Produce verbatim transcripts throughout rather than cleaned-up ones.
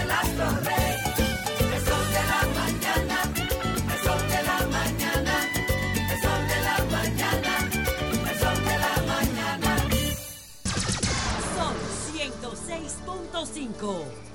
del astro rey, el sol de la mañana, el sol de la mañana, el sol de la mañana, el sol de la mañana. Sol ciento seis punto cinco.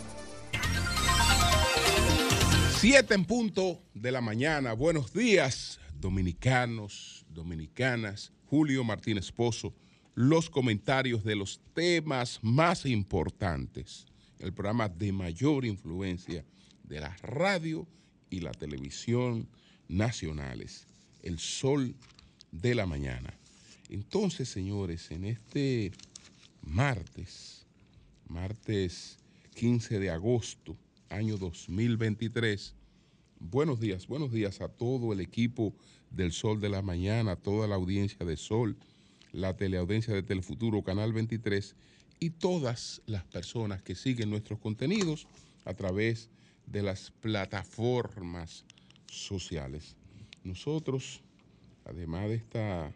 Siete en punto de la mañana. Buenos días, dominicanos, dominicanas. Julio Martínez Pozo, los comentarios de los temas más importantes. El programa de mayor influencia de la radio y la televisión nacionales. El sol de la mañana. Entonces, señores, en este martes, martes quince de agosto, año dos mil veintitrés. Buenos días, buenos días a todo el equipo del Sol de la Mañana, a toda la audiencia de Sol, la teleaudiencia de Telefuturo, Canal veintitrés y todas las personas que siguen nuestros contenidos a través de las plataformas sociales. Nosotros, además de esta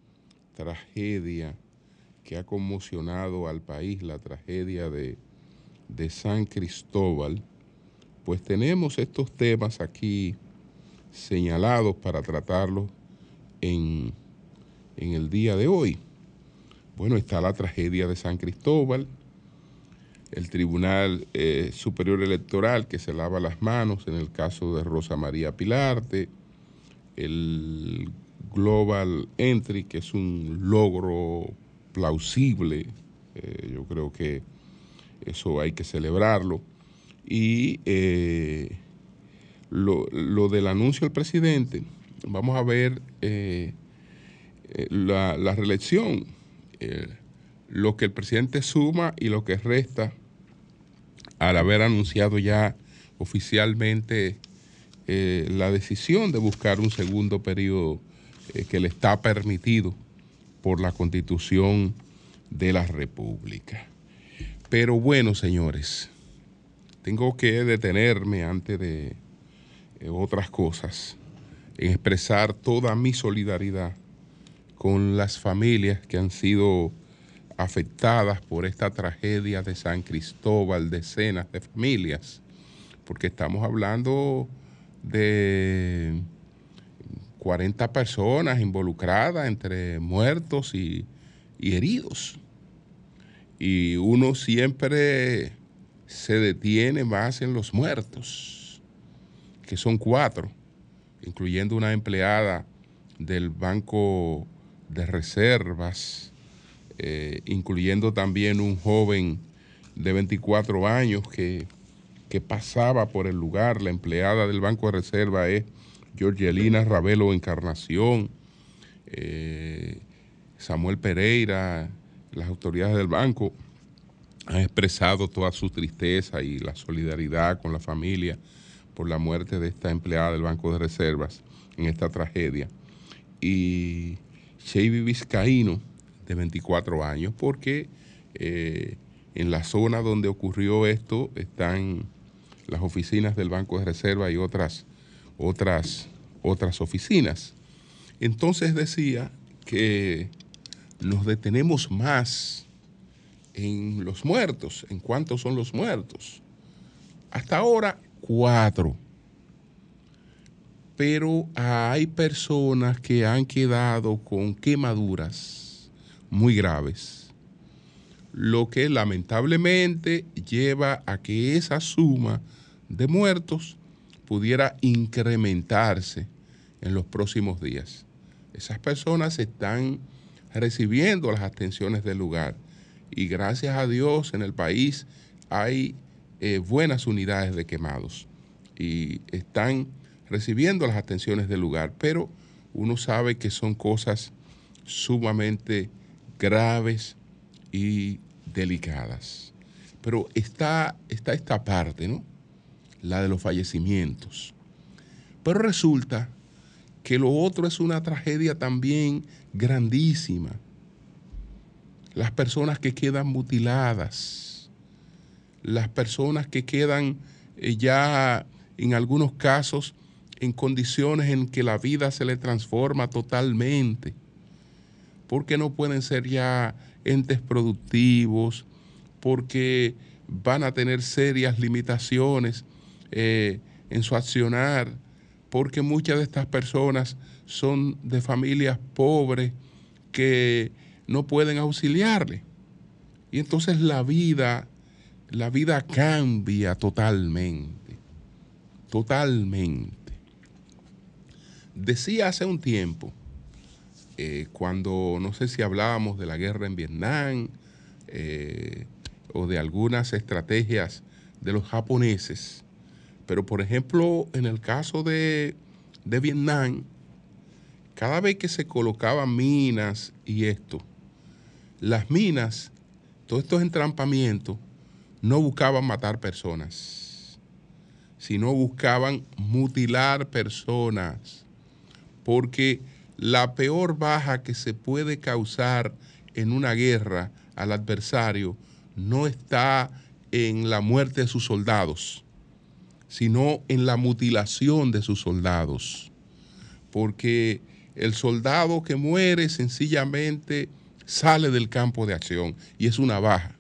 tragedia que ha conmocionado al país, la tragedia de, de San Cristóbal, pues tenemos estos temas aquí señalados para tratarlos en, en el día de hoy. Bueno, está la tragedia de San Cristóbal, el Tribunal eh, Superior Electoral que se lava las manos en el caso de Rosa María Pilarte, el Global Entry, que es un logro plausible, eh, yo creo que eso hay que celebrarlo. Y eh, lo, lo del anuncio del presidente, vamos a ver eh, eh, la, la reelección, eh, lo que el presidente suma y lo que resta al haber anunciado ya oficialmente eh, la decisión de buscar un segundo periodo eh, que le está permitido por la Constitución de la República. Pero bueno, señores, tengo que detenerme antes de eh, otras cosas, en expresar toda mi solidaridad con las familias que han sido afectadas por esta tragedia de San Cristóbal, decenas de familias, porque estamos hablando de cuarenta personas involucradas entre muertos y, y heridos. Y uno siempre se detiene más en los muertos, que son cuatro, incluyendo una empleada del Banco de Reservas, eh, incluyendo también un joven de veinticuatro años que, que pasaba por el lugar. La empleada del Banco de Reserva es Georgelina Ravelo Encarnación, eh, Samuel Pereira. Las autoridades del banco han expresado toda su tristeza y la solidaridad con la familia por la muerte de esta empleada del Banco de Reservas en esta tragedia. Y Chevy Vizcaíno, de veinticuatro años, porque eh, en la zona donde ocurrió esto están las oficinas del Banco de Reserva y otras, otras, otras oficinas. Entonces decía que nos detenemos más en los muertos, en cuántos son los muertos. Hasta ahora, cuatro. Pero hay personas que han quedado con quemaduras muy graves, lo que lamentablemente lleva a que esa suma de muertos pudiera incrementarse en los próximos días. Esas personas están recibiendo las atenciones del lugar y gracias a Dios en el país hay eh, buenas unidades de quemados y están recibiendo las atenciones del lugar, pero uno sabe que son cosas sumamente graves y delicadas. Pero está, está esta parte, ¿no? La de los fallecimientos. Pero resulta que lo otro es una tragedia también grandísima. Las personas que quedan mutiladas, las personas que quedan eh, ya en algunos casos en condiciones en que la vida se le transforma totalmente, porque no pueden ser ya entes productivos, porque van a tener serias limitaciones eh, en su accionar, porque muchas de estas personas son de familias pobres que no pueden auxiliarle. Y entonces la vida, la vida cambia totalmente, totalmente. Decía hace un tiempo, eh, cuando no sé si hablábamos de la guerra en Vietnam eh, o de algunas estrategias de los japoneses, pero por ejemplo en el caso de, de Vietnam, cada vez que se colocaban minas y esto, las minas, todos estos entrampamientos, no buscaban matar personas, sino buscaban mutilar personas, porque la peor baja que se puede causar en una guerra al adversario no está en la muerte de sus soldados, sino en la mutilación de sus soldados, porque el soldado que muere sencillamente sale del campo de acción y es una baja.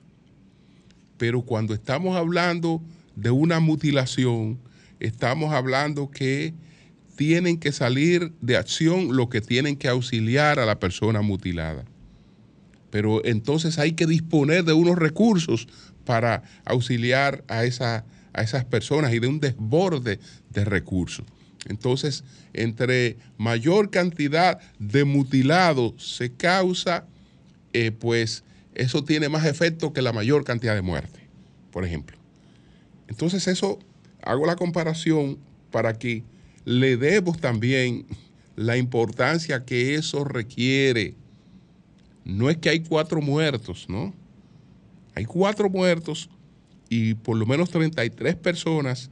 Pero cuando estamos hablando de una mutilación, estamos hablando que tienen que salir de acción los que tienen que auxiliar a la persona mutilada. Pero entonces hay que disponer de unos recursos para auxiliar a, esa, a esas personas y de un desborde de recursos. Entonces, entre mayor cantidad de mutilados se causa, eh, pues eso tiene más efecto que la mayor cantidad de muertes, por ejemplo. Entonces eso, hago la comparación para que le demos también la importancia que eso requiere. No es que hay cuatro muertos, ¿no? Hay cuatro muertos y por lo menos treinta y tres personas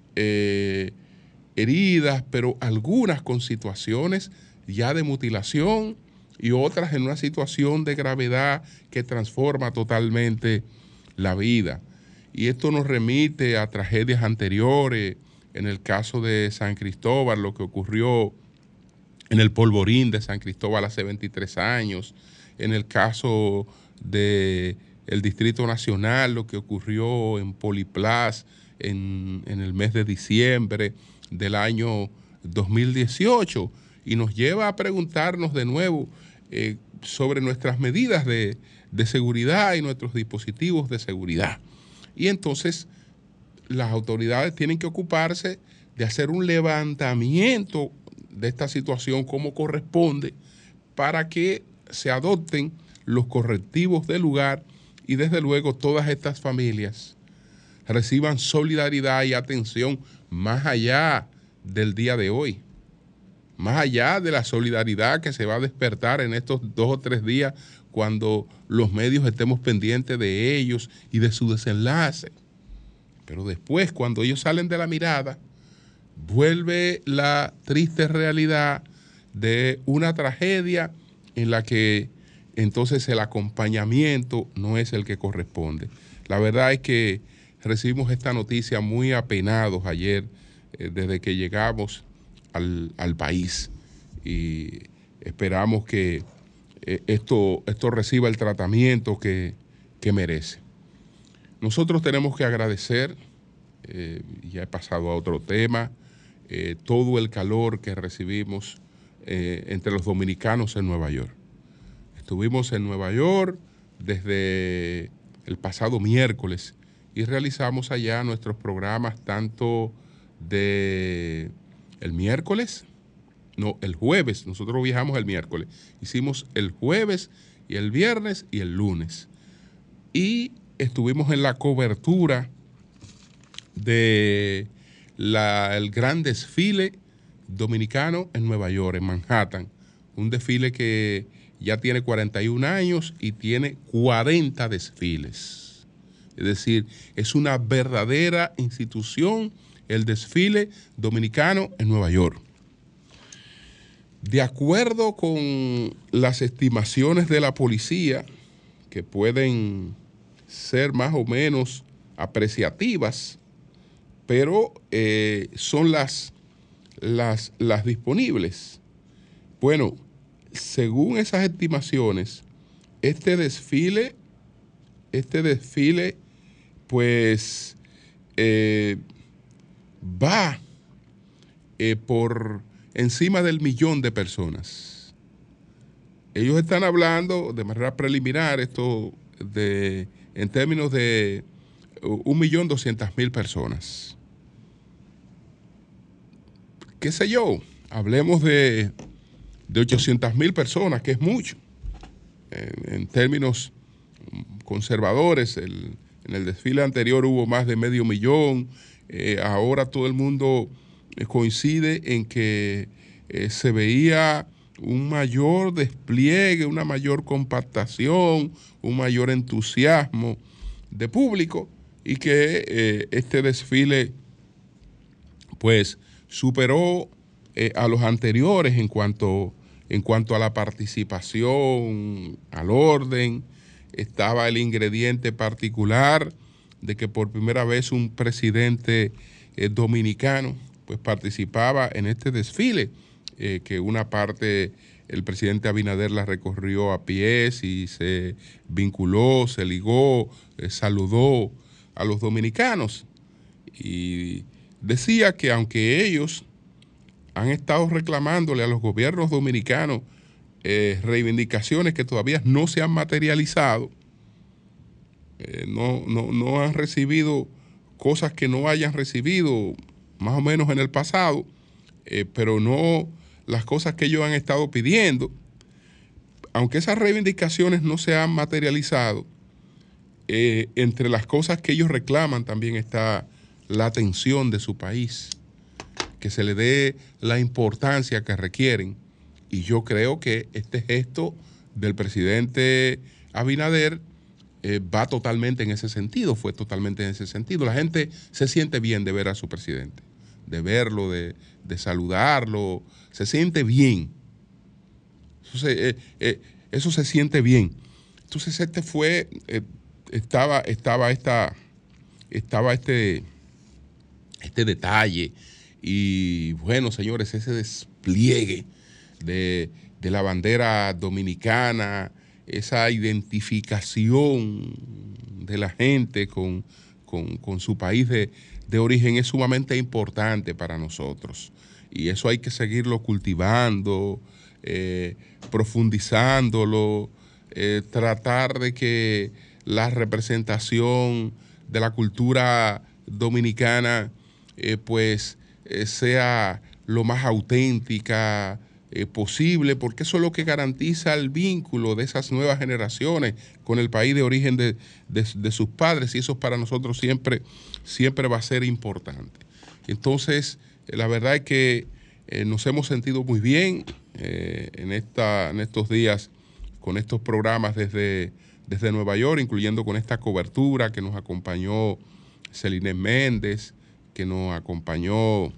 eh, heridas, pero algunas con situaciones ya de mutilación y otras en una situación de gravedad que transforma totalmente la vida. Y esto nos remite a tragedias anteriores. En el caso de San Cristóbal, lo que ocurrió en el Polvorín de San Cristóbal hace veintitrés años. En el caso del Distrito Nacional, lo que ocurrió en Poliplas en, en el mes de diciembre del año dos mil dieciocho. Y nos lleva a preguntarnos de nuevo eh, sobre nuestras medidas de, de seguridad y nuestros dispositivos de seguridad. Y entonces las autoridades tienen que ocuparse de hacer un levantamiento de esta situación como corresponde para que se adopten los correctivos del lugar y desde luego todas estas familias reciban solidaridad y atención más allá del día de hoy, más allá de la solidaridad que se va a despertar en estos dos o tres días cuando los medios estemos pendientes de ellos y de su desenlace. Pero después, cuando ellos salen de la mirada, vuelve la triste realidad de una tragedia en la que entonces el acompañamiento no es el que corresponde. La verdad es que recibimos esta noticia muy apenados ayer eh, desde que llegamos al, al país y esperamos que eh, esto, esto reciba el tratamiento que, que merece. Nosotros tenemos que agradecer, eh, ya he pasado a otro tema, eh, todo el calor que recibimos eh, entre los dominicanos en Nueva York. Estuvimos en Nueva York desde el pasado miércoles y realizamos allá nuestros programas tanto de el miércoles, no, el jueves, nosotros viajamos el miércoles, hicimos el jueves y el viernes y el lunes. Y estuvimos en la cobertura de la, el gran desfile dominicano en Nueva York, en Manhattan. Un desfile que ya tiene cuarenta y un años y tiene cuarenta desfiles. Es decir, es una verdadera institución el desfile dominicano en Nueva York. De acuerdo con las estimaciones de la policía, que pueden ser más o menos apreciativas, pero eh, son las, las, las disponibles. Bueno, según esas estimaciones, este desfile, este desfile pues eh, va eh, por encima del millón de personas. Ellos están hablando de manera preliminar esto de, en términos de un millón doscientas mil personas. ¿Qué sé yo? Hablemos de, de ochocientas mil personas, que es mucho. En, en términos conservadores, el, en el desfile anterior hubo más de medio millón. Eh, ahora todo el mundo coincide en que eh, se veía un mayor despliegue, una mayor compactación, un mayor entusiasmo de público, y que eh, este desfile pues superó eh, a los anteriores en cuanto, en cuanto a la participación, al orden. Estaba el ingrediente particular de que por primera vez un presidente eh, dominicano pues participaba en este desfile, eh, que una parte el presidente Abinader la recorrió a pies y se vinculó, se ligó, eh, saludó a los dominicanos, y decía que aunque ellos han estado reclamándole a los gobiernos dominicanos eh, reivindicaciones que todavía no se han materializado, eh, no, no, no han recibido cosas que no hayan recibido más o menos en el pasado, eh, pero no las cosas que ellos han estado pidiendo. Aunque esas reivindicaciones no se han materializado, eh, entre las cosas que ellos reclaman también está la atención de su país, que se le dé la importancia que requieren. Y yo creo que este gesto del presidente Abinader eh, va totalmente en ese sentido, fue totalmente en ese sentido. La gente se siente bien de ver a su presidente, de verlo, de, de saludarlo, se siente bien. Eso se, eh, eh, eso se siente bien. Entonces este fue, eh, estaba, estaba, esta, estaba este, este detalle, y bueno, señores, ese despliegue de, de la bandera dominicana, esa identificación de la gente con, con, con su país de, de origen es sumamente importante para nosotros. Y eso hay que seguirlo cultivando, eh, profundizándolo, eh, tratar de que la representación de la cultura dominicana eh, pues eh, sea lo más auténtica eh, posible, porque eso es lo que garantiza el vínculo de esas nuevas generaciones con el país de origen de, de, de sus padres, y eso para nosotros siempre, siempre va a ser importante. Entonces, eh, la verdad es que eh, nos hemos sentido muy bien eh, en, esta, en estos días con estos programas desde, desde Nueva York, incluyendo con esta cobertura que nos acompañó Celine Méndez, que nos acompañó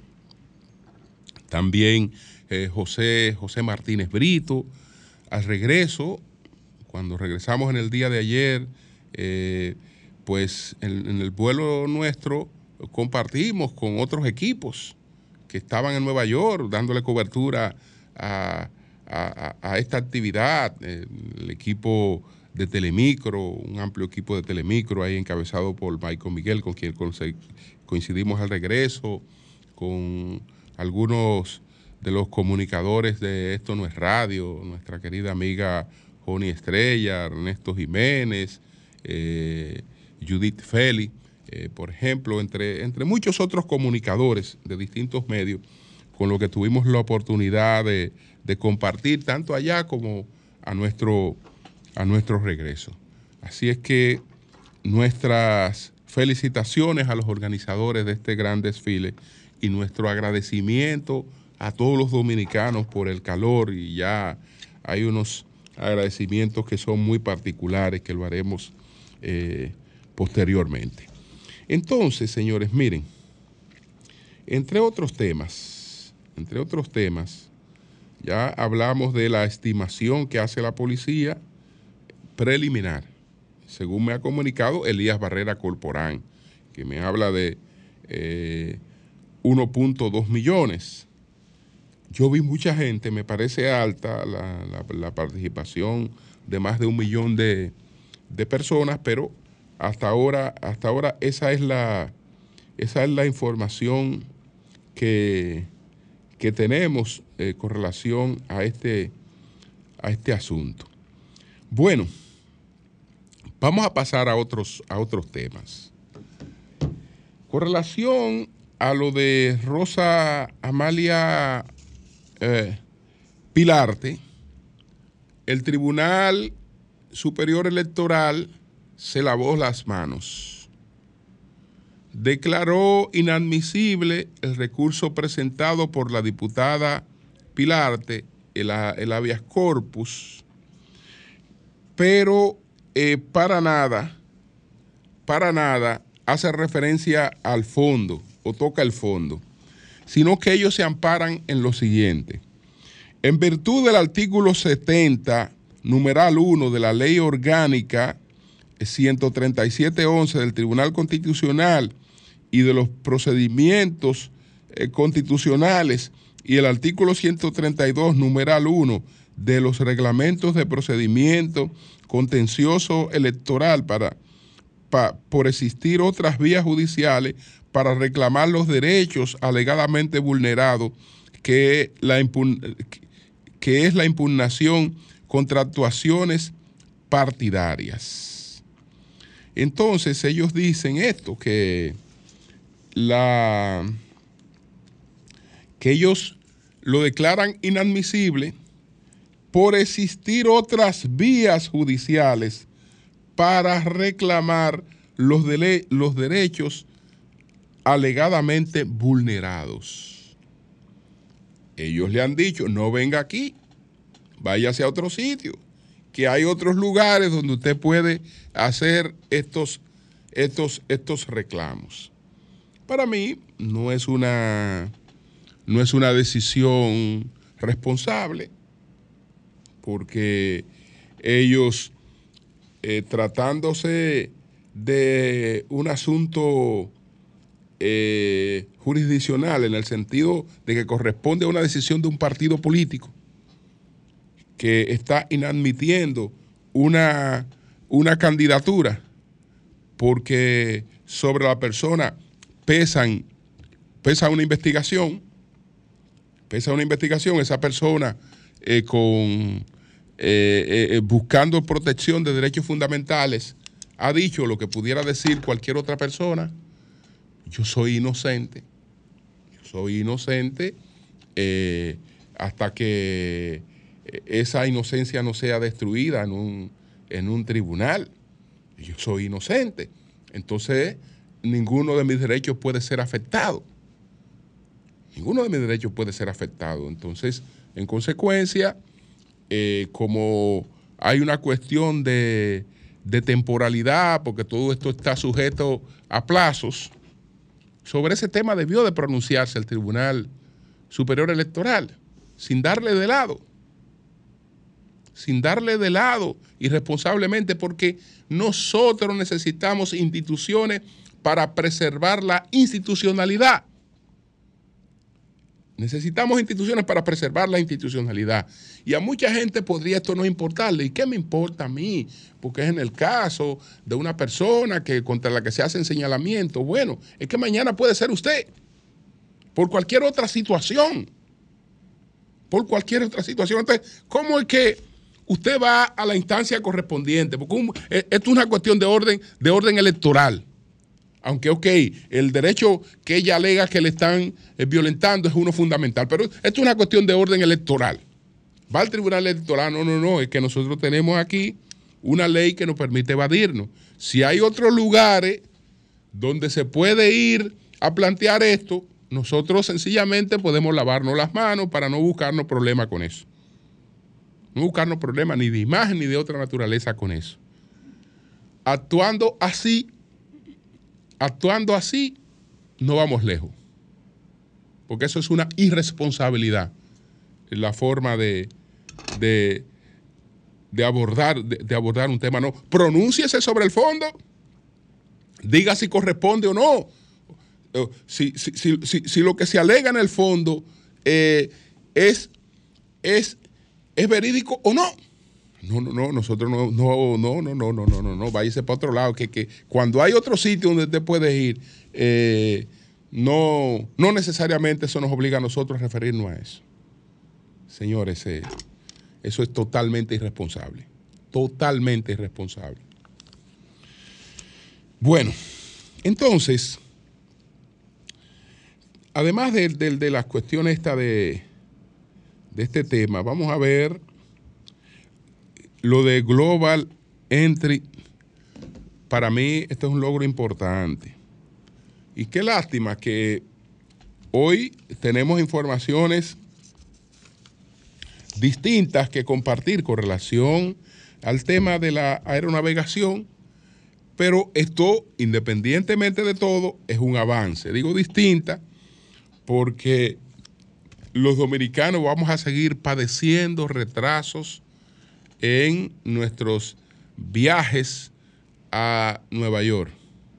también eh, José, José Martínez Brito. Al regreso, cuando regresamos en el día de ayer, eh, pues en, en el vuelo nuestro compartimos con otros equipos que estaban en Nueva York dándole cobertura a, a, a esta actividad. El equipo de Telemicro, un amplio equipo de Telemicro ahí encabezado por Michael Miguel, con quien coincidimos al regreso, con algunos de los comunicadores de Esto No Es Radio, nuestra querida amiga Joni Estrella, Ernesto Jiménez, eh, Judith Feli, eh, por ejemplo, entre, entre muchos otros comunicadores de distintos medios, con los que tuvimos la oportunidad de, de compartir tanto allá como a nuestro, a nuestro regreso. Así es que nuestras felicitaciones a los organizadores de este gran desfile y nuestro agradecimiento a todos los dominicanos por el calor, y ya hay unos agradecimientos que son muy particulares que lo haremos eh, posteriormente. Entonces, señores, miren, entre otros temas, entre otros temas, ya hablamos de la estimación que hace la policía preliminar, según me ha comunicado Elías Barrera Corporán, que me habla de eh, uno punto dos millones. Yo vi mucha gente, me parece alta la, la, la participación de más de un millón de, de personas, pero hasta ahora, hasta ahora esa es la, esa es la información que, que tenemos eh, con relación a este, a este asunto. Bueno, vamos a pasar a otros, a otros temas. Con relación a lo de Rosa Amalia eh, Pilarte, el Tribunal Superior Electoral se lavó las manos. Declaró inadmisible el recurso presentado por la diputada Pilarte, el, el habeas corpus, pero eh, para nada, para nada hace referencia al fondo o toca el fondo, sino que ellos se amparan en lo siguiente. En virtud del artículo setenta, numeral uno de la Ley Orgánica ciento treinta y siete once del Tribunal Constitucional y de los procedimientos eh, constitucionales y el artículo ciento treinta y dos, numeral uno de los reglamentos de procedimiento contencioso electoral para, pa, por existir otras vías judiciales para reclamar los derechos alegadamente vulnerados, que, la impugn, que es la impugnación contra actuaciones partidarias. Entonces ellos dicen esto, que la que ellos lo declaran inadmisible por existir otras vías judiciales para reclamar los, de, los derechos alegadamente vulnerados. Ellos le han dicho, no venga aquí, váyase a otro sitio, que hay otros lugares donde usted puede hacer estos, estos, estos reclamos. Para mí no es una, no es una decisión responsable, porque ellos, eh, tratándose de un asunto eh, jurisdiccional, en el sentido de que corresponde a una decisión de un partido político que está inadmitiendo una, una candidatura porque sobre la persona pesan, pesa una investigación, pesa una investigación, esa persona eh, con, eh, eh, buscando protección de derechos fundamentales ha dicho lo que pudiera decir cualquier otra persona: yo soy inocente, yo soy inocente eh, hasta que esa inocencia no sea destruida en un, en un tribunal. Yo soy inocente, entonces ninguno de mis derechos puede ser afectado. Ninguno de mis derechos puede ser afectado. Entonces, en consecuencia, eh, como hay una cuestión de, de temporalidad, porque todo esto está sujeto a plazos, sobre ese tema debió de pronunciarse el Tribunal Superior Electoral, sin darle de lado. sin darle de lado irresponsablemente, porque nosotros necesitamos instituciones para preservar la institucionalidad. Necesitamos instituciones para preservar la institucionalidad. Y a mucha gente podría esto no importarle. ¿Y qué me importa a mí? Porque es en el caso de una persona que, contra la que se hacen señalamientos. Bueno, es que mañana puede ser usted, por cualquier otra situación. Por cualquier otra situación. Entonces, ¿cómo es que usted va a la instancia correspondiente? Porque un, esto es una cuestión de orden, de orden electoral. Aunque, ok, el derecho que ella alega que le están eh, violentando es uno fundamental, pero esto es una cuestión de orden electoral. Va al tribunal electoral, no, no, no, es que nosotros tenemos aquí una ley que nos permite evadirnos. Si hay otros lugares donde se puede ir a plantear esto, nosotros sencillamente podemos lavarnos las manos para no buscarnos problemas con eso. No buscarnos problemas ni de imagen ni de otra naturaleza con eso. Actuando así, actuando así, no vamos lejos. Porque eso es una irresponsabilidad. La forma de, de, de, abordar, de, de abordar un tema. No, pronúnciese sobre el fondo. Diga si corresponde o no. Si, si, si, si, si lo que se alega en el fondo eh, es, es, es verídico o no. No, no, no, nosotros no, no, no, no, no, no, no, no, no, váyase para otro lado, que, que cuando hay otro sitio donde te puedes ir, eh, no, no necesariamente eso nos obliga a nosotros a referirnos a eso. Señores, eh, eso es totalmente irresponsable, totalmente irresponsable. Bueno, entonces, además de, de, de las cuestiones esta de, de este tema, vamos a ver lo de Global Entry. Para mí esto es un logro importante. Y qué lástima que hoy tenemos informaciones distintas que compartir con relación al tema de la aeronavegación, pero esto, independientemente de todo, es un avance. Digo distinta porque los dominicanos vamos a seguir padeciendo retrasos en nuestros viajes a Nueva York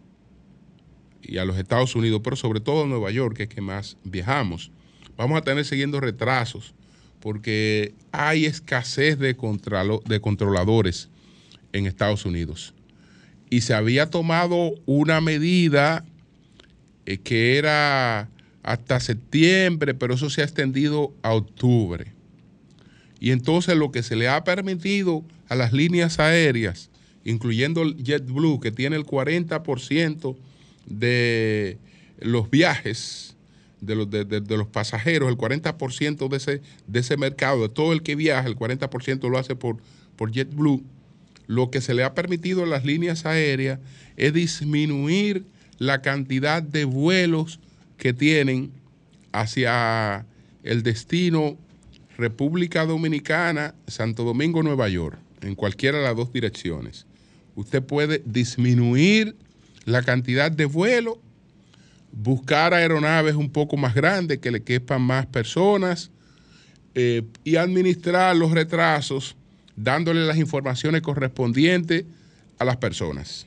y a los Estados Unidos, pero sobre todo a Nueva York, que es que más viajamos. Vamos a tener siguiendo retrasos porque hay escasez de, controlo, de controladores en Estados Unidos. Y se había tomado una medida eh, que era hasta septiembre, pero eso se ha extendido a octubre. Y entonces lo que se le ha permitido a las líneas aéreas, incluyendo el JetBlue, que tiene el cuarenta por ciento de los viajes de los, de, de, de los pasajeros, el cuarenta por ciento de ese, de ese mercado, de todo el que viaja, el cuarenta por ciento lo hace por, por JetBlue. Lo que se le ha permitido a las líneas aéreas es disminuir la cantidad de vuelos que tienen hacia el destino República Dominicana, Santo Domingo, Nueva York, en cualquiera de las dos direcciones. Usted puede disminuir la cantidad de vuelos, buscar aeronaves un poco más grandes que le quepan más personas eh, y administrar los retrasos dándole las informaciones correspondientes a las personas.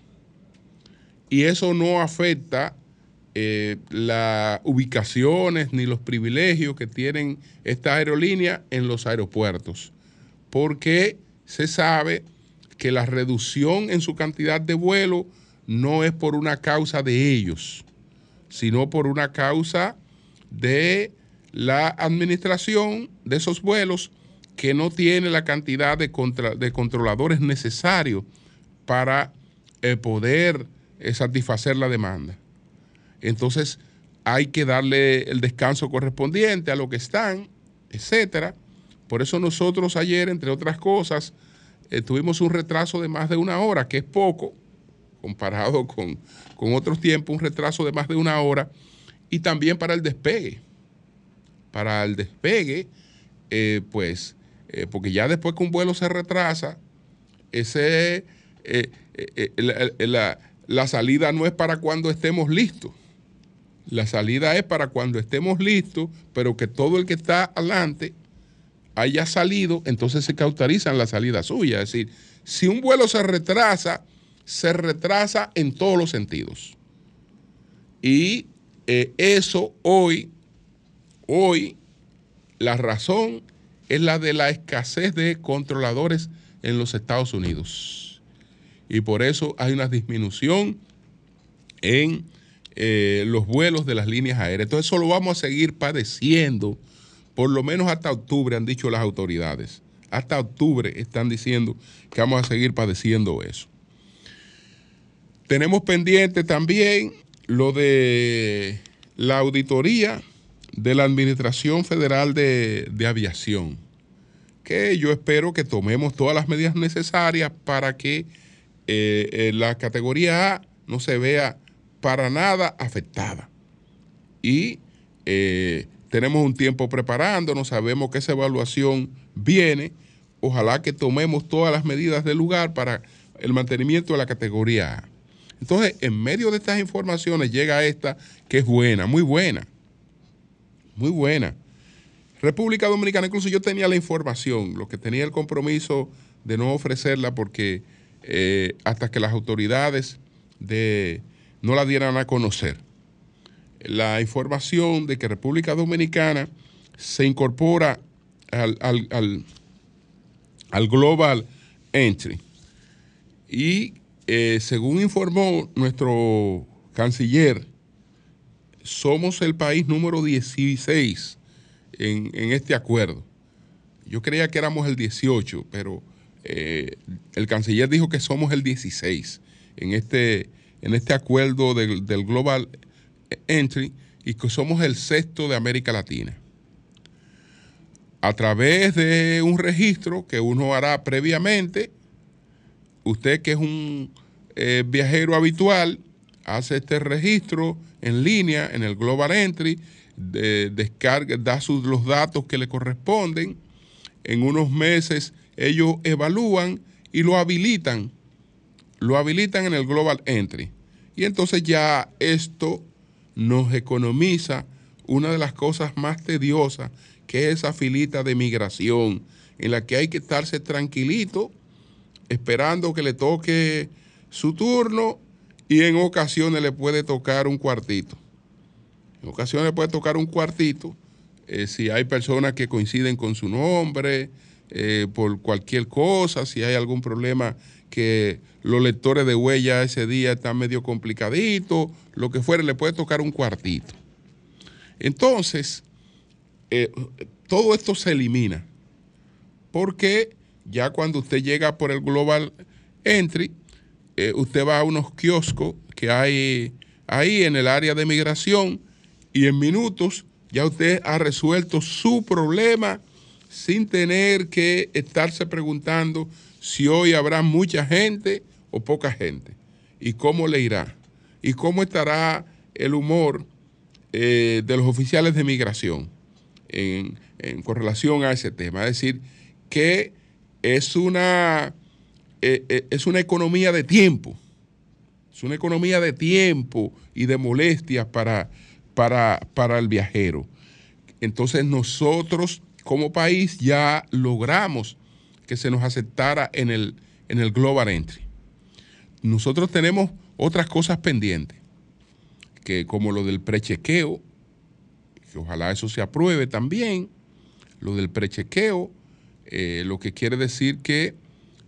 Y eso no afecta eh, las ubicaciones ni los privilegios que tienen esta aerolínea en los aeropuertos, porque se sabe que la reducción en su cantidad de vuelo no es por una causa de ellos, sino por una causa de la administración de esos vuelos, que no tiene la cantidad de, contra, de controladores necesarios para eh, poder eh, satisfacer la demanda. Entonces hay que darle el descanso correspondiente a lo que están, etcétera. Por eso nosotros ayer, entre otras cosas, eh, tuvimos un retraso de más de una hora, que es poco, comparado con, con otros tiempos, un retraso de más de una hora, y también para el despegue. Para el despegue, eh, pues, Eh, porque ya después que un vuelo se retrasa, ese, eh, eh, la, la, la salida no es para cuando estemos listos. La salida es para cuando estemos listos, pero que todo el que está adelante haya salido, entonces se cauterizan la salida suya. Es decir, si un vuelo se retrasa, se retrasa en todos los sentidos. Y eh, eso hoy, hoy, la razón es la de la escasez de controladores en los Estados Unidos. Y por eso hay una disminución en eh, los vuelos de las líneas aéreas. Entonces eso lo vamos a seguir padeciendo por lo menos hasta octubre, han dicho las autoridades. Hasta octubre están diciendo que vamos a seguir padeciendo eso. Tenemos pendiente también lo de la auditoría de la Administración Federal de, de Aviación, que yo espero que tomemos todas las medidas necesarias para que eh, eh, la categoría A no se vea para nada afectada. Y eh, tenemos un tiempo preparándonos, sabemos que esa evaluación viene, ojalá que tomemos todas las medidas del lugar para el mantenimiento de la categoría A. Entonces, en medio de estas informaciones llega esta que es buena, muy buena. Muy buena. República Dominicana, incluso yo tenía la información, lo que tenía el compromiso de no ofrecerla porque eh, hasta que las autoridades de, no la dieran a conocer. La información de que República Dominicana se incorpora al, al, al, al Global Entry. Y eh, según informó nuestro canciller, somos el país número dieciséis en, en este acuerdo. Yo creía que éramos el dieciocho, pero eh, el canciller dijo que somos el dieciséis en este, en este acuerdo del, del Global Entry y que somos el sexto de América Latina. A través de un registro que uno hará previamente, usted que es un eh, viajero habitual, hace este registro en línea en el Global Entry, de, descarga, da sus, los datos que le corresponden. En unos meses ellos evalúan y lo habilitan, lo habilitan en el Global Entry. Y entonces ya esto nos economiza una de las cosas más tediosas, que es esa filita de migración, en la que hay que estarse tranquilito, esperando que le toque su turno, y en ocasiones le puede tocar un cuartito. En ocasiones le puede tocar un cuartito, eh, si hay personas que coinciden con su nombre, eh, por cualquier cosa, si hay algún problema que los lectores de huella ese día están medio complicaditos, lo que fuera, le puede tocar un cuartito. Entonces, eh, todo esto se elimina, porque ya cuando usted llega por el Global Entry, eh, usted va a unos kioscos que hay ahí en el área de migración y en minutos ya usted ha resuelto su problema sin tener que estarse preguntando si hoy habrá mucha gente o poca gente y cómo le irá y cómo estará el humor eh, de los oficiales de migración en, en con relación a ese tema. Es decir, que es una, eh, es una economía de tiempo, es una economía de tiempo y de molestias para, para, para el viajero. Entonces nosotros como país ya logramos que se nos aceptara en el, en el Global Entry. Nosotros tenemos otras cosas pendientes, que como lo del prechequeo, que ojalá eso se apruebe también, lo del prechequeo, eh, lo que quiere decir que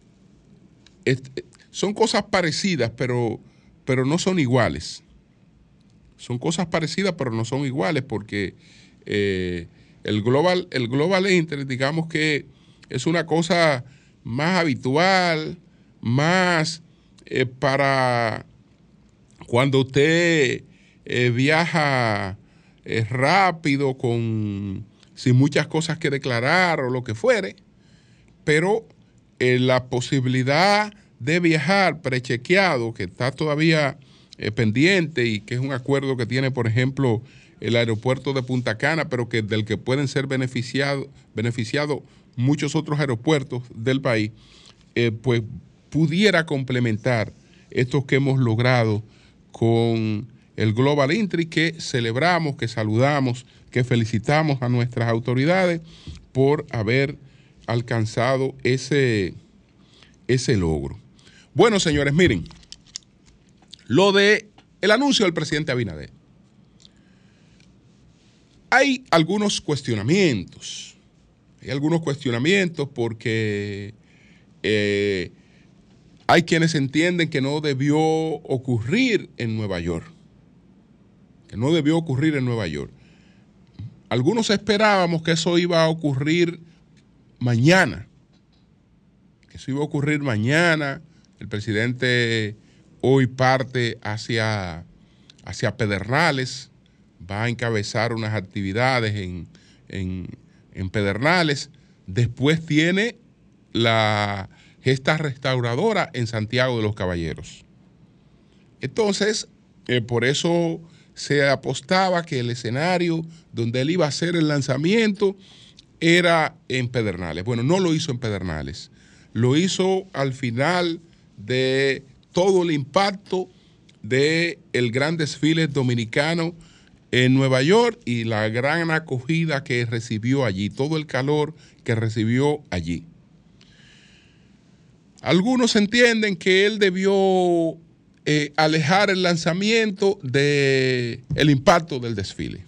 es, son cosas parecidas, pero, pero no son iguales. Son cosas parecidas, pero no son iguales, porque eh, el Global, el Global Entry, digamos que es una cosa más habitual, más eh, para cuando usted eh, viaja eh, rápido, con, sin muchas cosas que declarar o lo que fuere, pero eh, la posibilidad de viajar prechequeado, que está todavía eh, pendiente y que es un acuerdo que tiene, por ejemplo, el aeropuerto de Punta Cana, pero que del que pueden ser beneficiados beneficiado muchos otros aeropuertos del país, eh, pues pudiera complementar estos que hemos logrado con el Global Entry, que celebramos, que saludamos, que felicitamos a nuestras autoridades por haber alcanzado ese, ese logro. Bueno, señores, miren, lo de el anuncio del presidente Abinader. Hay algunos cuestionamientos, hay algunos cuestionamientos porque eh, hay quienes entienden que no debió ocurrir en Nueva York, que no debió ocurrir en Nueva York. Algunos esperábamos que eso iba a ocurrir mañana, que eso iba a ocurrir mañana. El presidente hoy parte hacia, hacia Pedernales, va a encabezar unas actividades en, en, en Pedernales. Después tiene la gesta restauradora en Santiago de los Caballeros. Entonces, eh, por eso se apostaba que el escenario donde él iba a hacer el lanzamiento era en Pedernales. Bueno, no lo hizo en Pedernales. Lo hizo al final de todo el impacto del gran desfile dominicano en Nueva York y la gran acogida que recibió allí, todo el calor que recibió allí. Algunos entienden que él debió eh, alejar el lanzamiento del impacto del desfile,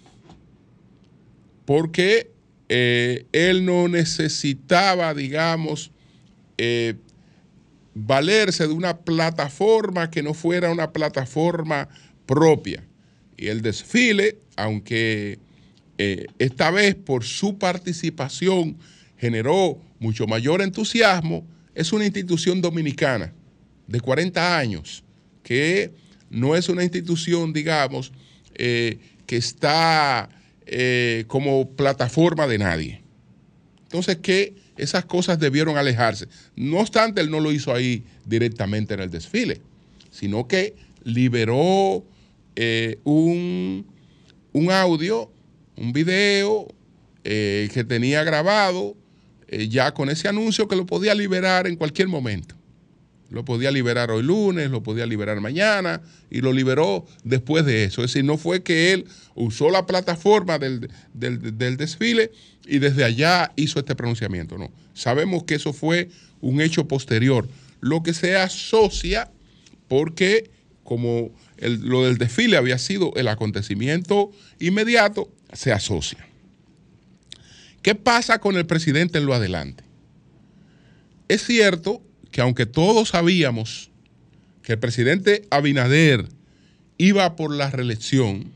porque eh, él no necesitaba, digamos, eh, valerse de una plataforma que no fuera una plataforma propia. Y el desfile, aunque eh, esta vez por su participación generó mucho mayor entusiasmo, es una institución dominicana de cuarenta años, que no es una institución, digamos, eh, que está eh, como plataforma de nadie. Entonces, que esas cosas debieron alejarse. No obstante, él no lo hizo ahí directamente en el desfile, sino que liberó eh, un, un audio, un video eh, que tenía grabado eh, ya con ese anuncio, que lo podía liberar en cualquier momento. Lo podía liberar hoy lunes, lo podía liberar mañana, y lo liberó después de eso. Es decir, no fue que él usó la plataforma del, del, del desfile y desde allá hizo este pronunciamiento. No, sabemos que eso fue un hecho posterior, lo que se asocia porque como el, lo del desfile había sido el acontecimiento inmediato, se asocia. ¿Qué pasa con el presidente en lo adelante? Es cierto que aunque todos sabíamos que el presidente Abinader iba por la reelección,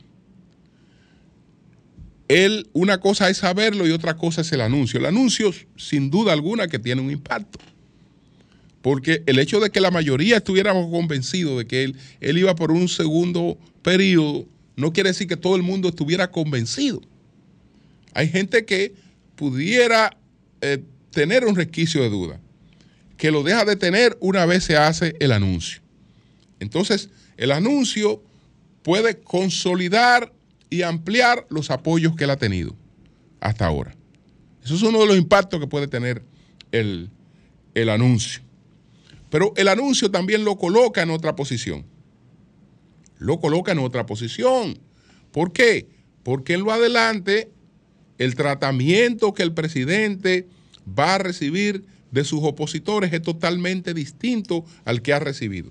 él, una cosa es saberlo y otra cosa es el anuncio. El anuncio, sin duda alguna, que tiene un impacto. Porque el hecho de que la mayoría estuviéramos convencidos de que él, él iba por un segundo periodo, no quiere decir que todo el mundo estuviera convencido. Hay gente que pudiera eh, tener un resquicio de duda, que lo deja de tener una vez se hace el anuncio. Entonces, el anuncio puede consolidar y ampliar los apoyos que él ha tenido hasta ahora. Eso es uno de los impactos que puede tener el, el anuncio. Pero el anuncio también lo coloca en otra posición. Lo coloca en otra posición. ¿Por qué? Porque en lo adelante, el tratamiento que el presidente va a recibir de sus opositores es totalmente distinto al que ha recibido.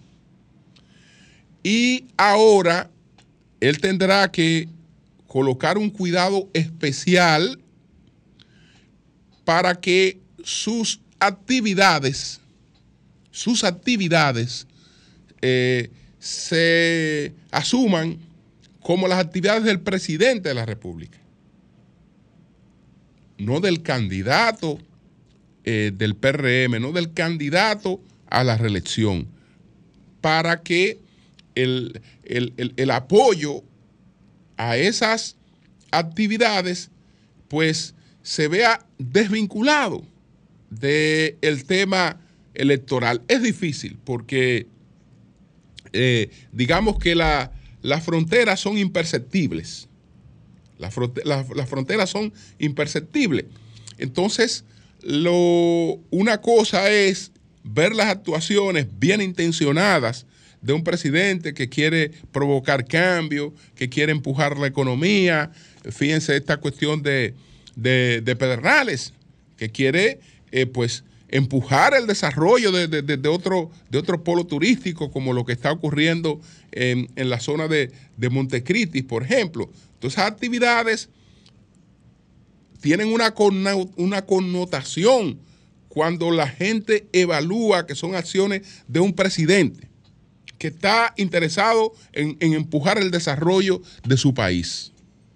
Y ahora él tendrá que colocar un cuidado especial para que sus actividades, sus actividades eh, se asuman como las actividades del presidente de la República, no del candidato eh, del P R M, no del candidato a la reelección, para que el, el, el, el apoyo a esas actividades pues se vea desvinculado del tema electoral. Es difícil porque eh, digamos que la, las fronteras son imperceptibles. Las, fronte las, las fronteras son imperceptibles. Entonces, lo, una cosa es ver las actuaciones bien intencionadas de un presidente que quiere provocar cambio, que quiere empujar la economía. Fíjense esta cuestión de, de, de Pedernales, que quiere eh, pues empujar el desarrollo de, de, de, otro, de otro polo turístico, como lo que está ocurriendo en, en la zona de, de Montecristi, por ejemplo. Entonces, esas actividades tienen una, una connotación cuando la gente evalúa que son acciones de un presidente que está interesado en, en empujar el desarrollo de su país.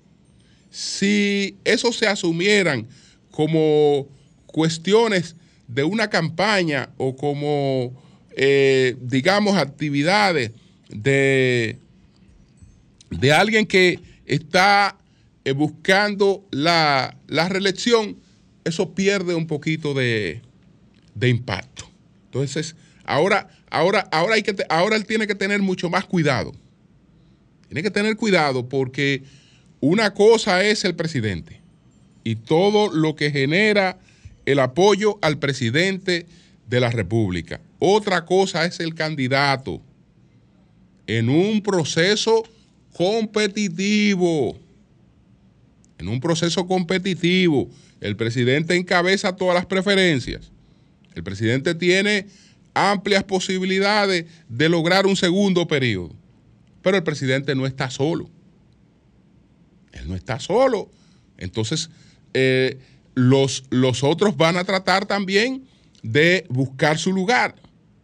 Si eso se asumieran como cuestiones de una campaña o como, eh, digamos, actividades de, de alguien que está eh, buscando la, la reelección, eso pierde un poquito de, de impacto. Entonces, ahora, ahora, ahora, hay que te, ahora él tiene que tener mucho más cuidado. Tiene que tener cuidado porque una cosa es el presidente y todo lo que genera el apoyo al presidente de la República. Otra cosa es el candidato en un proceso competitivo. En un proceso competitivo, el presidente encabeza todas las preferencias. El presidente tiene amplias posibilidades de lograr un segundo periodo. Pero el presidente no está solo. Él no está solo. Entonces, eh, Los, los otros van a tratar también de buscar su lugar.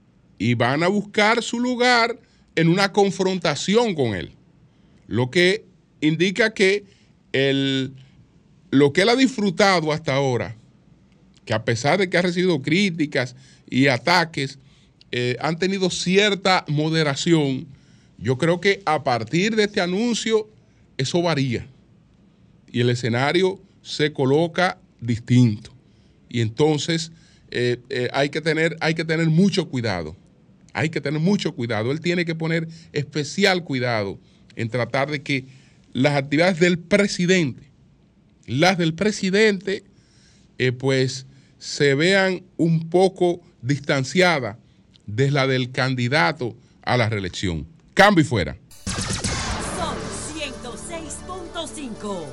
y van a buscar su lugar en una confrontación con él. Lo que indica que el, lo que él ha disfrutado hasta ahora, que a pesar de que ha recibido críticas y ataques, eh, han tenido cierta moderación. Yo creo que a partir de este anuncio, eso varía. Y el escenario se coloca distinto. Y entonces eh, eh, hay que tener, hay que tener mucho cuidado. Hay que tener mucho cuidado. Él tiene que poner especial cuidado en tratar de que las actividades del presidente, las del presidente, eh, pues se vean un poco distanciadas de la del candidato a la reelección. Cambio y fuera. Sol ciento seis punto cinco.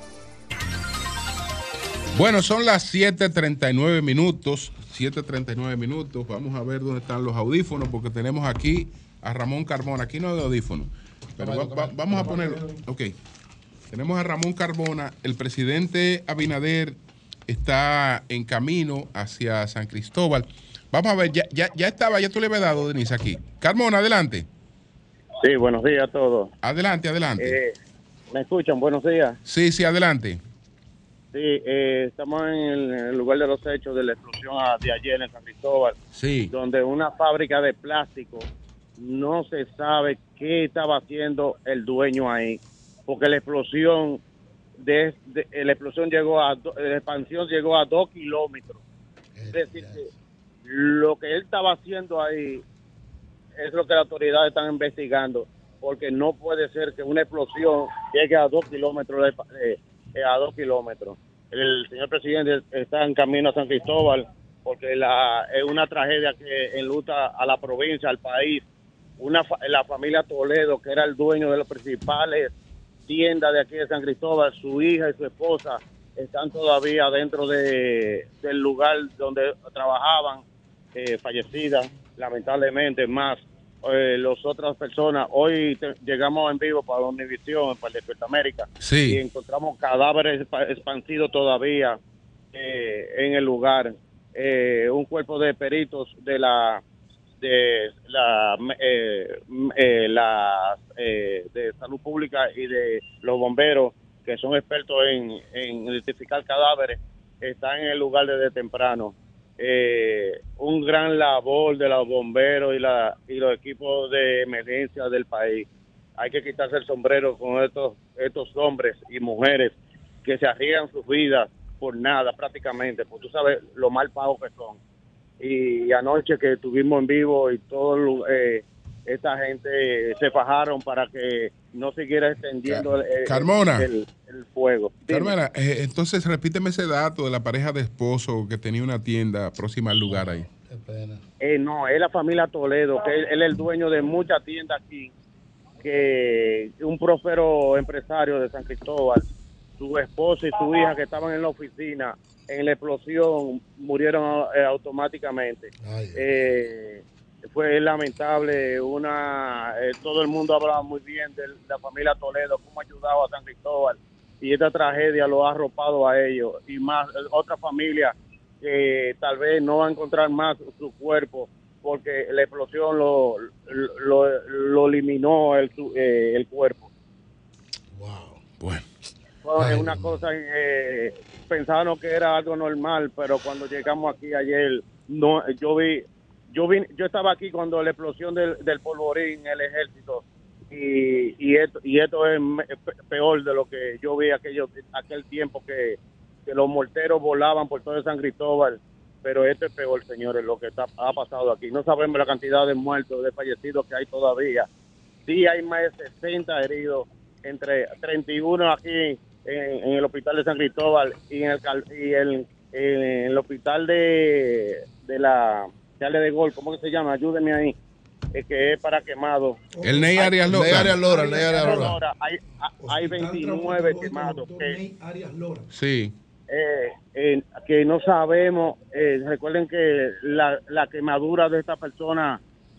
Bueno, son las siete treinta y nueve minutos. siete treinta y nueve minutos. Vamos a ver dónde están los audífonos, porque tenemos aquí a Ramón Carmona. Aquí no hay audífonos, pero va, va, vamos a ponerlo. Ok. Tenemos a Ramón Carmona. El presidente Abinader está en camino hacia San Cristóbal. Vamos a ver, ya, ya, ya estaba, ya tú le habías dado, Denise, aquí. Carmona, adelante. Sí, buenos días a todos. Adelante, adelante. Eh, ¿Me escuchan? Buenos días. Sí, sí, adelante. Sí, eh, estamos en el, en el lugar de los hechos de la explosión de ayer en San Cristóbal, Sí. donde una fábrica de plástico, no se sabe qué estaba haciendo el dueño ahí, porque la explosión de, de la explosión llegó a do- la expansión llegó a dos kilómetros. Es decir, que lo que él estaba haciendo ahí es lo que las autoridades están investigando, porque no puede ser que una explosión llegue a dos kilómetros de, de- de- a dos kilómetros. El señor presidente está en camino a San Cristóbal porque la, es una tragedia que enluta a la provincia, al país. Una fa- la familia Toledo, que era el dueño de las principales tiendas de aquí de San Cristóbal, su hija y su esposa están todavía dentro de, del lugar donde trabajaban, eh, fallecidas, lamentablemente, más eh, las otras personas. Hoy te- llegamos en vivo para Univisión, para el Despierta América, Sí. y encontramos cadáveres espa- expandidos todavía eh, en el lugar. Eh, un cuerpo de peritos de la de la eh, eh, la eh, de salud pública y de los bomberos, que son expertos en, en identificar cadáveres, están en el lugar desde temprano. Eh, un gran labor de los bomberos y la y los equipos de emergencia del país. Hay que quitarse el sombrero con estos estos hombres y mujeres que se arriesgan sus vidas por nada prácticamente, porque tú sabes lo mal pagos que son. Y anoche que estuvimos en vivo y todo eh, esta gente se fajaron para que no siguiera extendiendo el, el- Carmona. el, el fuego. Dime. Carmena, eh, entonces repíteme ese dato de la pareja de esposo que tenía una tienda próxima al lugar ahí. Qué pena. Eh, no, es la familia Toledo, que él, él es el dueño de muchas tiendas aquí, que un próspero empresario de San Cristóbal, su esposa y su hija que estaban en la oficina, en la explosión murieron eh, automáticamente. Ay, Eh, fue lamentable, una eh, todo el mundo hablaba muy bien de la familia Toledo, cómo ha ayudado a San Cristóbal, y esta tragedia lo ha arropado a ellos, y más eh, otra familia que tal vez no va a encontrar más su cuerpo porque la explosión lo lo, lo eliminó el, su- eh, el cuerpo. wow. Bueno, Bueno, Ay, es una Dios cosa, eh, pensaban que era algo normal, pero cuando llegamos aquí ayer, no, yo vi, yo vi, yo estaba aquí cuando la explosión del, del polvorín en el ejército, y, y esto, y esto es me- pe- peor de lo que yo vi aquello, aquel tiempo que, que los morteros volaban por todo San Cristóbal, pero esto es peor, señores, lo que está, ha pasado aquí. No sabemos la cantidad de muertos, de fallecidos que hay todavía. Sí hay más de sesenta heridos, entre treinta y uno aquí en, en el hospital de San Cristóbal y en el, cal- y el, en el hospital de, de la Charle de Gol, ¿cómo que se llama? Ayúdenme ahí, es que es para quemados. el Ney Arias Ney Lora. Arias Lora, Ney Arias Lora. Ahora, hay, hay veintinueve quemados que, Sí. eh, eh, que no sabemos. Eh, recuerden que la, la quemadura de esta persona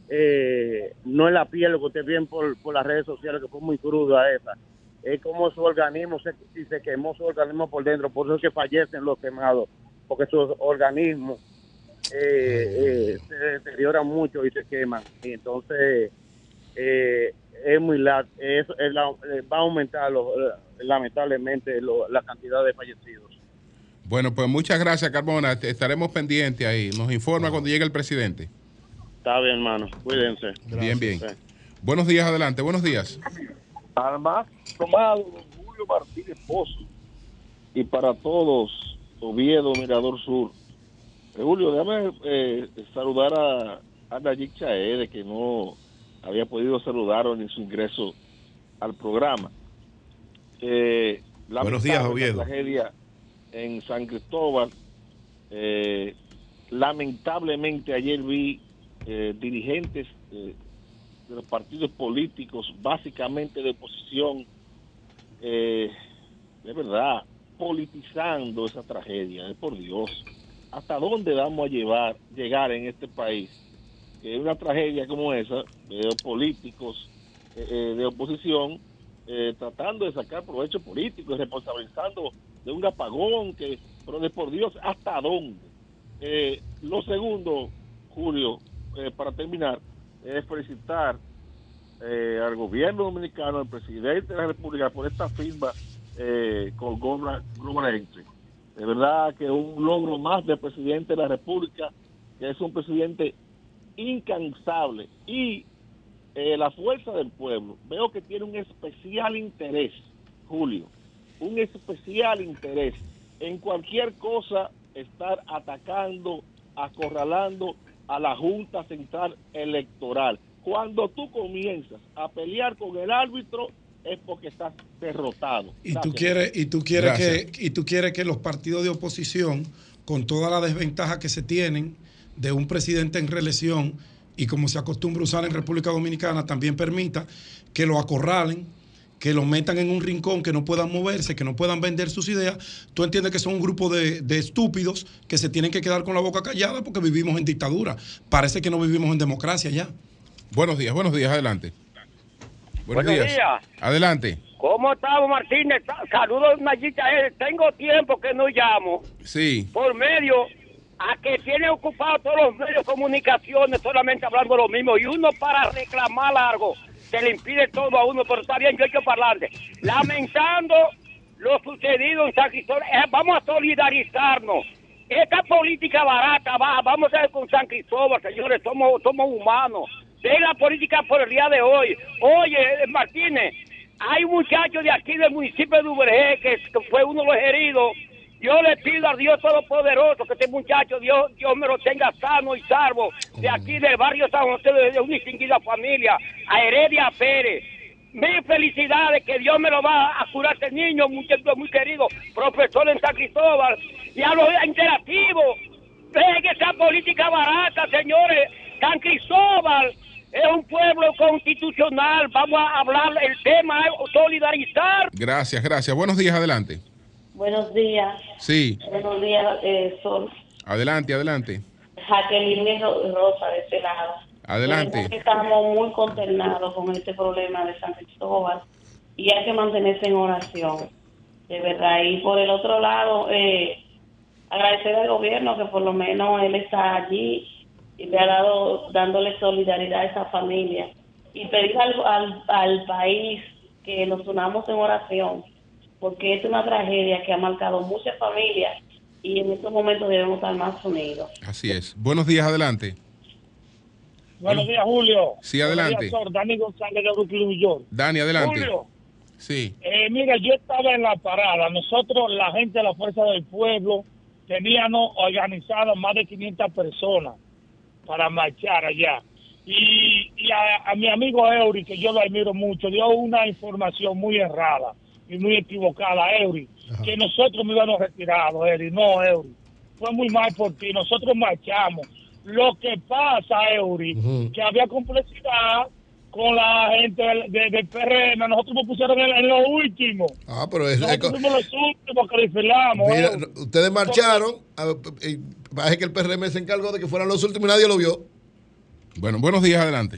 eh, no es la piel, lo que ustedes ven por, por las redes sociales, que fue muy cruda esa. Es como su organismo, se, si se quemó su organismo por dentro, por eso es que fallecen los quemados, porque su organismo eh, eh, se deterioran mucho y se queman. Y entonces eh, es muy lat es, es la, va a aumentar lo, lamentablemente lo, la cantidad de fallecidos. Bueno, pues muchas gracias, Carmona. Estaremos pendientes ahí. Nos informa cuando llegue el presidente. Está bien, hermano. Cuídense. Gracias. Bien, bien. Sí. Buenos días, adelante. Buenos días. Al más tomado, don Julio Martínez Pozo. Y para todos, Oviedo, Mirador Sur. Eh, Julio, déjame eh, saludar a, a Nayib Chaede, que no había podido saludarlo en su ingreso al programa. Eh, Buenos días, Oviedo. La tragedia en San Cristóbal. Eh, lamentablemente ayer vi eh, dirigentes eh, de los partidos políticos, básicamente de oposición, eh, de verdad, politizando esa tragedia. Eh, por Dios, ¿hasta dónde vamos a llevar, llegar en este país? Que una tragedia como esa, de políticos eh, de oposición, eh, tratando de sacar provecho político, responsabilizando de un apagón, que, pero de por Dios, ¿hasta dónde? Eh, lo segundo, Julio, eh, para terminar, es felicitar eh, al gobierno dominicano, al presidente de la República, por esta firma eh, con Global, Global Entry. De verdad que un logro más del presidente de la República, que es un presidente incansable, y eh, la fuerza del pueblo, veo que tiene un especial interés, Julio, un especial interés en cualquier cosa, estar atacando, acorralando a la Junta Central Electoral. Cuando tú comienzas a pelear con el árbitro es porque estás derrotado. Y tú quieres, y tú quieres que, y tú quieres que los partidos de oposición, con toda la desventaja que se tienen de un presidente en reelección, y como se acostumbra usar en República Dominicana, también permita que lo acorralen, que lo metan en un rincón, que no puedan moverse, que no puedan vender sus ideas. Tú entiendes que son un grupo de, de estúpidos que se tienen que quedar con la boca callada porque vivimos en dictadura. Parece que no vivimos en democracia ya. Buenos días, buenos días, adelante. Buenos, buenos días. días. Adelante. ¿Cómo estamos, Martínez? Saludos, Nayita. Tengo tiempo que no llamo. Sí. Por medio a que tiene ocupado todos los medios de comunicaciones solamente hablando lo mismo. Y uno para reclamar algo se le impide todo a uno, pero está bien, yo he hecho parlante. Lamentando lo sucedido en San Cristóbal, eh, vamos a solidarizarnos. Esta política barata, va, vamos a ver con San Cristóbal, señores, somos, somos humanos. De la política por el día de hoy. Oye, Martínez, hay un muchacho de aquí del municipio de Ubergé que, que fue uno de los heridos. Yo le pido a Dios Todopoderoso que este muchacho, Dios, Dios me lo tenga sano y salvo, de aquí del barrio San José, de una distinguida familia, a Heredia Pérez. Mil felicidades, que Dios me lo va a curar este niño, muchacho muy querido, profesor en San Cristóbal. Y a los interactivos, ven esa política barata, señores. San Cristóbal es un pueblo constitucional, vamos a hablar el tema, solidarizar. Gracias, gracias. Buenos días, adelante. Buenos días. Sí. Buenos días, eh, Sol. Adelante, adelante. Jacqueline Rosa, de este lado. Adelante. Estamos muy consternados con este problema de San Cristóbal y hay que mantenerse en oración, de verdad. Y por el otro lado, eh, agradecer al gobierno que por lo menos él está allí y le ha dado, dándole solidaridad a esa familia. Y pedir al, al, al país que nos unamos en oración, porque es una tragedia que ha marcado muchas familias y en estos momentos debemos estar más unidos. Así es. Buenos días, adelante. Buenos días, Julio. Sí, adelante. Buenos días, Dani González de Brooklyn, New York. Dani, adelante. Julio. Sí. Eh, mira, yo estaba en la parada. Nosotros, la gente de la Fuerza del Pueblo, teníamos organizadas más de quinientas personas para marchar allá. Y, y a, a mi amigo Eury, que yo lo admiro mucho, dio una información muy errada y muy equivocada, Eury, Ajá. que nosotros me íbamos retirados, Eury. No, Eury, fue muy mal por ti, nosotros marchamos. Lo que pasa, Eury, uh-huh. que había complejidad con la gente del, de, del P R M, nosotros nos pusieron en, en lo último. Ah, pero es... Nosotros fuimos los últimos que desfilamos. Mira, Eury. Ustedes marcharon, parece que el P R M se encargó de que fueran los últimos y nadie lo vio. Bueno, buenos días, adelante.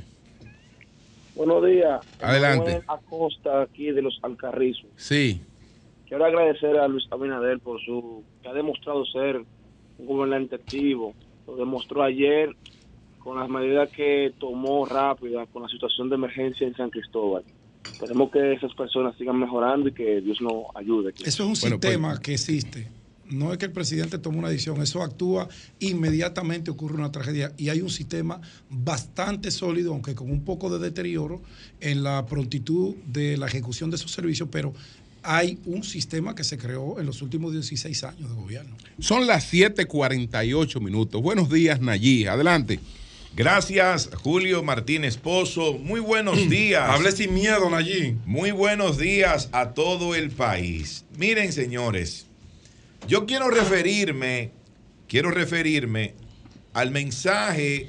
Buenos días. Adelante. Manuel Acosta, aquí de los Alcarrizos. Sí. Quiero agradecer a Luis Abinader por su... que ha demostrado ser un gobernante activo, lo demostró ayer con las medidas que tomó rápida con la situación de emergencia en San Cristóbal. Esperemos que esas personas sigan mejorando y que Dios nos ayude. Eso es un bueno, sistema pues, que existe. No es que el presidente tome una decisión, eso actúa, inmediatamente ocurre una tragedia y hay un sistema bastante sólido, aunque con un poco de deterioro en la prontitud de la ejecución de esos servicios, pero hay un sistema que se creó en los últimos dieciséis años de gobierno. Son las siete cuarenta y ocho minutos. Buenos días, Nayí. Adelante. Gracias, Julio Martínez Pozo. Muy buenos días. Hable sin miedo, Nayí. Muy buenos días a todo el país. Miren, señores, yo quiero referirme, quiero referirme al mensaje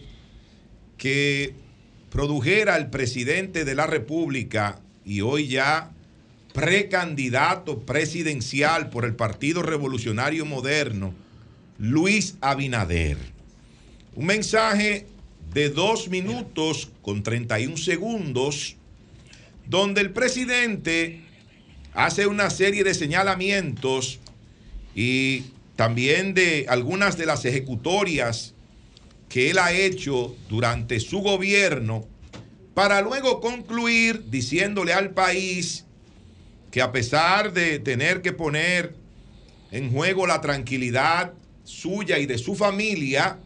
que produjera el presidente de la República y hoy ya precandidato presidencial por el Partido Revolucionario Moderno, Luis Abinader. Un mensaje de dos minutos con treinta y un segundos, donde el presidente hace una serie de señalamientos y también de algunas de las ejecutorias que él ha hecho durante su gobierno, para luego concluir diciéndole al país que a pesar de tener que poner en juego la tranquilidad suya y de su familia,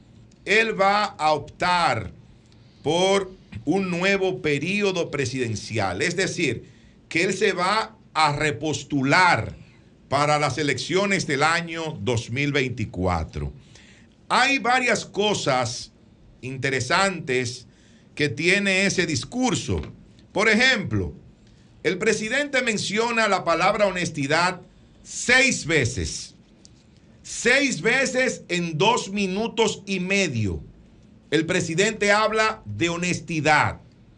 él va a optar por un nuevo periodo presidencial. Es decir, que él se va a repostular para las elecciones del año dos mil veinticuatro. Hay varias cosas interesantes que tiene ese discurso. Por ejemplo, el presidente menciona la palabra honestidad seis veces. Seis veces en dos minutos y medio. El presidente habla de honestidad.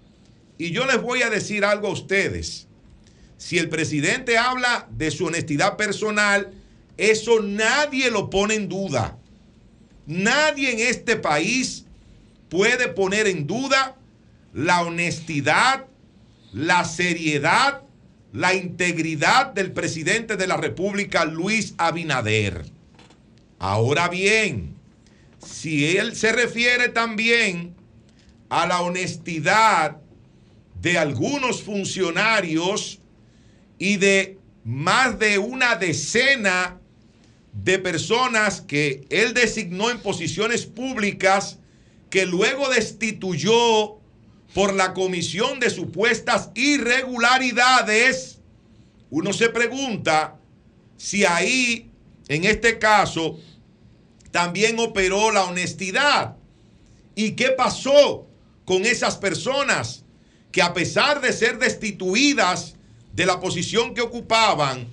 Y yo les voy a decir algo a ustedes. Si el presidente habla de su honestidad personal, eso nadie lo pone en duda. Nadie en este país puede poner en duda la honestidad, la seriedad, la integridad del presidente de la República, Luis Abinader. Ahora bien, si él se refiere también a la honestidad de algunos funcionarios y de más de una decena de personas que él designó en posiciones públicas que luego destituyó por la comisión de supuestas irregularidades, uno se pregunta si ahí, en este caso, también operó la honestidad. ¿Y qué pasó con esas personas que, a pesar de ser destituidas de la posición que ocupaban,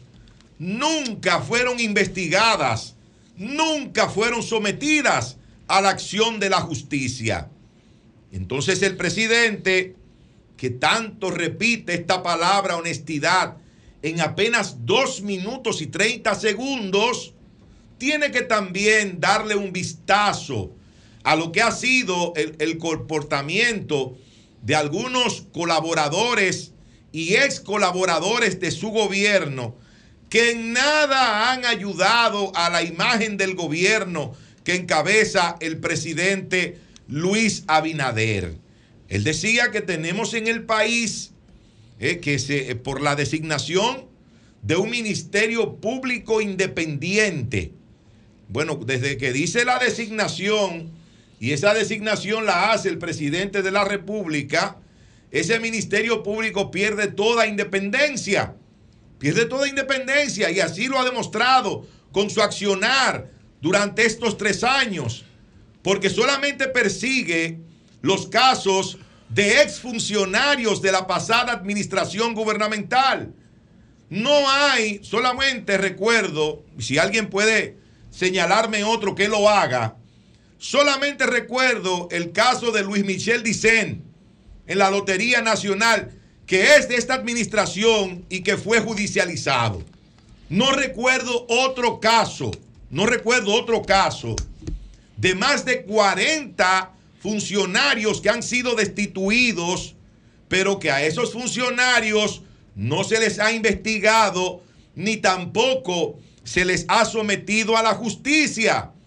nunca fueron investigadas, nunca fueron sometidas a la acción de la justicia? Entonces el presidente, que tanto repite esta palabra honestidad en apenas dos minutos y treinta segundos, tiene que también darle un vistazo a lo que ha sido el, el comportamiento de algunos colaboradores y ex colaboradores de su gobierno, que en nada han ayudado a la imagen del gobierno que encabeza el presidente Luis Abinader. Él decía que tenemos en el país eh, que se, por la designación de un ministerio público independiente. Bueno, desde que dice la designación, y esa designación la hace el presidente de la República, ese ministerio público pierde toda independencia. Pierde toda independencia, y así lo ha demostrado con su accionar durante estos tres años, porque solamente persigue los casos de exfuncionarios de la pasada administración gubernamental. No hay, solamente recuerdo, si alguien puede señalarme otro que lo haga, solamente recuerdo el caso de Luis Michel Dicen en la Lotería Nacional, que es de esta administración y que fue judicializado. No recuerdo otro caso, no recuerdo otro caso de más de cuarenta funcionarios que han sido destituidos, pero que a esos funcionarios no se les ha investigado ni tampoco se les ha sometido a la justicia.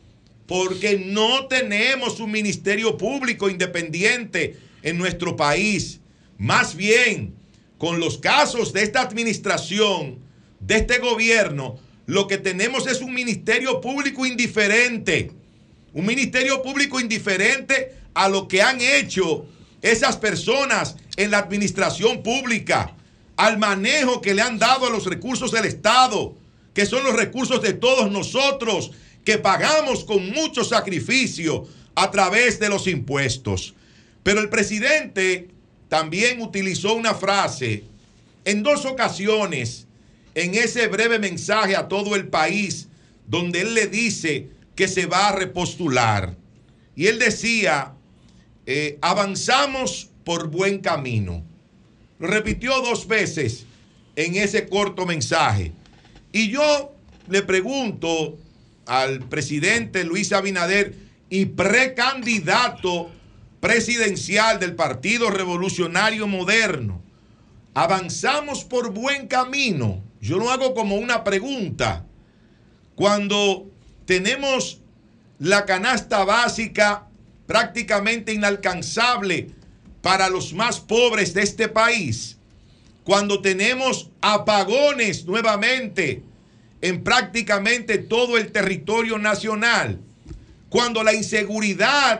porque no tenemos un ministerio público independiente en nuestro país. Más bien, con los casos de esta administración, de este gobierno, lo que tenemos es un ministerio público indiferente. Un ministerio público indiferente a lo que han hecho esas personas en la administración pública, al manejo que le han dado a los recursos del Estado, que son los recursos de todos nosotros, que pagamos con mucho sacrificio a través de los impuestos. Pero el presidente también utilizó una frase en dos ocasiones en ese breve mensaje a todo el país, donde él le dice que se va a repostular. Y él decía, eh, avanzamos por buen camino. Lo repitió dos veces en ese corto mensaje. Y yo le pregunto al presidente Luis Abinader y precandidato presidencial del Partido Revolucionario Moderno, ¿avanzamos por buen camino? Yo lo hago como una pregunta. Cuando tenemos la canasta básica prácticamente inalcanzable para los más pobres de este país, cuando tenemos apagones nuevamente en prácticamente todo el territorio nacional, cuando la inseguridad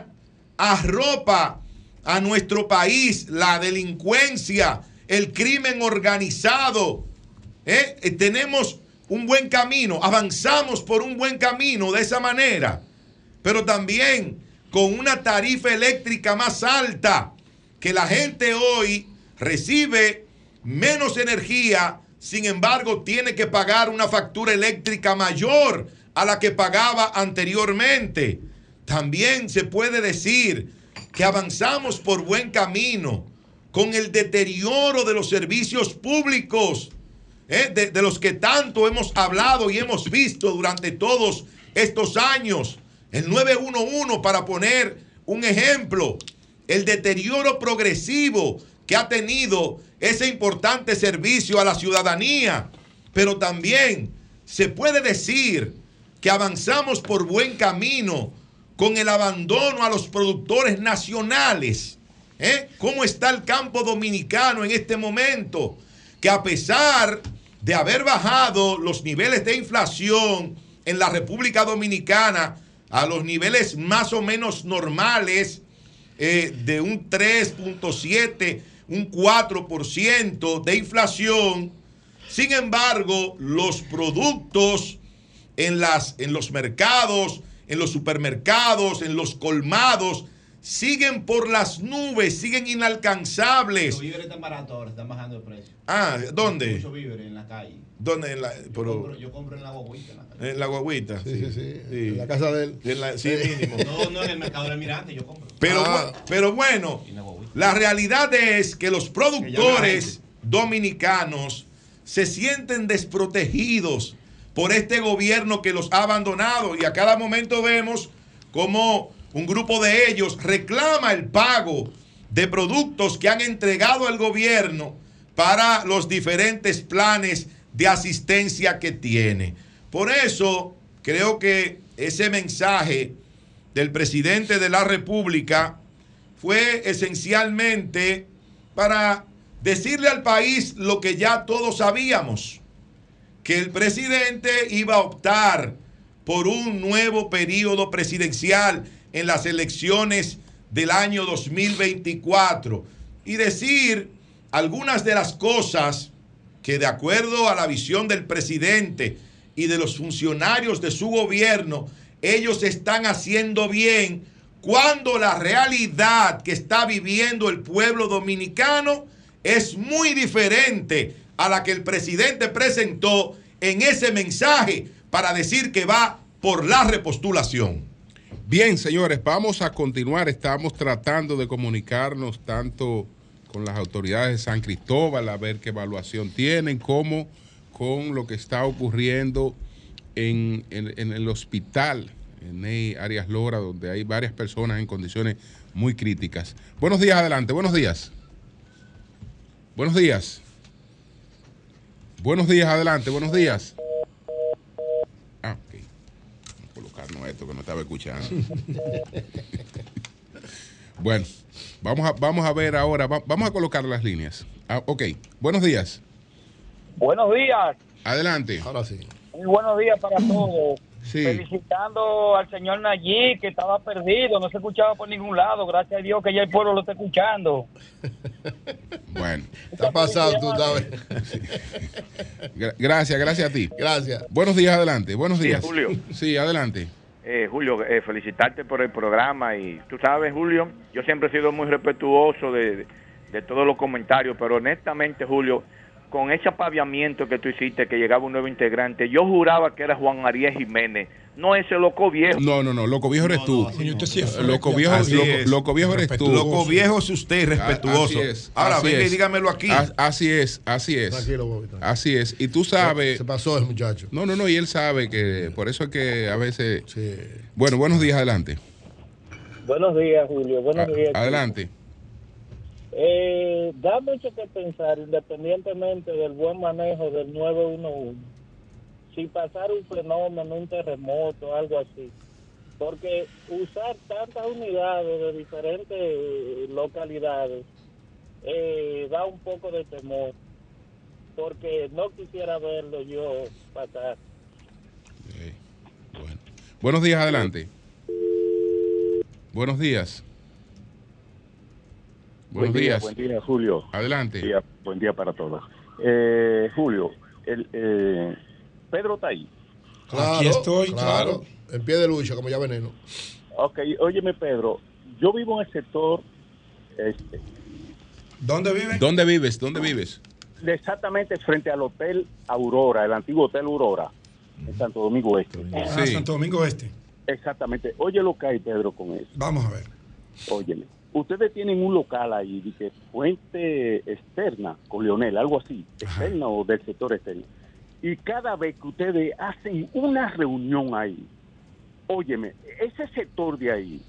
arropa a nuestro país, la delincuencia, el crimen organizado, ¿eh? Eh, tenemos un buen camino, avanzamos por un buen camino de esa manera, pero también con una tarifa eléctrica más alta, que la gente hoy recibe menos energía, sin embargo tiene que pagar una factura eléctrica mayor a la que pagaba anteriormente. También se puede decir que avanzamos por buen camino con el deterioro de los servicios públicos, ¿eh? de, de los que tanto hemos hablado y hemos visto durante todos estos años. El nueve uno uno, para poner un ejemplo, el deterioro progresivo que ha tenido ese importante servicio a la ciudadanía. Pero también se puede decir que avanzamos por buen camino con el abandono a los productores nacionales. ¿Eh? ¿Cómo está el campo dominicano en este momento? Que a pesar de haber bajado los niveles de inflación en la República Dominicana a los niveles más o menos normales, eh, de un tres punto siete, un cuatro por ciento de inflación, sin embargo, los productos en, las, en los mercados, en los supermercados, en los colmados, siguen por las nubes, siguen inalcanzables. Los víveres están baratos ahora, están bajando de precio. Ah, ¿dónde? Muchos víveres en la calle. ¿Dónde? En la, yo, pero, compro, yo compro en la guaguita. En la, calle. En la guaguita. Sí, sí, sí. sí. sí. En la casa de él. En la, sí, mínimo. No, no, en el mercado del Almirante yo compro. Pero, ah. pero bueno, la realidad es que los productores dominicanos se sienten desprotegidos por este gobierno que los ha abandonado, y a cada momento vemos cómo un grupo de ellos reclama el pago de productos que han entregado al gobierno para los diferentes planes de asistencia que tiene. Por eso creo que ese mensaje del presidente de la República fue esencialmente para decirle al país lo que ya todos sabíamos, que el presidente iba a optar por un nuevo periodo presidencial en las elecciones del año dos mil veinticuatro, y decir algunas de las cosas que, de acuerdo a la visión del presidente y de los funcionarios de su gobierno, ellos están haciendo bien, cuando la realidad que está viviendo el pueblo dominicano es muy diferente a la que el presidente presentó en ese mensaje para decir que va por la repostulación. Bien, señores, vamos a continuar. Estamos tratando de comunicarnos tanto con las autoridades de San Cristóbal, a ver qué evaluación tienen, como con lo que está ocurriendo en, en, en el hospital, en Arias Lora, donde hay varias personas en condiciones muy críticas. Buenos días, adelante, buenos días. Buenos días. Buenos días, adelante, buenos días. Ah, ok. Vamos a colocarnos esto. cierto que no estaba escuchando. Bueno, vamos a, vamos a ver ahora, va, vamos a colocar las líneas. Ah, ok, buenos días. Buenos días. Adelante. Ahora sí. Muy buenos días para todos. Sí. Felicitando al señor Nayib, que estaba perdido, no se escuchaba por ningún lado. Gracias a Dios que ya el pueblo lo está escuchando. Bueno. Está pasado, tú sabes. Gra- Gracias, gracias a ti. Gracias. Buenos días, adelante. Buenos Sí, días. Julio. Sí, adelante. Eh, Julio, eh, felicitarte por el programa y tú sabes, Julio, yo siempre he sido muy respetuoso de, de, de todos los comentarios, pero honestamente, Julio, con ese apaviamiento que tú hiciste, que llegaba un nuevo integrante, yo juraba que era Juan María Jiménez, no ese loco viejo. No, no, no, loco viejo eres tú. Loco viejo, Así loco, es. loco viejo eres tú. Loco viejo es usted, respetuoso. Así es, Ahora, así venga y es. dígamelo aquí. As- Así es, así es. Tranquilo, Bobby, tranquilo. Así es. Y tú sabes. Se pasó el muchacho. No, no, no, y él sabe que por eso es que a veces. Bueno, buenos días, adelante. Buenos días, Julio. Buenos A- días. adelante. Eh, da mucho que pensar, independientemente del buen manejo del nueve uno uno, si pasara un fenómeno, un terremoto, algo así. Porque usar tantas unidades de diferentes eh, localidades eh, da un poco de temor. Porque no quisiera verlo yo pasar. Buenos días, adelante. Buenos días. Buenos buen día, días. Buen día, Julio. Adelante. Buen día, buen día para todos. Eh, Julio, el, eh, Pedro está ahí. Claro, Aquí estoy, claro. En pie de lucha, como ya veneno. Ok, óyeme, Pedro, yo vivo en el sector este, ¿Dónde vive? ¿Dónde vives? ¿Dónde vives? exactamente frente al Hotel Aurora, el antiguo Hotel Aurora, en Santo Domingo Este. Ah, Santo Domingo Este. Exactamente. Oye lo que hay, Pedro, con eso. Vamos a ver. Óyeme. Ustedes tienen un local ahí, de que fuente externa con Leonel, algo así, externa o del sector externo. Y cada vez que ustedes hacen una reunión ahí, óyeme, ese sector de ahí,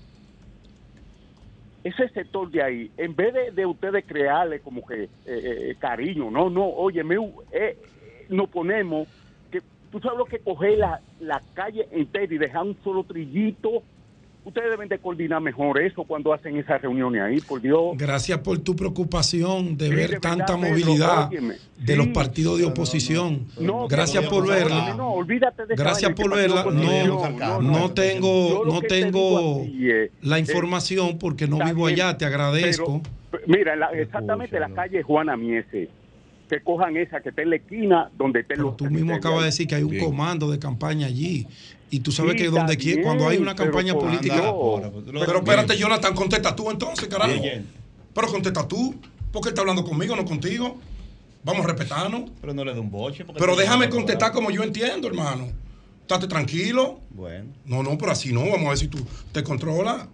ese sector de ahí, en vez de, de ustedes crearle como que eh, eh, cariño, no, no, óyeme, eh, nos ponemos, que tú sabes lo que coger la, la calle entera y dejar un solo trillito. Ustedes deben de coordinar mejor eso cuando hacen esas reuniones ahí, por Dios. Gracias por tu preocupación de Sí, ver de verdad, tanta Pedro, movilidad óyeme. de Sí. los partidos de oposición. No, Gracias no, por no, verla. no, no, olvídate de esa Gracias vaina, por que verla. partido No, oposición, no tengo, Yo lo no que te digo tengo a ti es, la eh, información porque no está vivo bien, allá. Te agradezco. pero, mira, la- exactamente la calle Juana Miese, que cojan esa que está en la esquina donde estén los... Tú mismo acabas de decir que hay un comando de campaña allí. Y tú sabes Sí, que donde está quiera, cuando hay una bien, campaña pero por política. Dios. Pero espérate, Jonathan, contesta tú entonces, carajo. Bien. Pero contesta tú, porque él está hablando conmigo, no contigo. Vamos a respetarnos. Pero no le dé un boche. porque Pero te- déjame contestar como yo entiendo, hermano. Estate tranquilo. Bueno. No, no, pero así no. Vamos a ver si tú te controlas.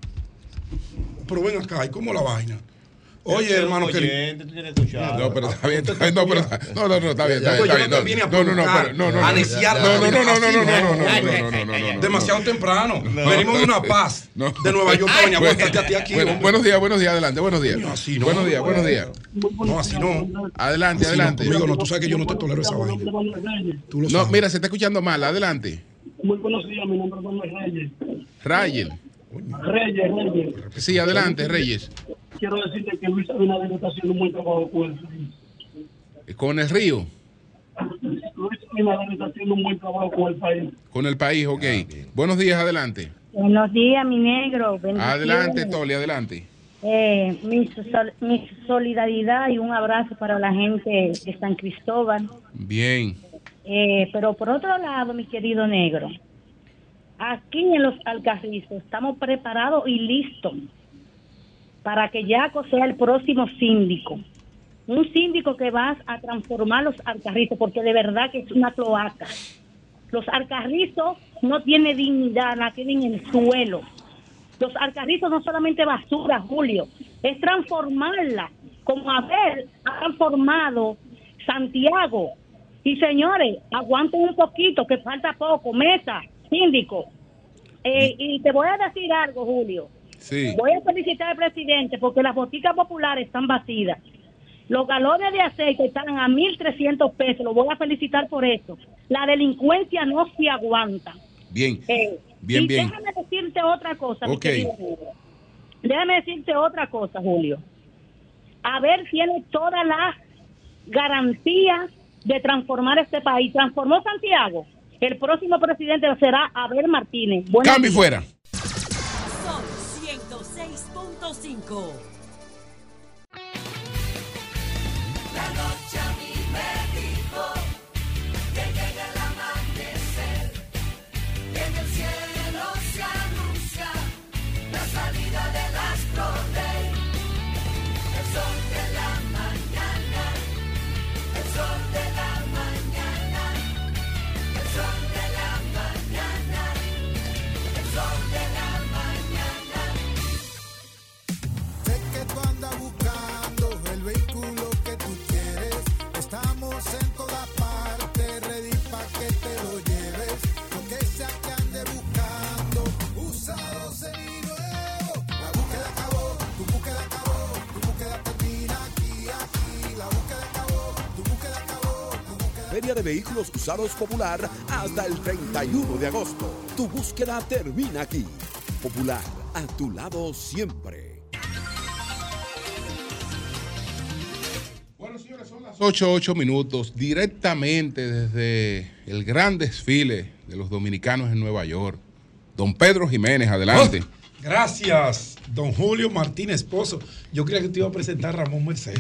Pero ven acá, ¿y cómo la vaina? Oye, Pero, hermano, que... oyente, tú tienes que escuchar. No, pero está bien, está bien, no, pero no, no, no, está bien, está bien, está bien. Yo no te vine a No, no, no, provocar, pero- no, no, no, a neciar no, no, no, no, no, no, así, no, no, no, no, no, no, no, no. Demasiado temprano. Venimos de una paz de Nueva York, doña, aguántate a ti aquí. Bueno, hombre. buenos días, buenos días, adelante, buenos días. No, así no. Buenos días, buenos días. No, así no. Adelante, Así no, adelante. conmigo no, tú sabes que yo no te tolero esa vaina. Tú lo No, sabes. mira, se está escuchando mal, adelante. Muy buenos días, mi nombre es Manuel Reyes. Rayel. Reyes, Reyes. Sí, adelante, Reyes. Quiero decirte que Luis Abinader está haciendo un buen trabajo con el país. Con el río, Luis Abinader está haciendo un buen trabajo con el país. con el país, ok. Buenos días, adelante. Buenos días, mi negro. Bendiciones. Adelante, Toli, adelante. Eh, mi, sol- mi solidaridad y un abrazo para la gente de San Cristóbal. Bien. Eh, pero por otro lado, mi querido negro, aquí en los Alcarrizos estamos preparados y listos para que Yaco sea el próximo síndico. Un síndico que va a transformar los Alcarrizos, porque de verdad que es una cloaca. Los Alcarrizos no tienen dignidad, la tienen en el suelo. Los Alcarrizos no solamente basura, Julio, es transformarla, como Abel ha transformado Santiago. Y señores, aguanten un poquito, que falta poco. Mesa, síndico. Eh, y te voy a decir algo, Julio. Sí. Voy a felicitar al presidente porque las boticas populares están vacías. Los galones de aceite están a mil trescientos pesos. Lo voy a felicitar por eso. La delincuencia no se aguanta. Bien. Eh, Bien, y bien. déjame decirte otra cosa, mi Ok. querido Julio. Déjame decirte otra cosa, Julio. Abel tiene todas las garantías de transformar este país. Transformó Santiago. El próximo presidente será Abel Martínez. Buenos Cambio y días. fuera. Son ciento seis punto cinco. La noche a mí me dijo que llega el amanecer, que en el cielo se anuncia la salida del astro rey. El sol de la mañana, el sol de la mañana, el sol de la mañana, el sol de la mañana. Sé que tú andas buscando el vehículo que tú quieres. Estamos en todas partes, ready pa' que te lo lleves. Lo que sea que ande buscando, usado seminuevo. La búsqueda acabó, tu búsqueda acabó, tu búsqueda termina aquí, aquí. La búsqueda acabó, tu búsqueda acabó, tu búsqueda. Feria de Vehículos Usados Popular hasta el treinta y uno de agosto. Tu búsqueda termina aquí. Popular, a tu lado siempre. ocho, ocho minutos, directamente desde el gran desfile de los dominicanos en Nueva York. Don Pedro Jiménez, adelante. Oh, gracias, don Julio Martínez Pozo. Yo creía que te iba a presentar a Ramón Mercedes.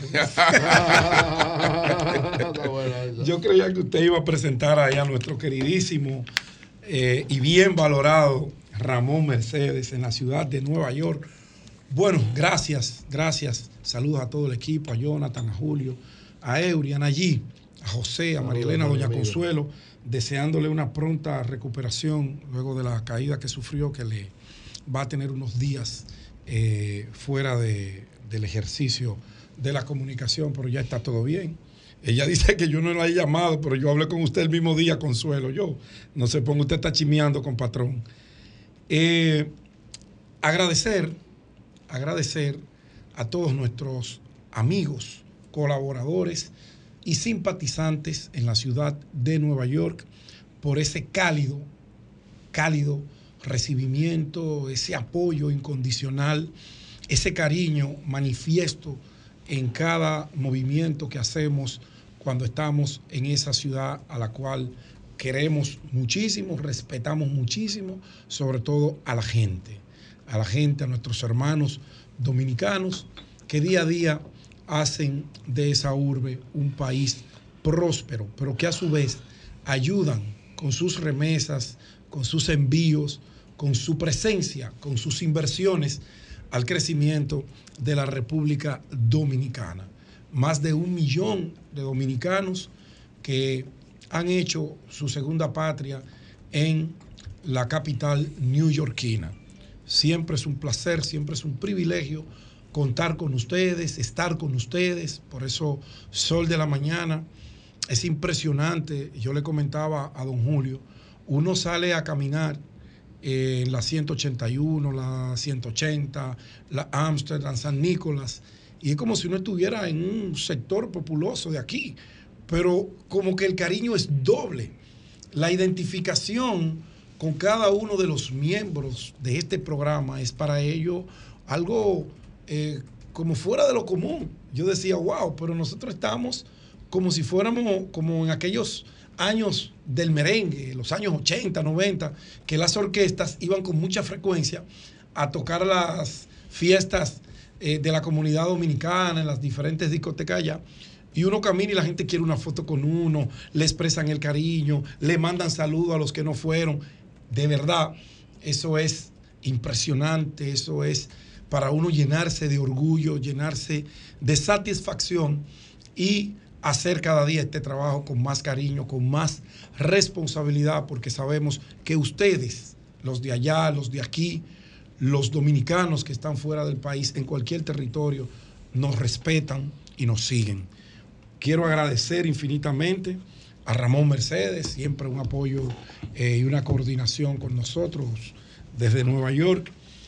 Yo creía que usted iba a presentar ahí a nuestro queridísimo eh, y bien valorado Ramón Mercedes en la ciudad de Nueva York. Bueno, gracias, gracias. Saludos a todo el equipo, a Jonathan, a Julio, a Eury, a Nayí, a José, a María Elena, a Doña Consuelo, deseándole una pronta recuperación luego de la caída que sufrió, que le va a tener unos días eh, fuera de, del ejercicio de la comunicación, pero ya está todo bien. Ella dice que yo no la he llamado, pero yo hablé con usted el mismo día, Consuelo. Yo, no se ponga, usted está chimeando con patrón. Eh, agradecer, agradecer a todos nuestros amigos, colaboradores y simpatizantes en la ciudad de Nueva York por ese cálido, cálido recibimiento, ese apoyo incondicional, ese cariño manifiesto en cada movimiento que hacemos cuando estamos en esa ciudad a la cual queremos muchísimo, respetamos muchísimo, sobre todo a la gente, a la gente, a nuestros hermanos dominicanos que día a día hacen de esa urbe un país próspero, pero que a su vez ayudan con sus remesas, con sus envíos, con su presencia, con sus inversiones al crecimiento de la República Dominicana. Más de un millón de dominicanos que han hecho su segunda patria en la capital neoyorquina. Siempre es un placer, siempre es un privilegio contar con ustedes, estar con ustedes. Por eso Sol de la Mañana es impresionante. Yo le comentaba a don Julio, uno sale a caminar en la ciento ochenta y uno, la ciento ochenta, la Amsterdam, San Nicolás, y es como si uno estuviera en un sector populoso de aquí, pero como que el cariño es doble. La identificación con cada uno de los miembros de este programa es para ellos algo eh, como fuera de lo común. Yo decía, wow, pero nosotros estamos como si fuéramos como en aquellos años del merengue, los años ochenta, noventa, que las orquestas iban con mucha frecuencia a tocar las fiestas eh, de la comunidad dominicana en las diferentes discotecas allá, y uno camina y la gente quiere una foto con uno, le expresan el cariño, le mandan saludos a los que no fueron. De verdad, eso es impresionante, eso es para uno llenarse de orgullo, llenarse de satisfacción y hacer cada día este trabajo con más cariño, con más responsabilidad, porque sabemos que ustedes, los de allá, los de aquí, los dominicanos que están fuera del país, en cualquier territorio, nos respetan y nos siguen. Quiero agradecer infinitamente a Ramón Mercedes, siempre un apoyo eh, y una coordinación con nosotros desde Nueva York,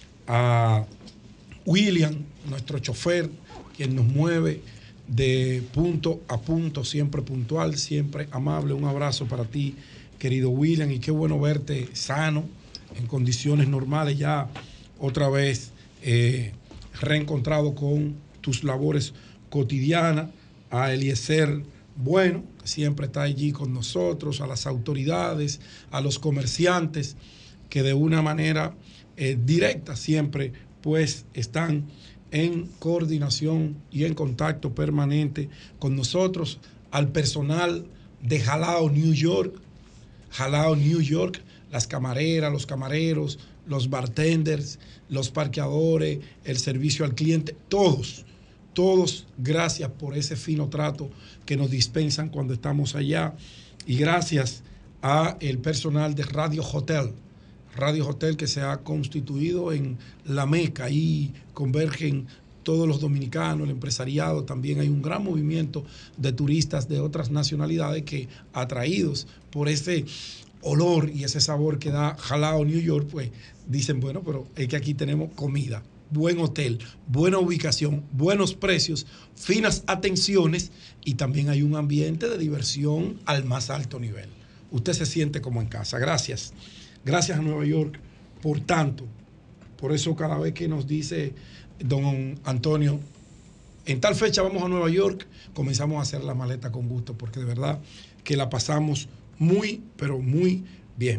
a William, nuestro chofer, quien nos mueve de punto a punto, siempre puntual, siempre amable. Un abrazo para ti, querido William, y qué bueno verte sano, en condiciones normales, ya otra vez eh, reencontrado con tus labores cotidianas, a Eliezer Bueno, que siempre está allí con nosotros, a las autoridades, a los comerciantes, que de una manera eh, directa siempre pues están en coordinación y en contacto permanente con nosotros, al personal de Jalao, New York, Jalao, New York, las camareras, los camareros, los bartenders, los parqueadores, el servicio al cliente, todos, todos, gracias por ese fino trato que nos dispensan cuando estamos allá, y gracias a el personal de Radio Hotel, Radio Hotel que se ha constituido en la Meca, y convergen todos los dominicanos, el empresariado. También hay un gran movimiento de turistas de otras nacionalidades que, atraídos por ese olor y ese sabor que da Jalao, New York, pues dicen, bueno, pero es que aquí tenemos comida, buen hotel, buena ubicación, buenos precios, finas atenciones, y también hay un ambiente de diversión al más alto nivel. Usted se siente como en casa. Gracias. Gracias a Nueva York por tanto. Por eso cada vez que nos dice don Antonio, en tal fecha vamos a Nueva York, comenzamos a hacer la maleta con gusto, porque de verdad que la pasamos muy, pero muy bien.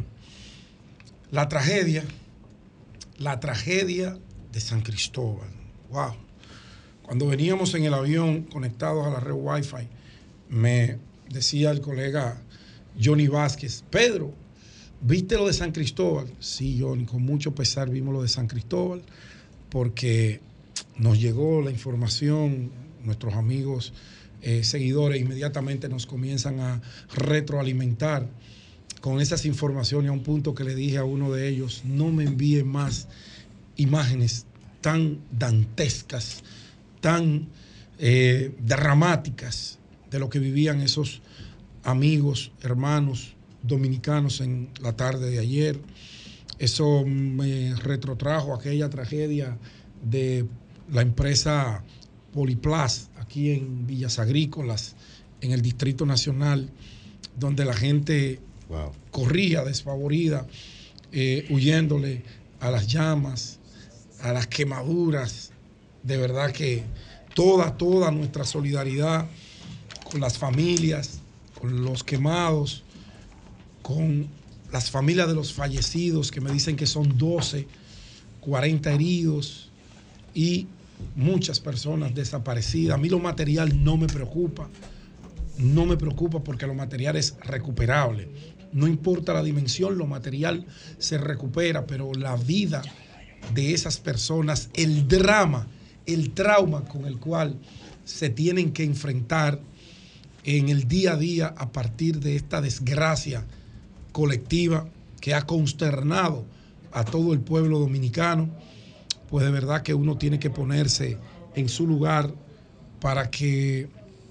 La tragedia, la tragedia de San Cristóbal. Wow. Cuando veníamos en el avión conectados a la red Wi-Fi, me decía el colega Johnny Vázquez, Pedro, ¿viste lo de San Cristóbal? Sí, Johnny, con mucho pesar vimos lo de San Cristóbal, porque nos llegó la información, nuestros amigos eh, seguidores inmediatamente nos comienzan a retroalimentar con esas informaciones, a un punto que le dije a uno de ellos, no me envíe más imágenes tan dantescas, tan eh, dramáticas de lo que vivían esos amigos, hermanos dominicanos en la tarde de ayer. Eso me retrotrajo a aquella tragedia de la empresa Poliplas aquí en Villas Agrícolas, en el Distrito Nacional, donde la gente wow. corría desfavorida, eh, huyéndole a las llamas, a las quemaduras. De verdad que toda, toda nuestra solidaridad con las familias, con los quemados, con las familias de los fallecidos, que me dicen que son doce, cuarenta heridos y muchas personas desaparecidas. A mí lo material no me preocupa, no me preocupa porque lo material es recuperable. No importa la dimensión, lo material se recupera, pero la vida de esas personas, el drama, el trauma con el cual se tienen que enfrentar en el día a día a partir de esta desgracia colectiva que ha consternado a todo el pueblo dominicano, pues de verdad que uno tiene que ponerse en su lugar para que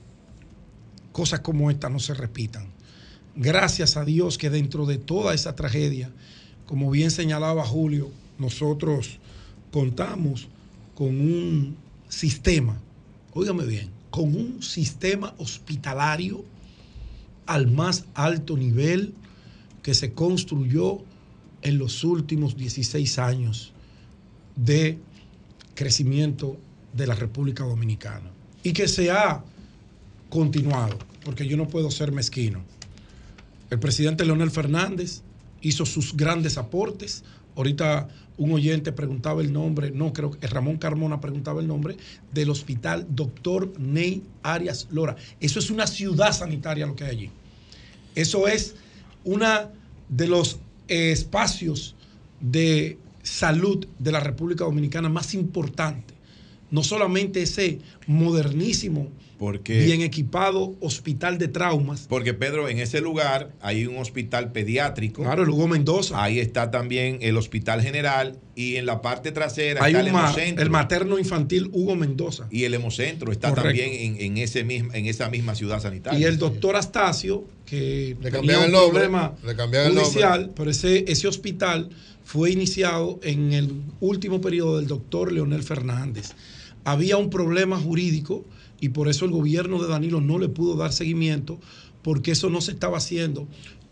cosas como esta no se repitan. Gracias a Dios que dentro de toda esa tragedia, como bien señalaba Julio, nosotros contamos con un sistema, óigame bien, con un sistema hospitalario al más alto nivel que se construyó en los últimos dieciséis años de crecimiento de la República Dominicana, y que se ha continuado, porque yo no puedo ser mezquino. El presidente Leonel Fernández hizo sus grandes aportes. Ahorita un oyente preguntaba el nombre, no, creo que Ramón Carmona preguntaba el nombre del hospital Doctor Ney Arias Lora. Eso es una ciudad sanitaria lo que hay allí. Eso es una de los eh, espacios de salud de la República Dominicana más importante. No solamente ese modernísimo, porque, bien equipado hospital de traumas. Porque, Pedro, en ese lugar hay un hospital pediátrico. Claro, el Hugo Mendoza. Ahí está también el hospital general, y en la parte trasera hay está un el ma- hemocentro. el materno infantil Hugo Mendoza. Y el hemocentro está Correcto. también en, en, ese mismo, en esa misma ciudad sanitaria. Y el doctor Astacio, que Le tenía cambiaron un el nombre, problema le cambiaron el judicial, nombre. pero ese, ese hospital fue iniciado en el último periodo del doctor Leonel Fernández. Había un problema jurídico y por eso el gobierno de Danilo no le pudo dar seguimiento, porque eso no se estaba haciendo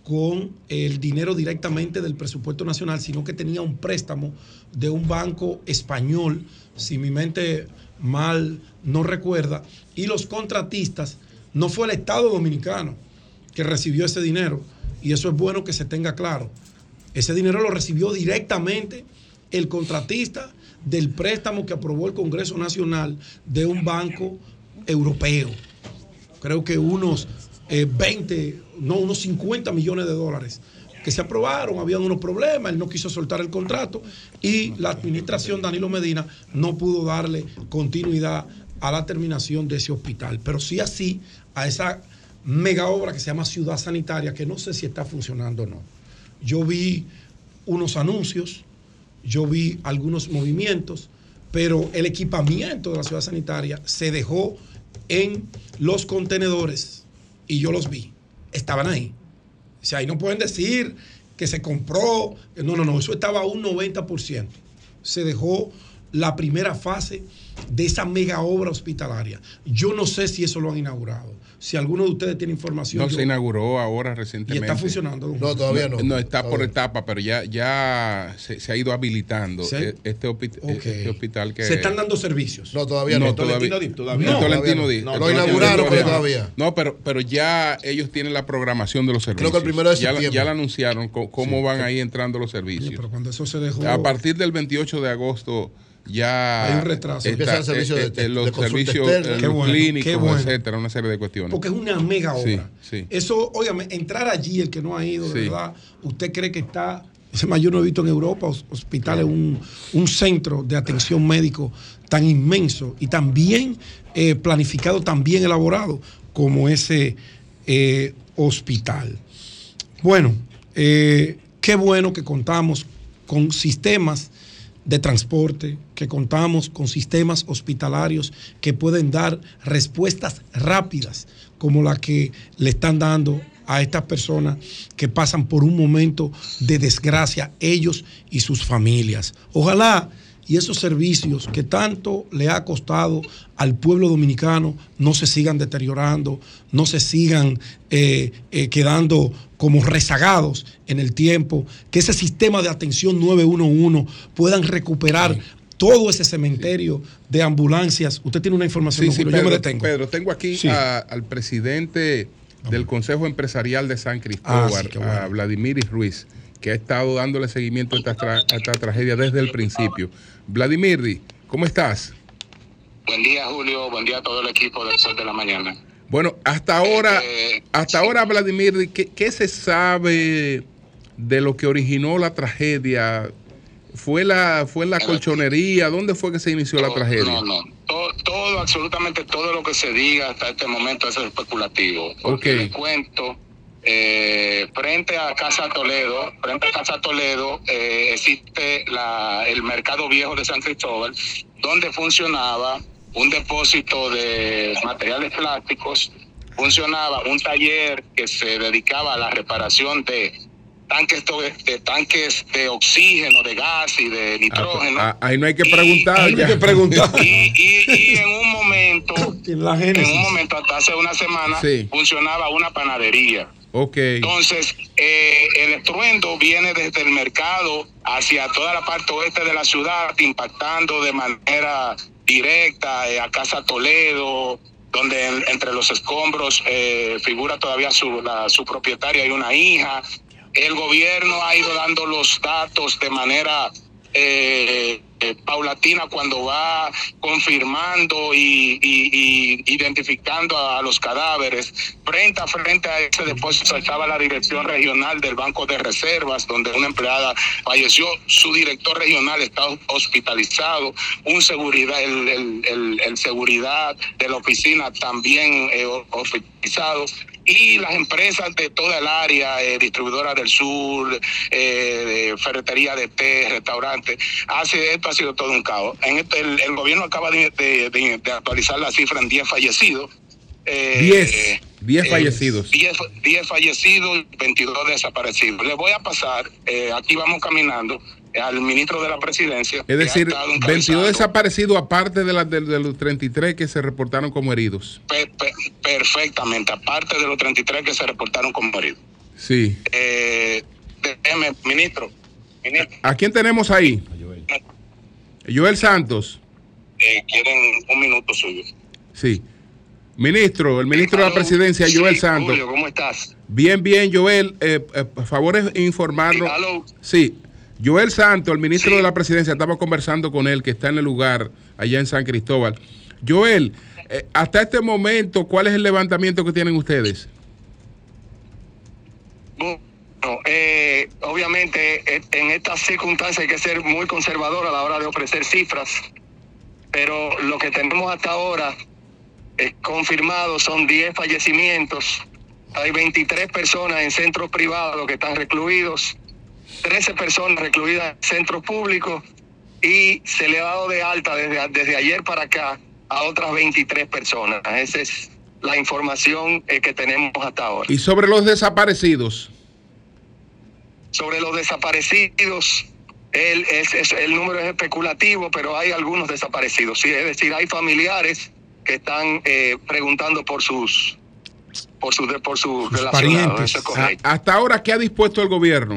con el dinero directamente del presupuesto nacional, sino que tenía un préstamo de un banco español, si mi mente mal no recuerda, y los contratistas, no fue el Estado Dominicano que recibió ese dinero, y eso es bueno que se tenga claro. Ese dinero lo recibió directamente el contratista del préstamo que aprobó el Congreso Nacional de un banco europeo. Creo que unos eh, veinte, no, unos cincuenta millones de dólares que se aprobaron, habían unos problemas, él no quiso soltar el contrato y la administración Danilo Medina no pudo darle continuidad a la terminación de ese hospital, pero sí así a esa mega obra que se llama Ciudad Sanitaria, que no sé si está funcionando o no. Yo vi unos anuncios, yo vi algunos movimientos, pero el equipamiento de la Ciudad Sanitaria se dejó en los contenedores y yo los vi, estaban ahí. O sea, ahí no pueden decir que se compró, no, no, no, eso estaba a un noventa por ciento. Se dejó la primera fase de esa mega obra hospitalaria. Yo no sé si eso lo han inaugurado. Si alguno de ustedes tiene información. No, yo, se inauguró ahora recientemente. ¿Y está funcionando? No, todavía no. No, no está todavía. por etapa, pero ya, ya se, se ha ido habilitando ¿Sí? este, hopi okay. este hospital que... ¿Se están dando servicios? No, todavía no. No, todavía no. Todavía no. Tolentino Díaz. No, lo inauguraron, pero todavía. No, pero, pero ya ellos tienen la programación de los servicios. Creo que el primero de septiembre. Ya, ya la anunciaron cómo, cómo sí, van sí. ahí entrando los servicios. Sí, pero cuando eso se dejó... A partir del veintiocho de agosto... Ya hay un retraso. Está, el servicio de, de, los de servicios externa. los bueno, clínicos, bueno. etcétera, una serie de cuestiones. Porque es una mega obra. Sí, sí. Eso, óigame, entrar allí, el que no ha ido, de sí. verdad, usted cree que está, ese más yo no he visto en Europa, hospitales, un, un centro de atención médico tan inmenso y tan bien eh, planificado, tan bien elaborado como ese eh, hospital. Bueno, eh, qué bueno que contamos con sistemas de transporte, que contamos con sistemas hospitalarios que pueden dar respuestas rápidas como la que le están dando a estas personas que pasan por un momento de desgracia, ellos y sus familias. Ojalá y esos servicios que tanto le ha costado al pueblo dominicano no se sigan deteriorando, no se sigan eh, eh, quedando como rezagados en el tiempo, que ese sistema de atención nueve uno uno puedan recuperar sí. todo ese cementerio sí. de ambulancias. Usted tiene una información, sí, sí, Pedro, Pedro, yo me detengo. Pedro, tengo aquí sí. a, al presidente del Consejo Empresarial de San Cristóbal, ah, sí, bueno. a Vladimir Ruiz, que ha estado dándole seguimiento a esta, tra a esta tragedia desde el principio. Vladimir, ¿cómo estás? Buen día, Julio. Buen día a todo el equipo del Sol de la Mañana. Bueno, hasta ahora, eh, hasta sí. ahora, Vladimir, ¿qué, ¿qué se sabe de lo que originó la tragedia? ¿Fue la, fue en la colchonería? ¿Dónde fue que se inició todo, la tragedia? No, no. Todo, todo, absolutamente todo lo que se diga hasta este momento es especulativo. Porque okay. le cuento, eh, frente a Casa Toledo, frente a Casa Toledo, eh, existe la, el Mercado Viejo de San Cristóbal, donde funcionaba un depósito de materiales plásticos, funcionaba un taller que se dedicaba a la reparación de tanques de tanques de oxígeno, de gas y de nitrógeno. Ah, ahí no hay que preguntar. Y, ya. Hay que preguntar. Y, y, y en un momento, la en un momento, hasta hace una semana, sí. funcionaba una panadería. Okay. Entonces, eh, el estruendo viene desde el mercado hacia toda la parte oeste de la ciudad, impactando de manera directa eh, a Casa Toledo, donde en, entre los escombros eh, figura todavía su, la, su propietaria y una hija. El gobierno ha ido dando los datos de manera eh, eh, paulatina cuando va confirmando y, y, y identificando a, a los cadáveres. Frente a frente a ese depósito estaba la dirección regional del Banco de Reservas, donde una empleada falleció. Su director regional está hospitalizado. Un seguridad, el, el, el, el seguridad de la oficina también eh, hospitalizado. Y las empresas de toda el área, eh, distribuidoras del sur, eh, de ferretería de té, restaurantes, hace, esto ha sido todo un caos. En este, el, el gobierno acaba de, de, de, de actualizar la cifra en diez fallecidos. diez, diez eh, fallecidos. diez fallecidos y veintidós desaparecidos. Les voy a pasar, eh, aquí vamos caminando, al ministro de la Presidencia. Es decir, veintidós desaparecidos aparte de, la, de, de los treinta y tres que se reportaron como heridos. Per, per, perfectamente, aparte de los treinta y tres que se reportaron como heridos. Sí. Eh, déjeme, ministro. ministro ¿A quién tenemos ahí? Joel Santos. eh, quieren un minuto suyo. Sí. Ministro, el ministro de la presidencia, Joel Sí, Santos. Julio, ¿cómo estás? Bien, bien, Joel. Eh, eh, por favor, es informarnos. Sí, aló. Sí. Joel Santos, el ministro de la presidencia, estamos conversando con él, que está en el lugar allá en San Cristóbal. Joel, eh, hasta este momento, ¿cuál es el levantamiento que tienen ustedes? Bueno, eh, obviamente eh, en estas circunstancias hay que ser muy conservador a la hora de ofrecer cifras, pero lo que tenemos hasta ahora eh, confirmado son diez fallecimientos, hay veintitrés personas en centros privados que están recluidos, trece personas recluidas en centros públicos y se le ha dado de alta desde, desde ayer para acá a otras veintitrés personas. Esa es la información eh, que tenemos hasta ahora. Y sobre los desaparecidos. Sobre los desaparecidos, el, es, es, el número es especulativo, pero hay algunos desaparecidos. Sí, es decir, hay familiares que están eh, preguntando por sus por sus por sus relacionados. Eso es correcto. Hasta ahora, ¿qué ha dispuesto el gobierno?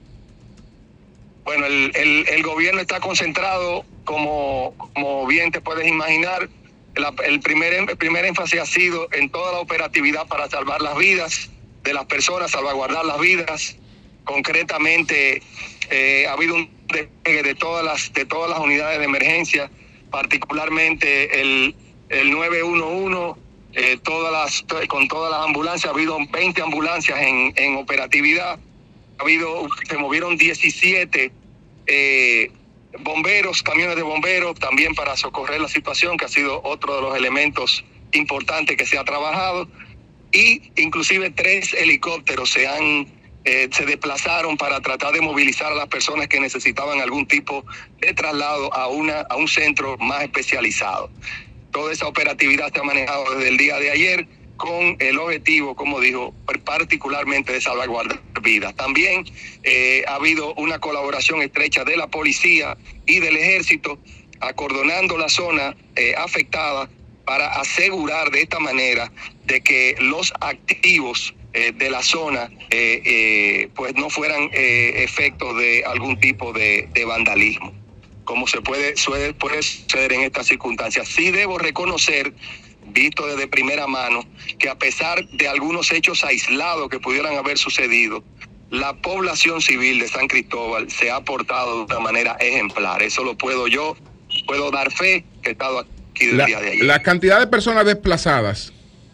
Bueno, el, el, el gobierno está concentrado, como, como bien te puedes imaginar. La, el, primer, el primer énfasis ha sido en toda la operatividad para salvar las vidas de las personas, salvaguardar las vidas. Concretamente, eh, ha habido un despliegue de todas las de todas las unidades de emergencia, particularmente el, el nueve uno uno, eh, todas las, con todas las ambulancias. Ha habido veinte ambulancias en, en operatividad. Ha habido, se movieron diecisiete eh, bomberos, camiones de bomberos, también para socorrer la situación, que ha sido otro de los elementos importantes que se ha trabajado. Y inclusive tres helicópteros se han eh, se desplazaron para tratar de movilizar a las personas que necesitaban algún tipo de traslado a una a un centro más especializado. Toda esa operatividad se ha manejado desde el día de ayer con el objetivo, como dijo, particularmente de salvaguardar vidas. También eh, ha habido una colaboración estrecha de la policía y del ejército, acordonando la zona eh, afectada para asegurar de esta manera de que los activos eh, de la zona eh, eh, pues no fueran eh, efectos de algún tipo de, de vandalismo, como se puede, suele, puede suceder en estas circunstancias. Sí debo reconocer, visto desde primera mano, que a pesar de algunos hechos aislados que pudieran haber sucedido, la población civil de San Cristóbal se ha portado de una manera ejemplar. Eso lo puedo yo, puedo dar fe, que he estado aquí desde La, el día de ayer. la cantidad de personas desplazadas.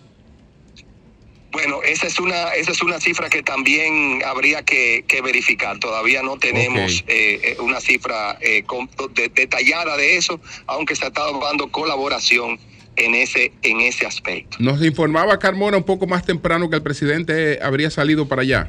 Bueno, esa es una esa es una cifra que también habría que, que verificar. Todavía no tenemos Okay. eh, una cifra eh, con- de- detallada de eso, aunque se ha estado dando colaboración en ese en ese aspecto. Nos informaba Carmona un poco más temprano que el presidente habría salido para allá.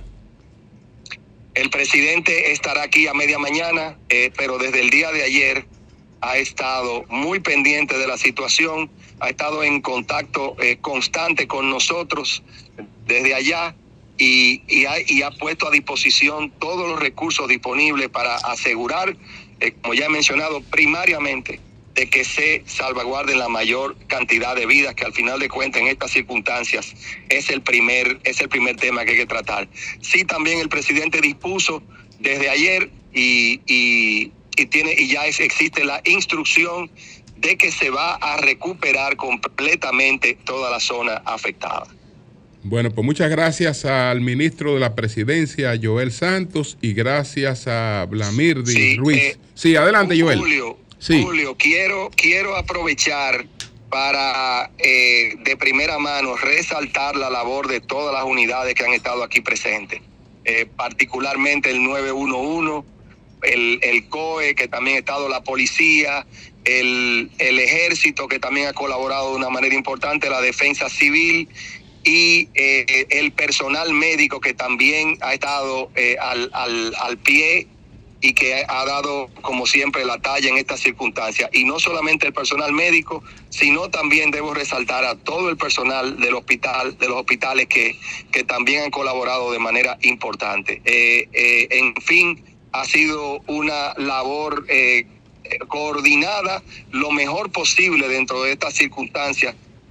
El presidente estará aquí a media mañana, eh, pero desde el día de ayer ha estado muy pendiente de la situación, ha estado en contacto eh, constante con nosotros desde allá y, y, ha, y ha puesto a disposición todos los recursos disponibles para asegurar, eh, como ya he mencionado, primariamente de que se salvaguarden la mayor cantidad de vidas, que al final de cuentas en estas circunstancias es el primer es el primer tema que hay que tratar. Sí, también el presidente dispuso desde ayer y, y, y tiene y ya es, existe la instrucción de que se va a recuperar completamente toda la zona afectada. Bueno, pues muchas gracias al ministro de la presidencia, Joel Santos, y gracias a Blamirdi Sí, Ruiz. eh, sí, adelante, Joel. Julio, Sí. Julio, quiero, quiero aprovechar para eh, de primera mano resaltar la labor de todas las unidades que han estado aquí presentes, eh, particularmente el nueve uno uno, el, el C O E, que también ha estado la policía, el, el ejército, que también ha colaborado de una manera importante, la defensa civil y eh, el personal médico, que también ha estado eh, al, al, al pie y que ha dado, como siempre, la talla en estas circunstancias. Y no solamente el personal médico, sino también debo resaltar a todo el personal del hospital, de los hospitales que, que también han colaborado de manera importante. Eh, eh, en fin, ha sido una labor eh, coordinada lo mejor posible dentro de estas circunstancias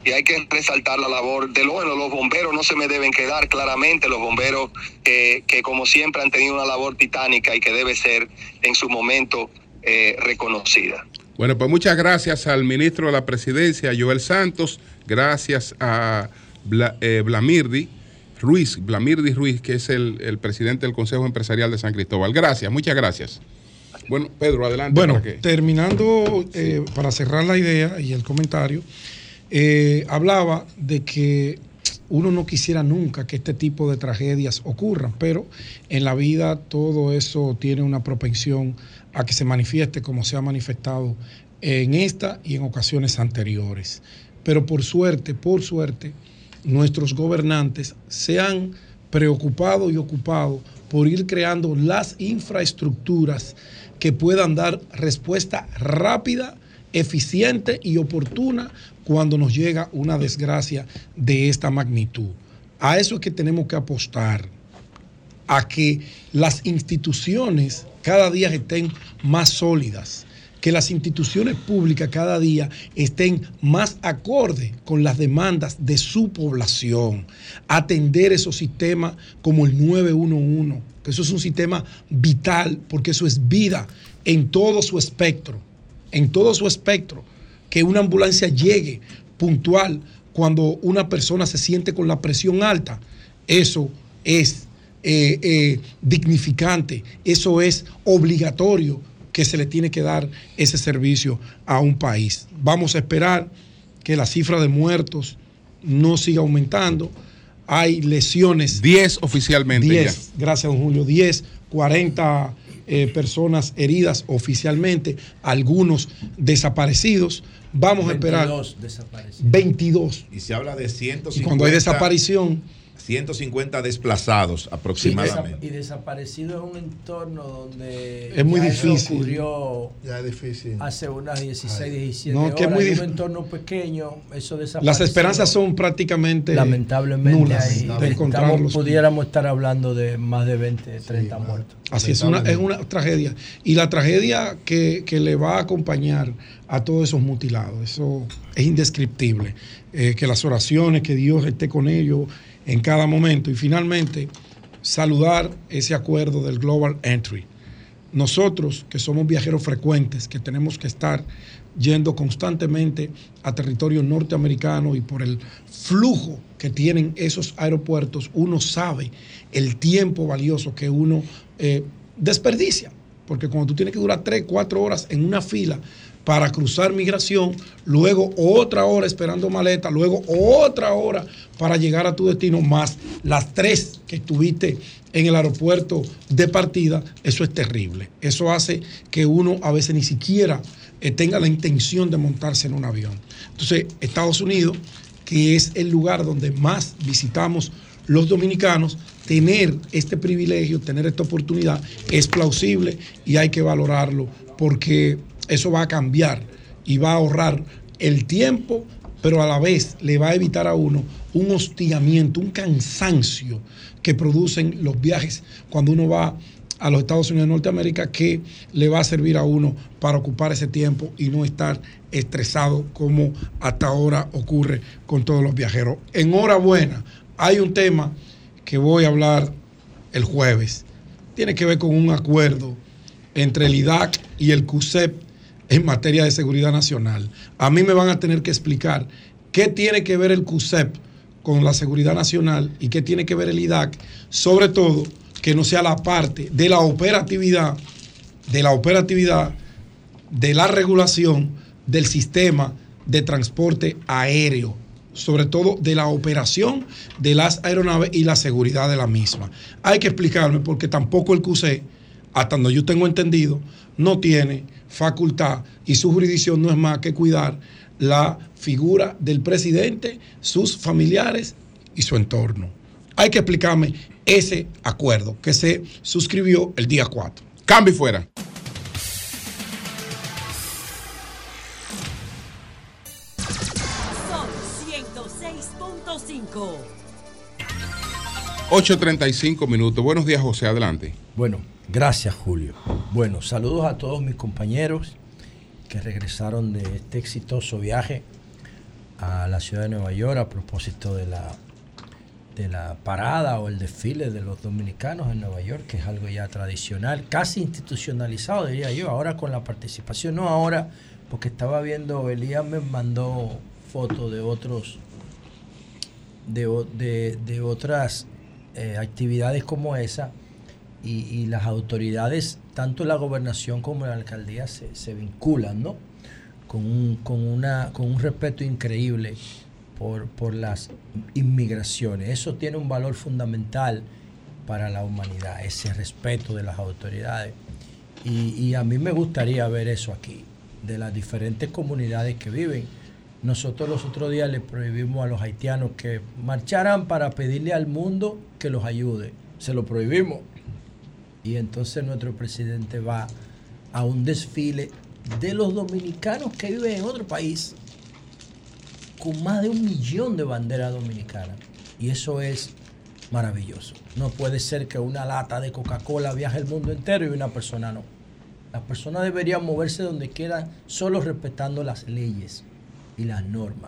y hay que resaltar la labor de los, bueno, los bomberos no se me deben quedar claramente, los bomberos eh, que como siempre han tenido una labor titánica y que debe ser en su momento eh, reconocida. Bueno, pues muchas gracias al ministro de la Presidencia, Joel Santos, gracias a Bla, eh, Blamirdi Ruiz, Blamirdi Ruiz, que es el, el presidente del Consejo Empresarial de San Cristóbal. Gracias, muchas gracias. Bueno, Pedro, adelante. Bueno, para que... terminando, eh, para cerrar la idea y el comentario, eh, hablaba de que uno no quisiera nunca que este tipo de tragedias ocurran, pero en la vida todo eso tiene una propensión a que se manifieste como se ha manifestado en esta y en ocasiones anteriores. Pero por suerte, por suerte, nuestros gobernantes se han preocupado y ocupado por ir creando las infraestructuras que puedan dar respuesta rápida, eficiente y oportuna cuando nos llega una desgracia de esta magnitud. A eso es que tenemos que apostar, a que las instituciones cada día estén más sólidas, que las instituciones públicas cada día estén más acorde con las demandas de su población, atender esos sistemas como el nueve uno uno, que eso es un sistema vital, porque eso es vida en todo su espectro, en todo su espectro, que una ambulancia llegue puntual cuando una persona se siente con la presión alta, eso es eh, eh, dignificante, eso es obligatorio, que se le tiene que dar ese servicio a un país. Vamos a esperar que la cifra de muertos no siga aumentando. Hay lesiones. diez oficialmente diez, ya. Gracias, don Julio. diez, cuarenta eh, personas heridas oficialmente, algunos desaparecidos. Vamos a esperar. veintidós desaparecidos. veintidós. Y se habla de ciento cincuenta. Y cuando hay desaparición. ciento cincuenta desplazados aproximadamente. Sí, y desaparecido en un entorno donde es muy ya difícil. Eso ocurrió ya es difícil. hace unas dieciséis, diecisiete no, horas. Que es muy en dif... un entorno pequeño, eso desapareció. Las esperanzas son prácticamente lamentablemente nulas ahí, de encontrarlos. Pudiéramos estar hablando de más de veinte, treinta sí, muertos. Así es, una, es una tragedia. Y la tragedia que, que le va a acompañar a todos esos mutilados, eso es indescriptible. Eh, que las oraciones, que Dios esté con ellos en cada momento. Y finalmente, saludar ese acuerdo del Global Entry. Nosotros, que somos viajeros frecuentes, que tenemos que estar yendo constantemente a territorio norteamericano y por el flujo que tienen esos aeropuertos, uno sabe el tiempo valioso que uno eh, desperdicia. Porque cuando tú tienes que durar tres, cuatro horas en una fila para cruzar migración, luego otra hora esperando maleta, luego otra hora para llegar a tu destino, más las tres que estuviste en el aeropuerto de partida, eso es terrible. Eso hace que uno a veces ni siquiera eh, tenga la intención de montarse en un avión. Entonces, Estados Unidos, que es el lugar donde más visitamos los dominicanos, tener este privilegio, tener esta oportunidad, es plausible y hay que valorarlo, porque eso va a cambiar y va a ahorrar el tiempo, pero a la vez le va a evitar a uno un hostigamiento, un cansancio que producen los viajes cuando uno va a los Estados Unidos de Norteamérica, que le va a servir a uno para ocupar ese tiempo y no estar estresado como hasta ahora ocurre con todos los viajeros. Enhorabuena, hay un tema que voy a hablar el jueves. Tiene que ver con un acuerdo entre el I D A C y el C U S E P en materia de seguridad nacional. A mí me van a tener que explicar qué tiene que ver el C U S E P con la seguridad nacional y qué tiene que ver el I D A C, sobre todo que no sea la parte de la operatividad, de la operatividad, de la regulación del sistema de transporte aéreo, sobre todo de la operación de las aeronaves y la seguridad de la misma. Hay que explicarme, porque tampoco el C U S E P, hasta donde yo tengo entendido, no tiene facultad y su jurisdicción no es más que cuidar la figura del presidente, sus familiares y su entorno. Hay que explicarme ese acuerdo que se suscribió el día cuatro. Cambio y fuera. Son ciento seis punto cinco. ocho treinta y cinco minutos. Buenos días, José. Adelante. Bueno, gracias, Julio. Bueno, saludos a todos mis compañeros que regresaron de este exitoso viaje a la ciudad de Nueva York a propósito de la de la parada o el desfile de los dominicanos en Nueva York, que es algo ya tradicional, casi institucionalizado, diría yo, ahora con la participación, no ahora, porque estaba viendo, Elías me mandó fotos de otros, de, de, de otras eh, actividades como esa, y, y las autoridades, tanto la gobernación como la alcaldía, se, se vinculan, ¿no? Con un, con una, con un respeto increíble Por, por las inmigraciones. Eso tiene un valor fundamental para la humanidad, ese respeto de las autoridades. Y, y a mí me gustaría ver eso aquí, de las diferentes comunidades que viven. Nosotros los otros días le prohibimos a los haitianos que marcharan para pedirle al mundo que los ayude. Se lo prohibimos. Y entonces nuestro presidente va a un desfile de los dominicanos que viven en otro país, con más de un millón de banderas dominicanas. Y eso es maravilloso. No puede ser que una lata de Coca-Cola viaje el mundo entero y una persona no. Las personas deberían moverse donde quieran, solo respetando las leyes y las normas.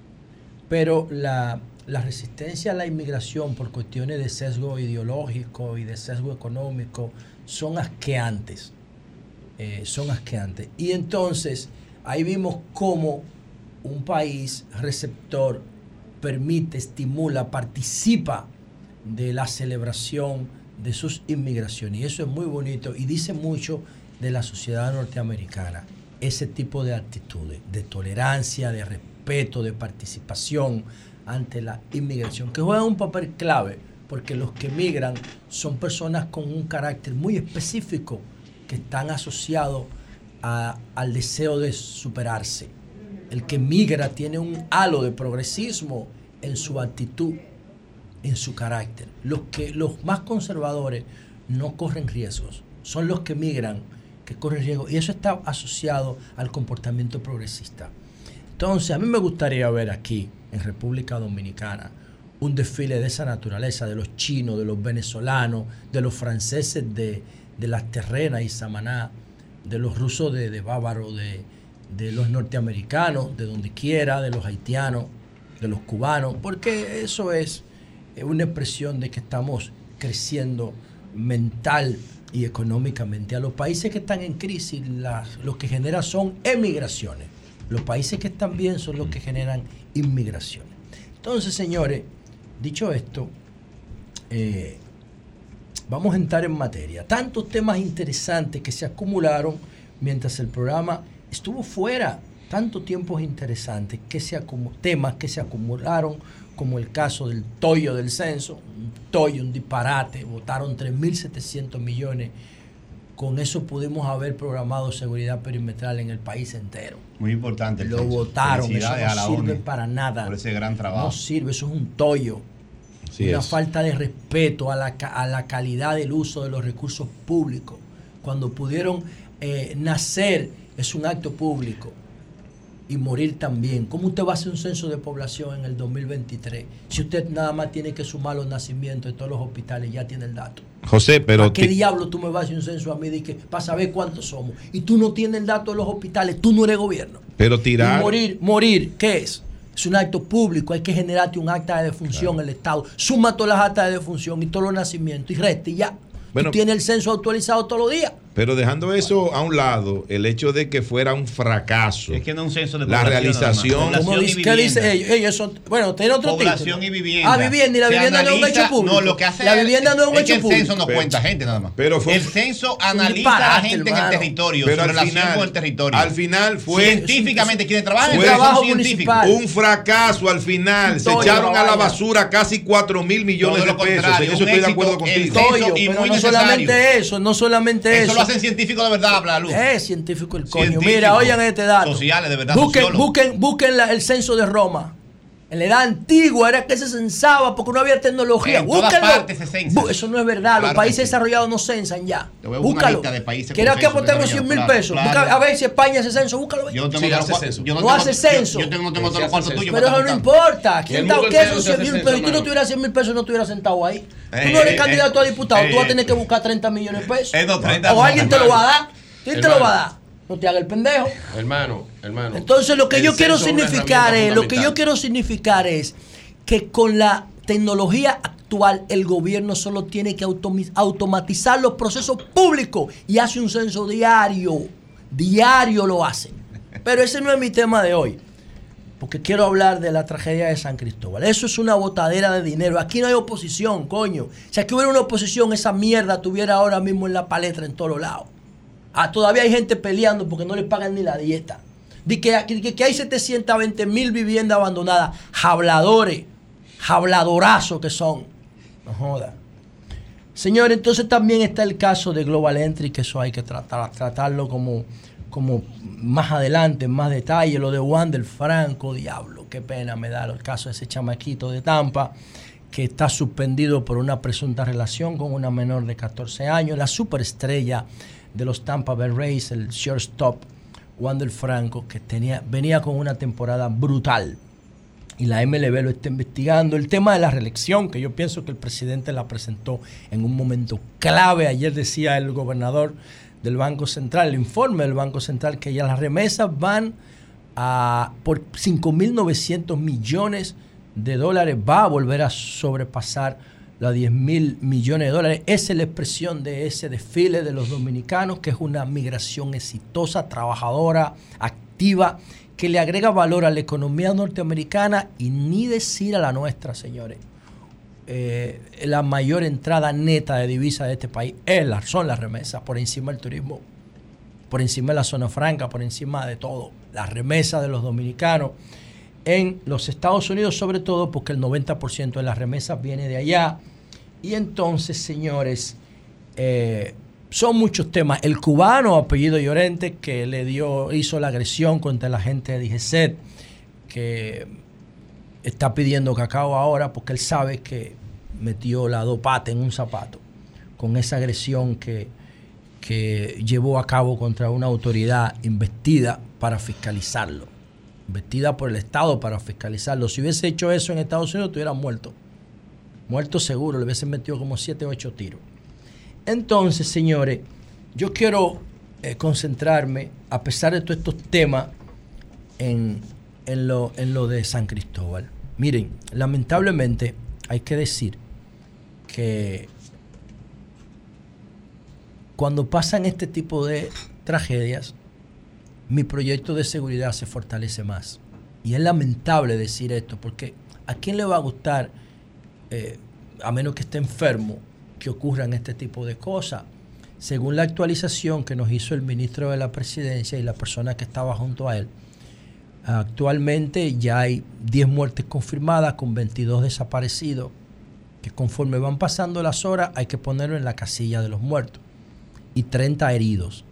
Pero la, la resistencia a la inmigración por cuestiones de sesgo ideológico y de sesgo económico son asqueantes. Eh, son asqueantes. Y entonces ahí vimos cómo un país receptor permite, estimula, participa de la celebración de sus inmigraciones. Y eso es muy bonito y dice mucho de la sociedad norteamericana. Ese tipo de actitudes, de tolerancia, de respeto, de participación ante la inmigración, que juegan un papel clave, porque los que migran son personas con un carácter muy específico que están asociados a, al deseo de superarse. El que migra tiene un halo de progresismo en su actitud, en su carácter. Los que los más conservadores no corren riesgos, son los que migran que corren riesgos, y eso está asociado al comportamiento progresista. Entonces, a mí me gustaría ver aquí, en República Dominicana, un desfile de esa naturaleza, de los chinos, de los venezolanos, de los franceses de, de Las Terrenas y Samaná, de los rusos de, de Bávaro, de de los norteamericanos, de donde quiera, de los haitianos, de los cubanos, porque eso es una expresión de que estamos creciendo mental y económicamente. A los países que están en crisis, las, lo que genera son emigraciones. Los países que están bien son los que generan inmigraciones. Entonces, señores, dicho esto, eh, vamos a entrar en materia. Tantos temas interesantes que se acumularon mientras el programa estuvo fuera, tantos tiempos interesantes, que se acumu- temas que se acumularon, como el caso del tollo del censo, un tollo, un disparate, votaron tres mil setecientos millones, con eso pudimos haber programado seguridad perimetral en el país entero. Muy importante. Lo votaron, eso a la no sirve ONU para nada. Por ese gran trabajo. No sirve, eso es un tollo. Así una es. falta de respeto a la, a la calidad del uso de los recursos públicos. Cuando pudieron eh, nacer, es un acto público, y morir también. ¿Cómo usted va a hacer un censo de población en el dos mil veintitrés si usted nada más tiene que sumar los nacimientos de todos los hospitales y ya tiene el dato? José, pero... ¿Para qué ti- diablo tú me vas a hacer un censo a mí de que, para saber cuántos somos? Y tú no tienes el dato de los hospitales, tú no eres gobierno. Pero tirar... Y morir, morir, ¿qué es? Es un acto público, hay que generarte un acta de defunción en el Estado. Suma todas las actas de defunción y todos los nacimientos y resta y ya. Bueno, tú tienes el censo actualizado todos los días. Pero dejando eso a un lado, el hecho de que fuera un fracaso. Es que no es un censo de la población, realización. ¿Cómo dice, ¿Qué dice ellos? ellos son, bueno, tiene otro Población título. y vivienda. Ah, vivienda, y la Se vivienda no es un analiza- hecho público. No, lo que hace la vivienda no es un es hecho que el público. censo no Pero- cuenta gente nada más. Pero fue- el censo un analiza disparate, a la gente en hermano. el territorio, Pero su al relación final- con el territorio. al final fue- científicamente quienes trabajan en fue el trabajo trabajo científico. municipal. Un fracaso al final. Se Toyo, echaron a la vaya. basura casi cuatro mil millones Todo de lo pesos. contrario, En eso un estoy de éxito, acuerdo el contigo. censo Toyo, y pero muy no necesario. solamente eso, no solamente eso. Eso lo hacen científicos de verdad, habla la luz. Es científico el coño. Científicos, Mira, oigan este dato. sociales, de verdad, Busquen, sociólogos. busquen, busquen la- el censo de Roma. En la edad antigua era que se censaba porque no había tecnología. En todas Búsquenlo. partes se censa. Bu- Eso no es verdad. Los Claro países que sí. desarrollados no censan ya. Te voy a buscar una Búscalo. lista de países ¿Quieres con que censo apostemos cien mil desarrollado? pesos? Claro. Busca- a ver si España hace censo. Búscalo. Yo no tengo Sí, todos hace los censo. yo No tengo- hace censo. Yo, yo tengo, no tengo Sí, todos los hace cuartos censo. tuyos. Pero para eso no estar contando. importa. ¿Quién El está mundo qué? entero Esos se hace cien mil censo, pesos. Si tú no hermano. tuvieras cien mil pesos, no estuvieras sentado ahí. Tú Eh, no eres eh, candidato a diputado. eh, Tú vas a eh, tener que buscar treinta millones de pesos. Eh, no, treinta O alguien te lo va a dar. ¿Quién te lo va a dar? No te haga el pendejo. Hermano, hermano. Entonces lo que el yo quiero censo es una significar herramienta es, lo que yo fundamental. quiero significar es que con la tecnología actual el gobierno solo tiene que automi- automatizar los procesos públicos y hace un censo diario. Diario lo hace. Pero ese no es mi tema de hoy. Porque quiero hablar de la tragedia de San Cristóbal. Eso es una botadera de dinero. Aquí no hay oposición, coño. Si aquí hubiera una oposición, esa mierda estuviera ahora mismo en la palestra en todos lados. Ah, todavía hay gente peleando porque no le pagan ni la dieta. Di que, que, que hay setecientas veinte mil viviendas abandonadas. Habladores, habladorazos que son. No joda. Señor, entonces también está el caso de Global Entry, que eso hay que tratar, tratarlo como, como más adelante, en más detalle. Lo de Wander Franco, diablo, qué pena me da el caso de ese chamaquito de Tampa, que está suspendido por una presunta relación con una menor de catorce años. La superestrella de los Tampa Bay Rays, el shortstop Wander Franco, que tenía, venía con una temporada brutal. Y la M L B lo está investigando. El tema de la reelección, que yo pienso que el presidente la presentó en un momento clave. Ayer decía el gobernador del Banco Central, el informe del Banco Central, que ya las remesas van a por cinco mil novecientos millones de dólares. Va a volver a sobrepasar los diez mil millones de dólares. Esa es la expresión de ese desfile de los dominicanos, que es una migración exitosa, trabajadora, activa, que le agrega valor a la economía norteamericana y ni decir a la nuestra, señores. Eh, la mayor entrada neta de divisas de este país es la, son las remesas, por encima del turismo, por encima de la zona franca, por encima de todo. Las remesas de los dominicanos en los Estados Unidos, sobre todo porque el noventa por ciento de las remesas viene de allá. Y entonces, señores, eh, son muchos temas. El cubano, apellido Llorente, que le dio, hizo la agresión contra la gente de D G C E T, que está pidiendo cacao ahora porque él sabe que metió la dopata en un zapato con esa agresión que, que llevó a cabo contra una autoridad investida para fiscalizarlo. Investida por el Estado para fiscalizarlo. Si hubiese hecho eso en Estados Unidos, estuviera muerto. Muerto seguro, le hubiesen metido como siete o ocho tiros. Entonces, señores, yo quiero eh, concentrarme, a pesar de todos estos temas, en, en, lo, en lo de San Cristóbal. Miren, lamentablemente hay que decir que cuando pasan este tipo de tragedias, mi proyecto de seguridad se fortalece más. Y es lamentable decir esto, porque ¿a quién le va a gustar, eh, a menos que esté enfermo, que ocurran este tipo de cosas? Según la actualización que nos hizo el ministro de la Presidencia y la persona que estaba junto a él, actualmente ya hay diez muertes confirmadas con veintidós desaparecidos, que conforme van pasando las horas hay que ponerlo en la casilla de los muertos, y treinta heridos.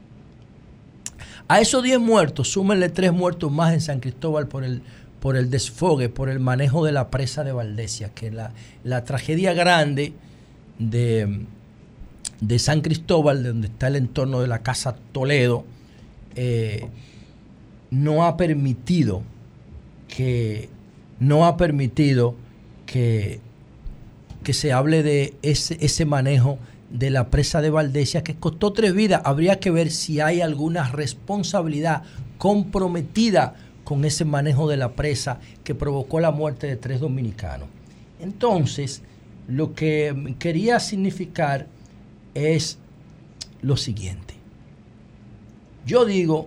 A esos diez muertos, súmenle tres muertos más en San Cristóbal por el, por el desfogue, por el manejo de la presa de Valdesia, que la, la tragedia grande de, de San Cristóbal, de donde está el entorno de la Casa Toledo, eh, no ha permitido que no ha permitido que, que se hable de ese, ese manejo de la presa de Valdesia, que costó tres vidas. Habría que ver si hay alguna responsabilidad comprometida con ese manejo de la presa que provocó la muerte de tres dominicanos. Entonces, lo que quería significar es lo siguiente. Yo digo,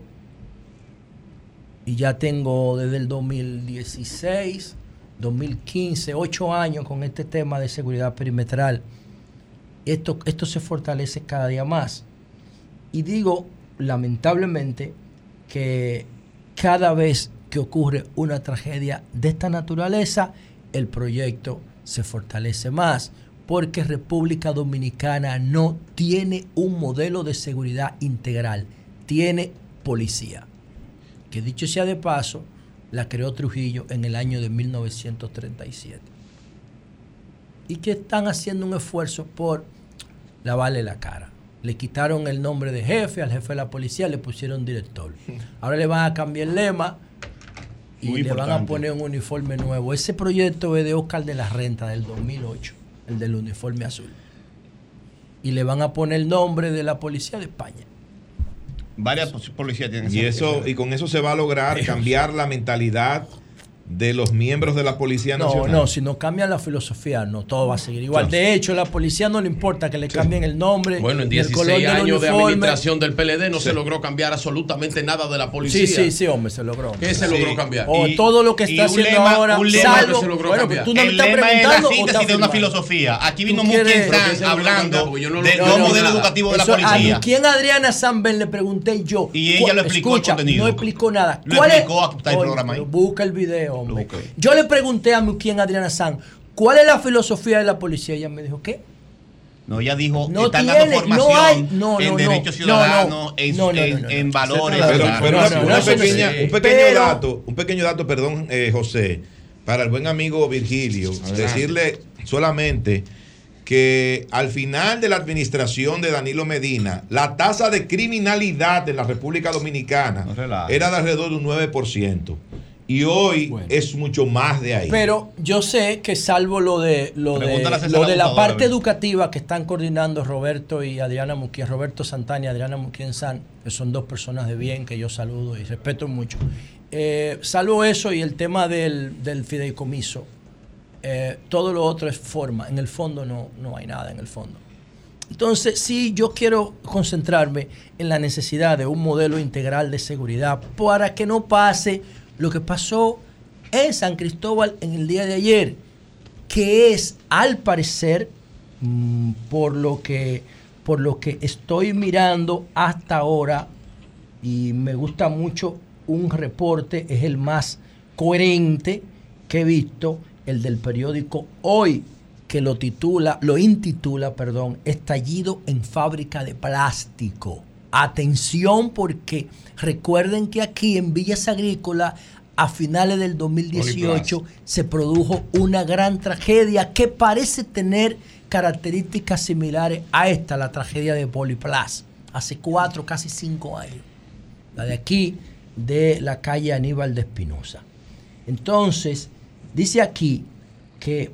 y ya tengo desde el dos mil dieciséis, dos mil quince, ocho años con este tema de seguridad perimetral. Esto, esto se fortalece cada día más. Y digo, lamentablemente, que cada vez que ocurre una tragedia de esta naturaleza, el proyecto se fortalece más, porque República Dominicana no tiene un modelo de seguridad integral, tiene policía, que dicho sea de paso, la creó Trujillo en el año de mil novecientos treinta y siete. Y que están haciendo un esfuerzo por lavarle la cara. Le quitaron el nombre de jefe, al jefe de la policía le pusieron director. Ahora le van a cambiar el lema y Muy le importante. van a poner un uniforme nuevo. Ese proyecto es de Oscar de la Renta del dos mil ocho, el del uniforme azul. Y le van a poner el nombre de la policía de España. Varias policías tienen Y eso y con eso se va a lograr cambiar la mentalidad de los miembros de la Policía No, Nacional. no, si no cambian la filosofía, no, todo va a seguir igual. De hecho, a la policía no le importa que le cambien el nombre. Bueno, en ni el color dieciséis del años de uniforme. administración del P L D no Sí. se logró cambiar absolutamente nada de la policía. Sí, sí, sí, hombre, se logró. ¿Qué se logró cambiar? O Y- todo lo que y está un haciendo lema- ahora, un lema salvo, que se logró bueno, cambiar. pues tú no me El estás lema es la preguntando o síntesis estás de una afirmando. filosofía. Aquí ¿Tú vino quieres- Muquien Pero San que se logró hablando cambiar, porque yo no lo- del no, nuevo no, modelo nada. educativo de la Eso, policía. ¿a quién Adriana Sanben le pregunté yo? Y ella lo explicó el Escucha, contenido. no explicó nada. Lo ¿Cuál es- explicó, aquí está el Oye, programa ahí. pero busca el video, hombre. Yo le pregunté a mi quien Adriana San, ¿cuál es la filosofía de la policía? Ella me dijo, ¿qué? No, ella dijo, No están tiene, dando formación no hay- no, en no, derechos no, ciudadanos, no, no. en, No, no, en- no, no, en no. valores. Pero, ¿verdad? pero No, una, no, una no, eso no pequeña, sé. un pequeño Pero- dato, un pequeño dato, perdón, eh, José, para el buen amigo Virgilio, Adelante. decirle solamente que al final de la administración de Danilo Medina, la tasa de criminalidad en la República Dominicana era de alrededor de un nueve por ciento. Y hoy es mucho más de ahí. Pero yo sé que salvo lo de lo de, Pregúntale a César lo de la Abusador, a parte ver. educativa que están coordinando Roberto y Adriana Muquien, Roberto Santana y Adriana Muquien San, que son dos personas de bien que yo saludo y respeto mucho. Eh, salvo eso y el tema del, del fideicomiso, eh, todo lo otro es forma. En el fondo no, no hay nada en el fondo. Entonces, sí, yo quiero concentrarme en la necesidad de un modelo integral de seguridad para que no pase lo que pasó en San Cristóbal en el día de ayer, que es, al parecer, mm, por lo que, por lo que estoy mirando hasta ahora, y me gusta mucho un reporte, es el más coherente que he visto, el del periódico Hoy, que lo titula, lo intitula, perdón, Estallido en fábrica de plástico. Atención, porque recuerden que aquí en Villas Agrícolas a finales del dos mil dieciocho se produjo una gran tragedia que parece tener características similares a esta, la tragedia de Poliplas, hace cuatro, casi cinco años. La de aquí, de la calle Aníbal de Espinosa. Entonces, dice aquí que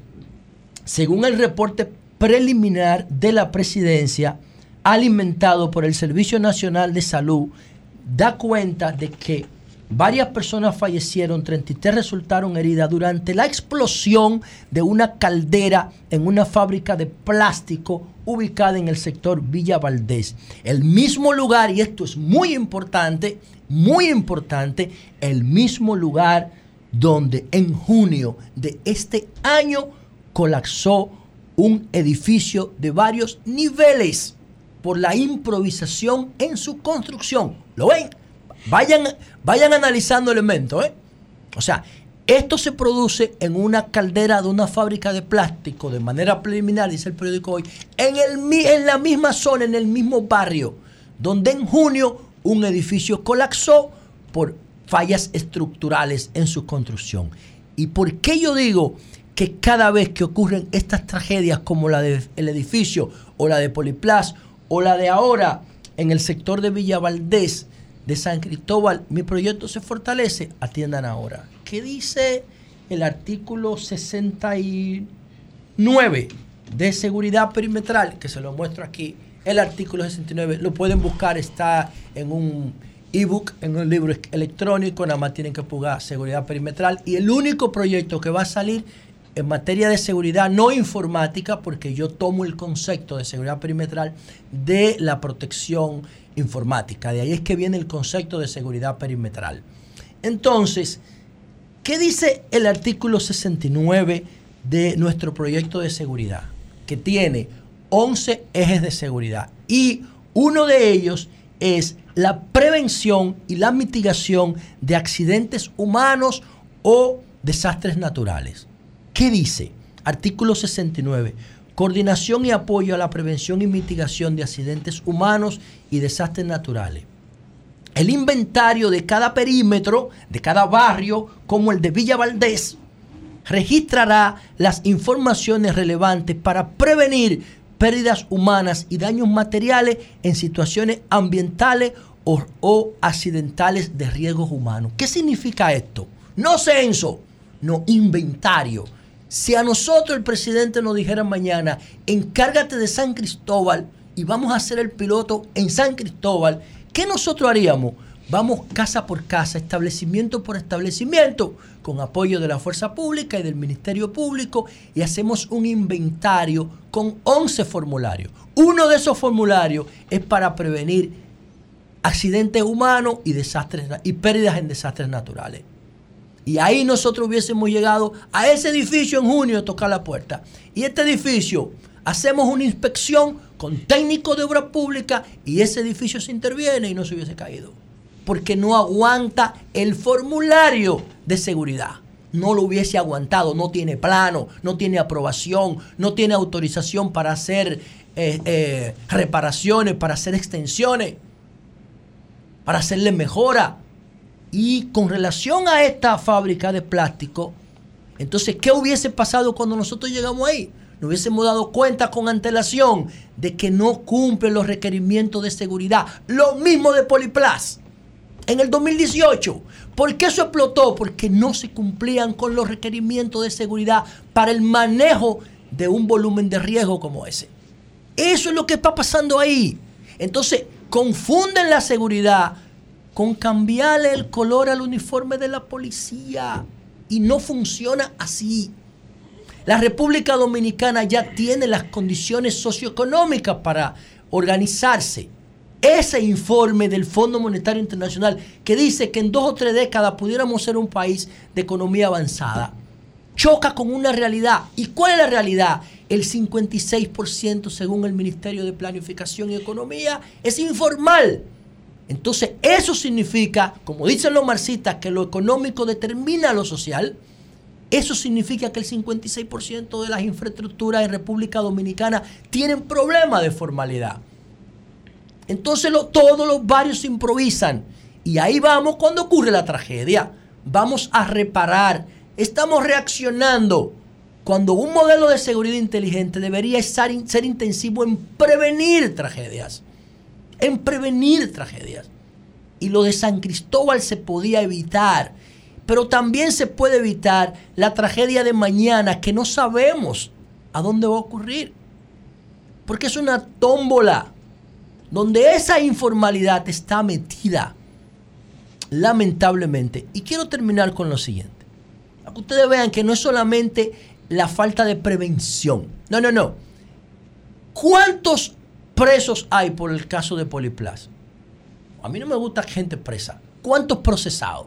según el reporte preliminar de la presidencia alimentado por el Servicio Nacional de Salud, da cuenta de que varias personas fallecieron, treinta y tres resultaron heridas durante la explosión de una caldera en una fábrica de plástico ubicada en el sector Villa Valdés. El mismo lugar, y esto es muy importante, muy importante, el mismo lugar donde en junio de este año colapsó un edificio de varios niveles por la improvisación en su construcción. ¿Lo ven? Vayan, vayan analizando elementos, ¿eh? O sea, esto se produce en una caldera de una fábrica de plástico de manera preliminar, dice el periódico Hoy, en, el, mi- en la misma zona, en el mismo barrio, donde en junio un edificio colapsó por fallas estructurales en su construcción. ¿Y por qué yo digo que cada vez que ocurren estas tragedias como la del edificio o la de Poliplas o la de ahora en el sector de Villa Valdés de San Cristóbal, mi proyecto se fortalece? Atiendan ahora. ¿Qué dice el artículo sesenta y nueve de seguridad perimetral? Que se lo muestro aquí. El artículo sesenta y nueve lo pueden buscar, está en un ebook, en un libro electrónico, nada más tienen que jugar seguridad perimetral. Y el único proyecto que va a salir en materia de seguridad no informática, porque yo tomo el concepto de seguridad perimetral de la protección informática. De ahí es que viene el concepto de seguridad perimetral. Entonces, ¿qué dice el artículo sesenta y nueve de nuestro proyecto de seguridad? Que tiene once ejes de seguridad y uno de ellos es la prevención y la mitigación de accidentes humanos o desastres naturales. ¿Qué dice? Artículo sesenta y nueve. Coordinación y apoyo a la prevención y mitigación de accidentes humanos y desastres naturales. El inventario de cada perímetro, de cada barrio, como el de Villa Valdés, registrará las informaciones relevantes para prevenir pérdidas humanas y daños materiales en situaciones ambientales o, o accidentales de riesgos humanos. ¿Qué significa esto? No censo, no inventario. Si a nosotros el presidente nos dijera mañana, encárgate de San Cristóbal y vamos a hacer el piloto en San Cristóbal, ¿Qué nosotros haríamos? Vamos casa por casa, establecimiento por establecimiento, con apoyo de la Fuerza Pública y del Ministerio Público, y hacemos un inventario con once formularios. Uno de esos formularios es para prevenir accidentes humanos y desastres y pérdidas en desastres naturales. Y ahí nosotros hubiésemos llegado a ese edificio en junio a tocar la puerta. Y este edificio, hacemos una inspección con técnicos de obra pública y ese edificio se interviene y no se hubiese caído. Porque no aguanta el formulario de seguridad. No lo hubiese aguantado, no tiene plano, no tiene aprobación, no tiene autorización para hacer eh, eh, reparaciones, para hacer extensiones, para hacerle mejora. Y con relación a esta fábrica de plástico, entonces, ¿qué hubiese pasado cuando nosotros llegamos ahí? Nos hubiésemos dado cuenta con antelación de que no cumple los requerimientos de seguridad. Lo mismo de Poliplas en el dos mil dieciocho. ¿Por qué eso explotó? Porque no se cumplían con los requerimientos de seguridad para el manejo de un volumen de riesgo como ese. Eso es lo que está pasando ahí. Entonces, confunden la seguridad con cambiarle el color al uniforme de la policía. Y no funciona así. La República Dominicana ya tiene las condiciones socioeconómicas para organizarse. Ese informe del Fondo Monetario Internacional que dice que en dos o tres décadas pudiéramos ser un país de economía avanzada, choca con una realidad. ¿Y cuál es la realidad? El cincuenta y seis por ciento, según el Ministerio de Planificación y Economía, es informal. Entonces, eso significa, como dicen los marxistas, que lo económico determina lo social. Eso significa que el cincuenta y seis por ciento de las infraestructuras en República Dominicana tienen problemas de formalidad. Entonces lo, todos los barrios se improvisan. Y ahí vamos cuando ocurre la tragedia. Vamos a reparar. Estamos reaccionando. Cuando un modelo de seguridad inteligente debería estar, ser intensivo en prevenir tragedias. En prevenir tragedias. Y lo de San Cristóbal se podía evitar. Pero también se puede evitar la tragedia de mañana, que no sabemos a dónde va a ocurrir. Porque es una tómbola donde esa informalidad está metida, lamentablemente. Y quiero terminar con lo siguiente. Para que ustedes vean que no es solamente la falta de prevención. No, no, no. ¿Cuántos presos hay por el caso de Poliplas? A mí no me gusta gente presa. ¿Cuántos procesados?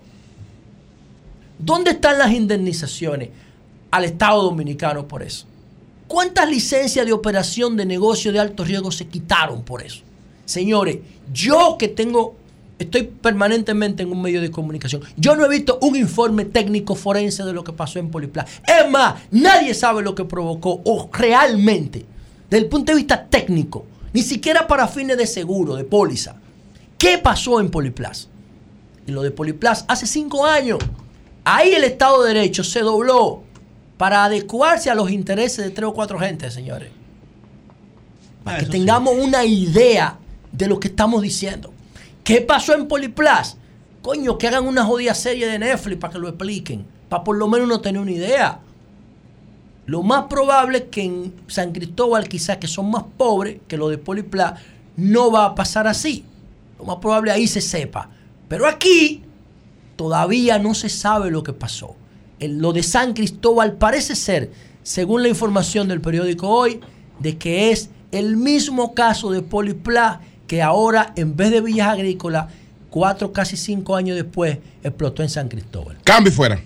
¿Dónde están las indemnizaciones al Estado Dominicano por eso? ¿Cuántas licencias de operación de negocio de alto riesgo se quitaron por eso? Señores, yo que tengo, estoy permanentemente en un medio de comunicación, yo no he visto un informe técnico forense de lo que pasó en Poliplas. Es más, nadie sabe lo que provocó o realmente, desde el punto de vista técnico, ni siquiera para fines de seguro, de póliza. ¿Qué pasó en Poliplas? Y lo de Poliplas hace cinco años. Ahí el Estado de Derecho se dobló para adecuarse a los intereses de tres o cuatro gentes, señores. Para ah, que tengamos sí. una idea de lo que estamos diciendo. ¿Qué pasó en Poliplas? Coño, que hagan una jodida serie de Netflix para que lo expliquen. Para por lo menos uno tener una idea. Lo más probable es que en San Cristóbal, quizás que son más pobres que lo de Poliplas, no va a pasar así. Lo más probable ahí se sepa. Pero aquí todavía no se sabe lo que pasó. El, lo de San Cristóbal parece ser, según la información del periódico Hoy, de que es el mismo caso de Poliplas que ahora, en vez de Villas Agrícolas, cuatro, casi cinco años después, explotó en San Cristóbal. Cambio fuera.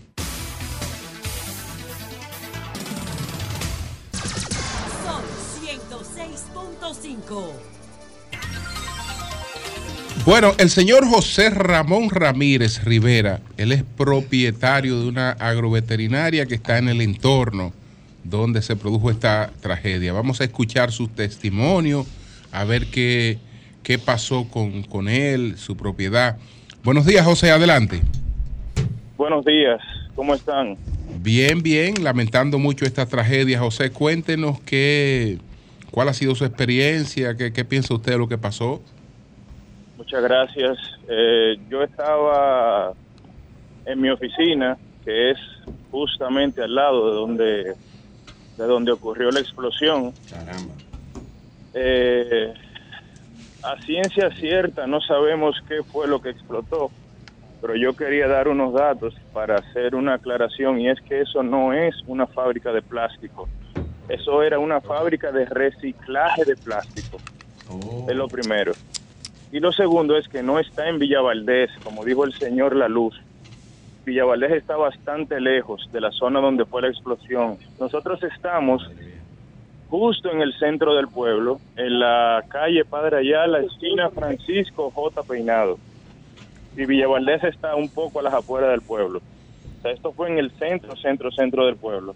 Son ciento seis punto cinco. Bueno, el señor José Ramón Ramírez Rivera, él es propietario de una agroveterinaria que está en el entorno donde se produjo esta tragedia. Vamos a escuchar su testimonio, a ver qué, qué pasó con, con él, su propiedad. Buenos días, José, adelante. Buenos días, ¿cómo están? Bien, bien, lamentando mucho esta tragedia. José, cuéntenos qué, cuál ha sido su experiencia, qué, qué piensa usted de lo que pasó. Muchas gracias. Eh, yo estaba en mi oficina, que es justamente al lado de donde, de donde ocurrió la explosión. Caramba. Eh, a ciencia cierta no sabemos qué fue lo que explotó, pero yo quería dar unos datos para hacer una aclaración, y es que eso no es una fábrica de plástico, eso era una fábrica de reciclaje de plástico. Oh. Es lo primero. Y lo segundo es que no está en Villa Valdés, como dijo el señor La Luz. Villa Valdés está bastante lejos de la zona donde fue la explosión. Nosotros estamos justo en el centro del pueblo, en la calle Padre Ayala, esquina Francisco J. Peinado. Y Villa Valdés está un poco a las afueras del pueblo. O sea, esto fue en el centro, centro, centro del pueblo.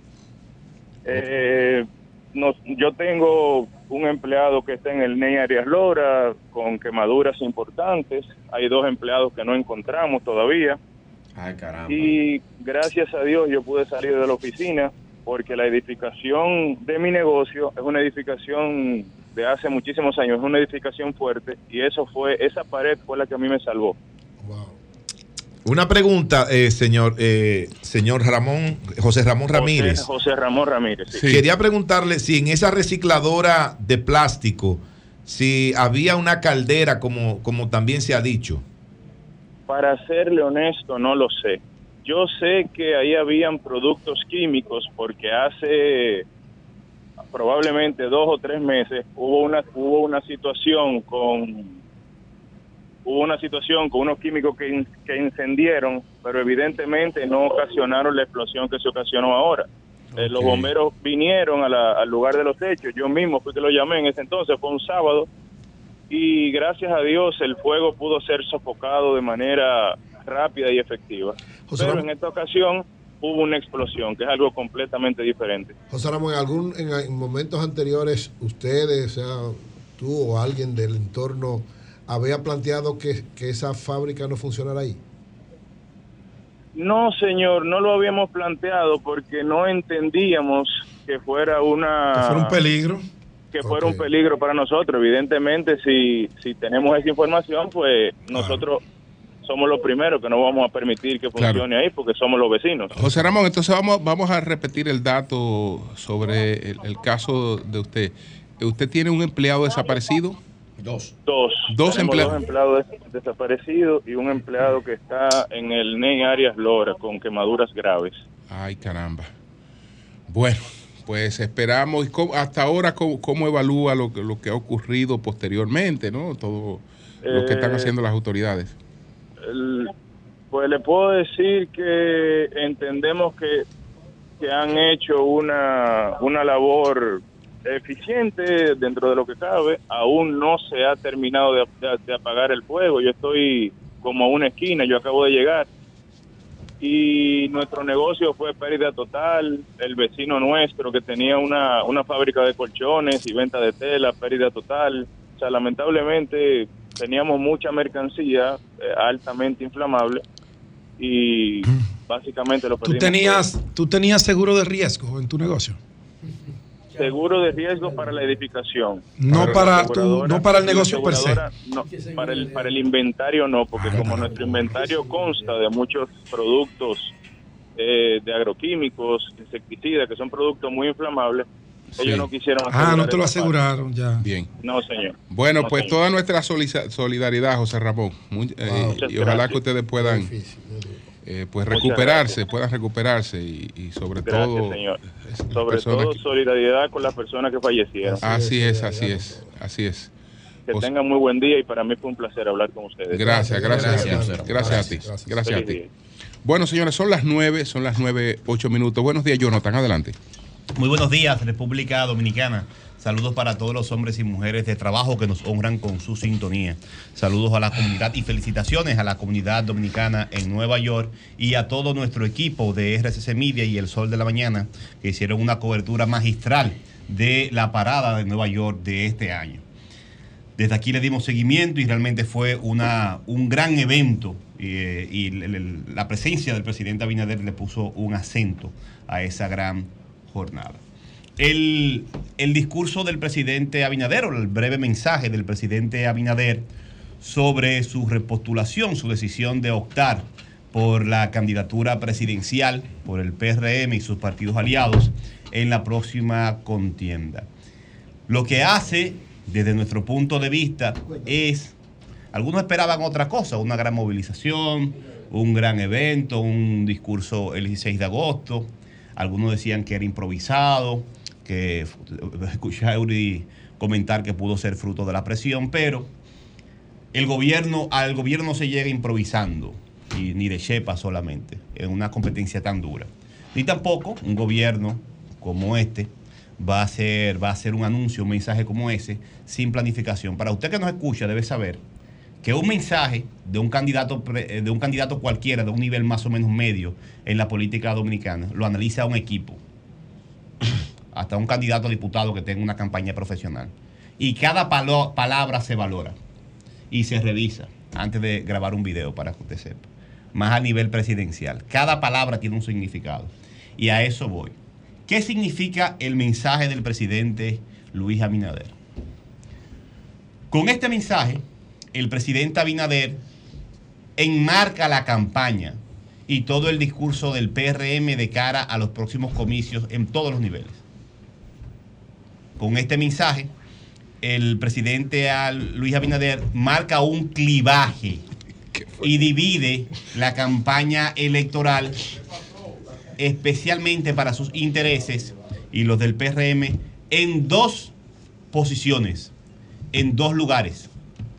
Eh, nos, yo tengo un empleado que está en el N E I Arias Lora con quemaduras importantes. Hay dos empleados que no encontramos todavía. Ay, caramba. Y gracias a Dios yo pude salir de la oficina, porque la edificación de mi negocio es una edificación de hace muchísimos años, es una edificación fuerte, y eso fue, esa pared fue la que a mí me salvó. Una pregunta, eh, señor eh, señor Ramón, José Ramón Ramírez. José, José Ramón Ramírez, sí. Quería preguntarle si en esa recicladora de plástico, si había una caldera, como, como también se ha dicho. Para serle honesto, no lo sé. Yo sé que ahí habían productos químicos, porque hace probablemente dos o tres meses hubo una hubo una situación con hubo una situación con unos químicos que, in, que incendieron, pero evidentemente no ocasionaron la explosión que se ocasionó ahora. Okay. Eh, los bomberos vinieron a la, al lugar de los hechos, yo mismo fui que lo llamé en ese entonces, fue un sábado, y gracias a Dios el fuego pudo ser sofocado de manera rápida y efectiva. José pero Ramón, en esta ocasión hubo una explosión, que es algo completamente diferente. José Ramón, ¿en, algún, en, en momentos anteriores ustedes, o sea, tú o alguien del entorno, había planteado que, que esa fábrica no funcionara ahí? No, señor, no lo habíamos planteado porque no entendíamos que fuera una... Que fuera un peligro. Que fuera okay. un peligro para nosotros. Evidentemente, si, si tenemos esa información, pues nosotros ah. somos los primeros que no vamos a permitir que funcione claro. ahí, porque somos los vecinos. José Ramón, entonces vamos, vamos a repetir el dato sobre el, el caso de usted. ¿Usted tiene un empleado desaparecido? Dos. Dos. Dos empleados. Dos empleados desaparecidos y un empleado que está en el N E I Arias Lora con quemaduras graves. Ay, caramba. Bueno, pues esperamos. ¿Y cómo, hasta ahora cómo, cómo evalúa lo, lo que ha ocurrido posteriormente, no? Todo lo que están haciendo las autoridades. El, pues le puedo decir que entendemos que, que han hecho una, una labor eficiente dentro de lo que cabe. Aún no se ha terminado de, de, de apagar el fuego. Yo estoy como a una esquina, yo acabo de llegar y nuestro negocio fue pérdida total. El vecino nuestro que tenía una, una fábrica de colchones y venta de tela, pérdida total. O sea, lamentablemente teníamos mucha mercancía eh, altamente inflamable y básicamente lo perdimos. ¿Tú tenías, ¿Tú tenías seguro de riesgo en tu negocio? Seguro de riesgo para la edificación. No para, tu, no para el negocio per se. No, para el para el inventario no, porque ah, como nuestro inventario consta de muchos productos eh, de agroquímicos, insecticidas, que son productos muy inflamables, sí. ellos no quisieron Ah, no te lo aseguraron parte. Ya. Bien. No, señor. Bueno, no, pues señor. Toda nuestra solidaridad, José Ramón. Muy, eh, wow. Y ojalá gracias. Que ustedes puedan eh, pues recuperarse, puedan recuperarse y, y sobre gracias, todo señor. Sobre todo que... solidaridad con las personas que fallecieron. Así es, así es, así es. Que o... tengan muy buen día y para mí fue un placer hablar con ustedes. Gracias, gracias, gracias, gracias, gracias a ti. Gracias, gracias a ti. Bueno, señores, son las nueve, son las nueve, ocho minutos. Buenos días, Jonathan, adelante. Muy buenos días, República Dominicana. Saludos para todos los hombres y mujeres de trabajo que nos honran con su sintonía. Saludos a la comunidad y felicitaciones a la comunidad dominicana en Nueva York y a todo nuestro equipo de R C C Media y El Sol de la Mañana que hicieron una cobertura magistral de la parada de Nueva York de este año. Desde aquí le dimos seguimiento y realmente fue una, un gran evento eh, y el, el, la presencia del presidente Abinader le puso un acento a esa gran jornada. El, el discurso del presidente Abinader, o el breve mensaje del presidente Abinader sobre su repostulación, su decisión de optar por la candidatura presidencial por el P R M y sus partidos aliados en la próxima contienda. Lo que hace desde nuestro punto de vista, es, algunos esperaban otra cosa, una gran movilización, un gran evento, un discurso el dieciséis de agosto, algunos decían que era improvisado, que escuché a Eury comentar que pudo ser fruto de la presión, pero el gobierno, al gobierno no se llega improvisando, y ni de chepa solamente, en una competencia tan dura. Ni tampoco un gobierno como este va a hacer, va a hacer un anuncio, un mensaje como ese, sin planificación. Para usted que nos escucha, debe saber que un mensaje de un candidato, de un candidato cualquiera, de un nivel más o menos medio en la política dominicana, lo analiza un equipo, hasta un candidato a diputado que tenga una campaña profesional. Y cada palo, palabra se valora y se revisa antes de grabar un video, para que usted sepa. Más a nivel presidencial. Cada palabra tiene un significado. Y a eso voy. ¿Qué significa el mensaje del presidente Luis Abinader? Con este mensaje, el presidente Abinader enmarca la campaña y todo el discurso del P R M de cara a los próximos comicios en todos los niveles. Con este mensaje, el presidente Luis Abinader marca un clivaje y divide la campaña electoral, especialmente para sus intereses y los del P R M, en dos posiciones, en dos lugares.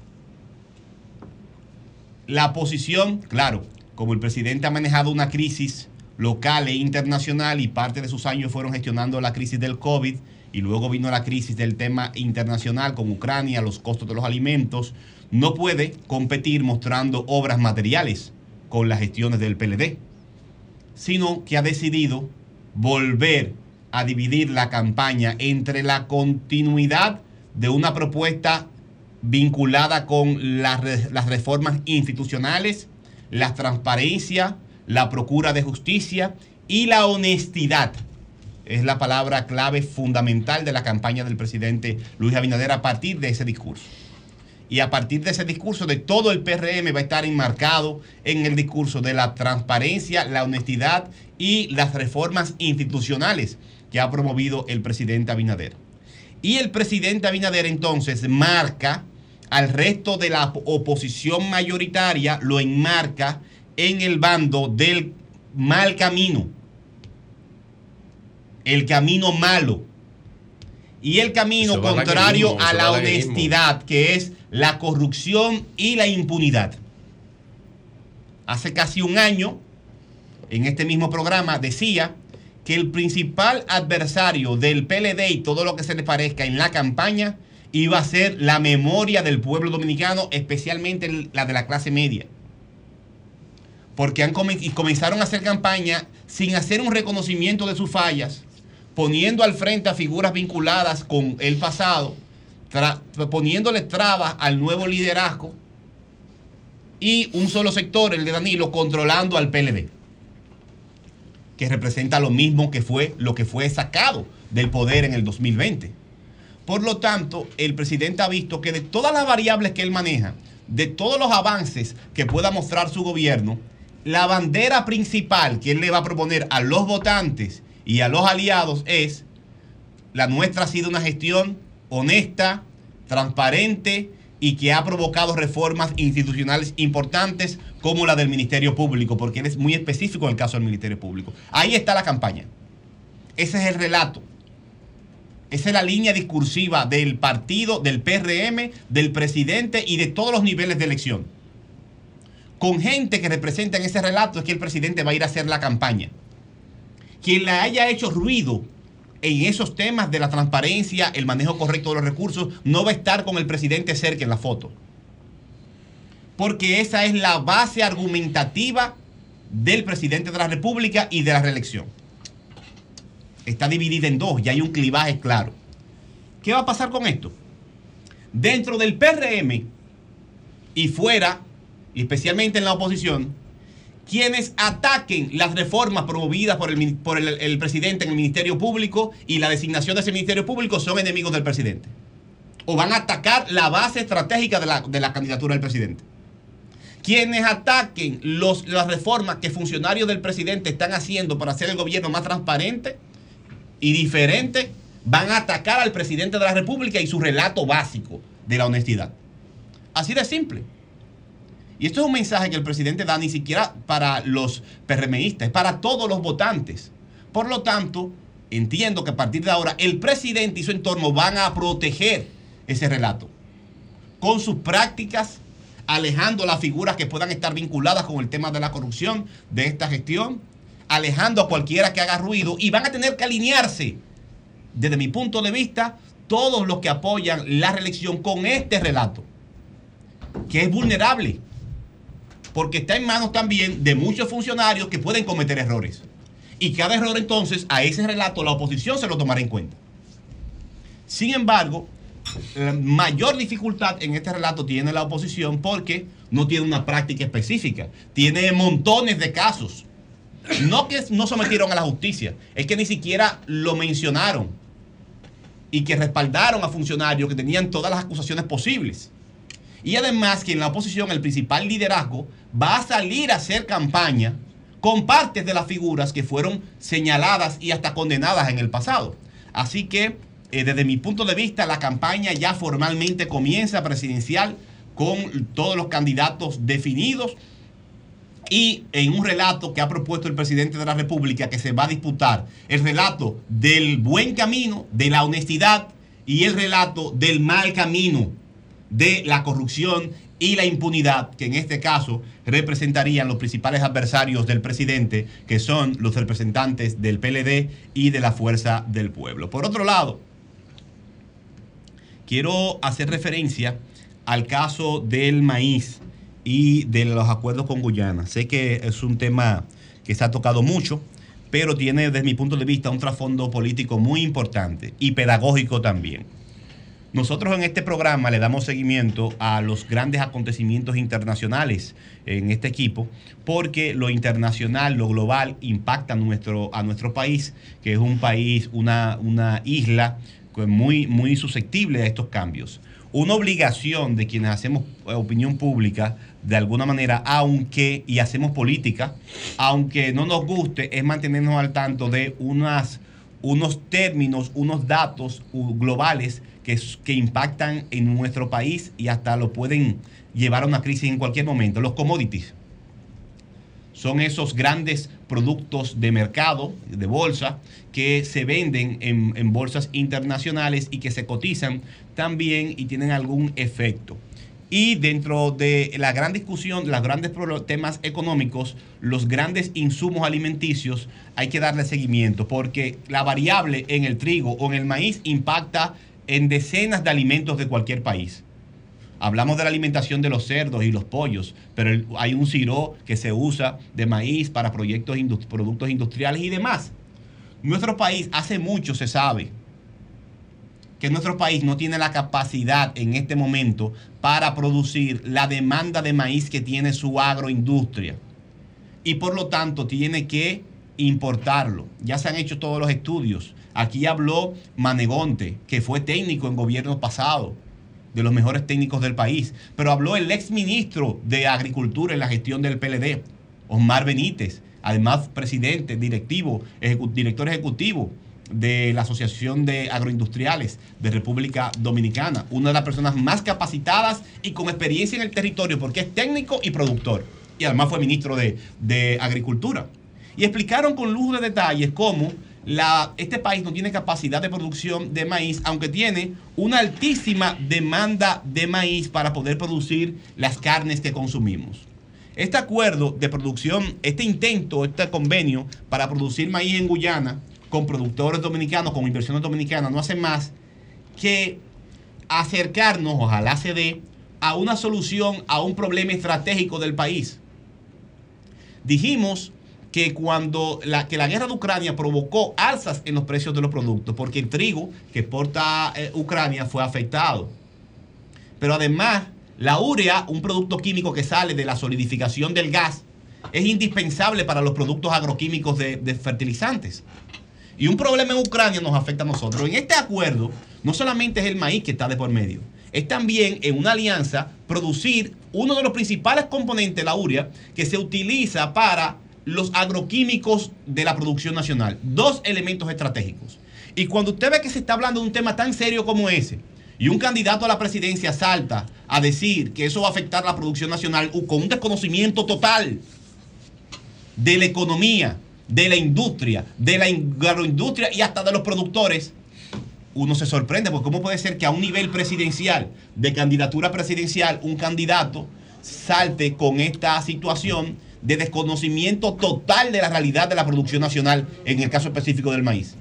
La posición, claro, como el presidente ha manejado una crisis local e internacional y parte de sus años fueron gestionando la crisis del COVID y luego vino la crisis del tema internacional con Ucrania, los costos de los alimentos, no puede competir mostrando obras materiales con las gestiones del P L D, sino que ha decidido volver a dividir la campaña entre la continuidad de una propuesta vinculada con las, las reformas institucionales, la transparencia, la procura de justicia y la honestidad. Es la palabra clave fundamental de la campaña del presidente Luis Abinader a partir de ese discurso. Y a partir de ese discurso de todo el P R M va a estar enmarcado en el discurso de la transparencia, la honestidad y las reformas institucionales que ha promovido el presidente Abinader. Y el presidente Abinader entonces marca al resto de la oposición mayoritaria, lo enmarca en el bando del mal camino, el camino malo y el camino contrario a la honestidad, que es la corrupción y la impunidad. Hace casi un año, en este mismo programa, decía que el principal adversario del P L D y todo lo que se le parezca en la campaña iba a ser la memoria del pueblo dominicano, especialmente la de la clase media. Porque han comen- y comenzaron a hacer campaña sin hacer un reconocimiento de sus fallas, poniendo al frente a figuras vinculadas con el pasado, tra- poniéndole trabas al nuevo liderazgo y un solo sector, el de Danilo, controlando al P L D, que representa lo mismo que fue lo que fue sacado del poder en el dos mil veinte. Por lo tanto, el presidente ha visto que de todas las variables que él maneja, de todos los avances que pueda mostrar su gobierno, la bandera principal que él le va a proponer a los votantes y a los aliados es: la nuestra ha sido una gestión honesta, transparente y que ha provocado reformas institucionales importantes como la del Ministerio Público, porque él es muy específico en el caso del Ministerio Público. Ahí está la campaña. Ese es el relato. Esa es la línea discursiva del partido, del P R M, del presidente y de todos los niveles de elección. Con gente que representa en ese relato es que el presidente va a ir a hacer la campaña. Quien le haya hecho ruido en esos temas de la transparencia, el manejo correcto de los recursos, no va a estar con el presidente cerca en la foto. Porque esa es la base argumentativa del presidente de la República y de la reelección. Está dividida en dos, ya hay un clivaje claro. ¿Qué va a pasar con esto? Dentro del P R M y fuera, y especialmente en la oposición, quienes ataquen las reformas promovidas por, el, por el, el presidente en el Ministerio Público y la designación de ese Ministerio Público son enemigos del presidente. O van a atacar la base estratégica de la, de la candidatura del presidente. Quienes ataquen los, las reformas que funcionarios del presidente están haciendo para hacer el gobierno más transparente y diferente, van a atacar al presidente de la República y su relato básico de la honestidad. Así de simple. Y esto es un mensaje que el presidente da ni siquiera para los PRMistas, es para todos los votantes. Por lo tanto, entiendo que a partir de ahora el presidente y su entorno van a proteger ese relato con sus prácticas, alejando las figuras que puedan estar vinculadas con el tema de la corrupción de esta gestión, alejando a cualquiera que haga ruido, y van a tener que alinearse, desde mi punto de vista, todos los que apoyan la reelección con este relato, que es vulnerable, porque está en manos también de muchos funcionarios que pueden cometer errores. Y cada error, entonces, a ese relato la oposición se lo tomará en cuenta. Sin embargo, la mayor dificultad en este relato tiene la oposición porque no tiene una práctica específica. Tiene montones de casos. No que no sometieron a la justicia, es que ni siquiera lo mencionaron y que respaldaron a funcionarios que tenían todas las acusaciones posibles. Y además que en la oposición el principal liderazgo va a salir a hacer campaña con partes de las figuras que fueron señaladas y hasta condenadas en el pasado. Así que, eh, desde mi punto de vista, la campaña ya formalmente comienza presidencial con todos los candidatos definidos y en un relato que ha propuesto el presidente de la República, que se va a disputar el relato del buen camino, de la honestidad, y el relato del mal camino, de la corrupción y la impunidad, que en este caso representarían los principales adversarios del presidente, que son los representantes del P L D y de la Fuerza del Pueblo. Por otro lado, quiero hacer referencia al caso del maíz y de los acuerdos con Guyana. Sé que es un tema que se ha tocado mucho, pero tiene, desde mi punto de vista, un trasfondo político muy importante y pedagógico también. Nosotros en este programa le damos seguimiento a los grandes acontecimientos internacionales en este equipo, porque lo internacional, lo global, impacta a nuestro, a nuestro país, que es un país, una, una isla muy, muy susceptible a estos cambios. Una obligación de quienes hacemos opinión pública, de alguna manera, aunque, y hacemos política, aunque no nos guste, es mantenernos al tanto de unas, unos términos, unos datos globales que, que impactan en nuestro país y hasta lo pueden llevar a una crisis en cualquier momento. Los commodities son esos grandes productos de mercado, de bolsa, que se venden en, en bolsas internacionales y que se cotizan también y tienen algún efecto. Y dentro de la gran discusión, los grandes temas económicos, los grandes insumos alimenticios, hay que darle seguimiento, porque la variable en el trigo o en el maíz impacta en decenas de alimentos de cualquier país. Hablamos de la alimentación de los cerdos y los pollos, pero el, hay un sirop que se usa de maíz para proyectos indust- productos industriales y demás. Nuestro país, hace mucho se sabe que nuestro país no tiene la capacidad en este momento para producir la demanda de maíz que tiene su agroindustria. Y por lo tanto tiene que importarlo. Ya se han hecho todos los estudios. Aquí habló Manegonte, que fue técnico en gobierno pasado, de los mejores técnicos del país. Pero habló el ex ministro de Agricultura en la gestión del P L D, Osmar Benítez, además presidente, directivo, ejecu- director ejecutivo de la Asociación de Agroindustriales de República Dominicana, una de las personas más capacitadas y con experiencia en el territorio, porque es técnico y productor, y además fue ministro de, de Agricultura. Y explicaron con lujo de detalles cómo la, este país no tiene capacidad de producción de maíz, aunque tiene una altísima demanda de maíz para poder producir las carnes que consumimos. Este acuerdo de producción, este intento, este convenio para producir maíz en Guyana con productores dominicanos, con inversiones dominicanas, no hace más que acercarnos, ojalá se dé, a una solución a un problema estratégico del país. Dijimos que cuando la, que la guerra de Ucrania provocó alzas en los precios de los productos, porque el trigo que exporta eh, Ucrania fue afectado. Pero además, la urea, un producto químico que sale de la solidificación del gas, es indispensable para los productos agroquímicos de, de fertilizantes. Y un problema en Ucrania nos afecta a nosotros. En este acuerdo, no solamente es el maíz que está de por medio, es también en una alianza producir uno de los principales componentes, la urea, que se utiliza para los agroquímicos de la producción nacional. Dos elementos estratégicos. Y cuando usted ve que se está hablando de un tema tan serio como ese, y un candidato a la presidencia salta a decir que eso va a afectar la producción nacional con un desconocimiento total de la economía, de la industria, de la agroindustria y hasta de los productores, uno se sorprende, porque ¿cómo puede ser que a un nivel presidencial, de candidatura presidencial, un candidato salte con esta situación de desconocimiento total de la realidad de la producción nacional, en el caso específico del maíz?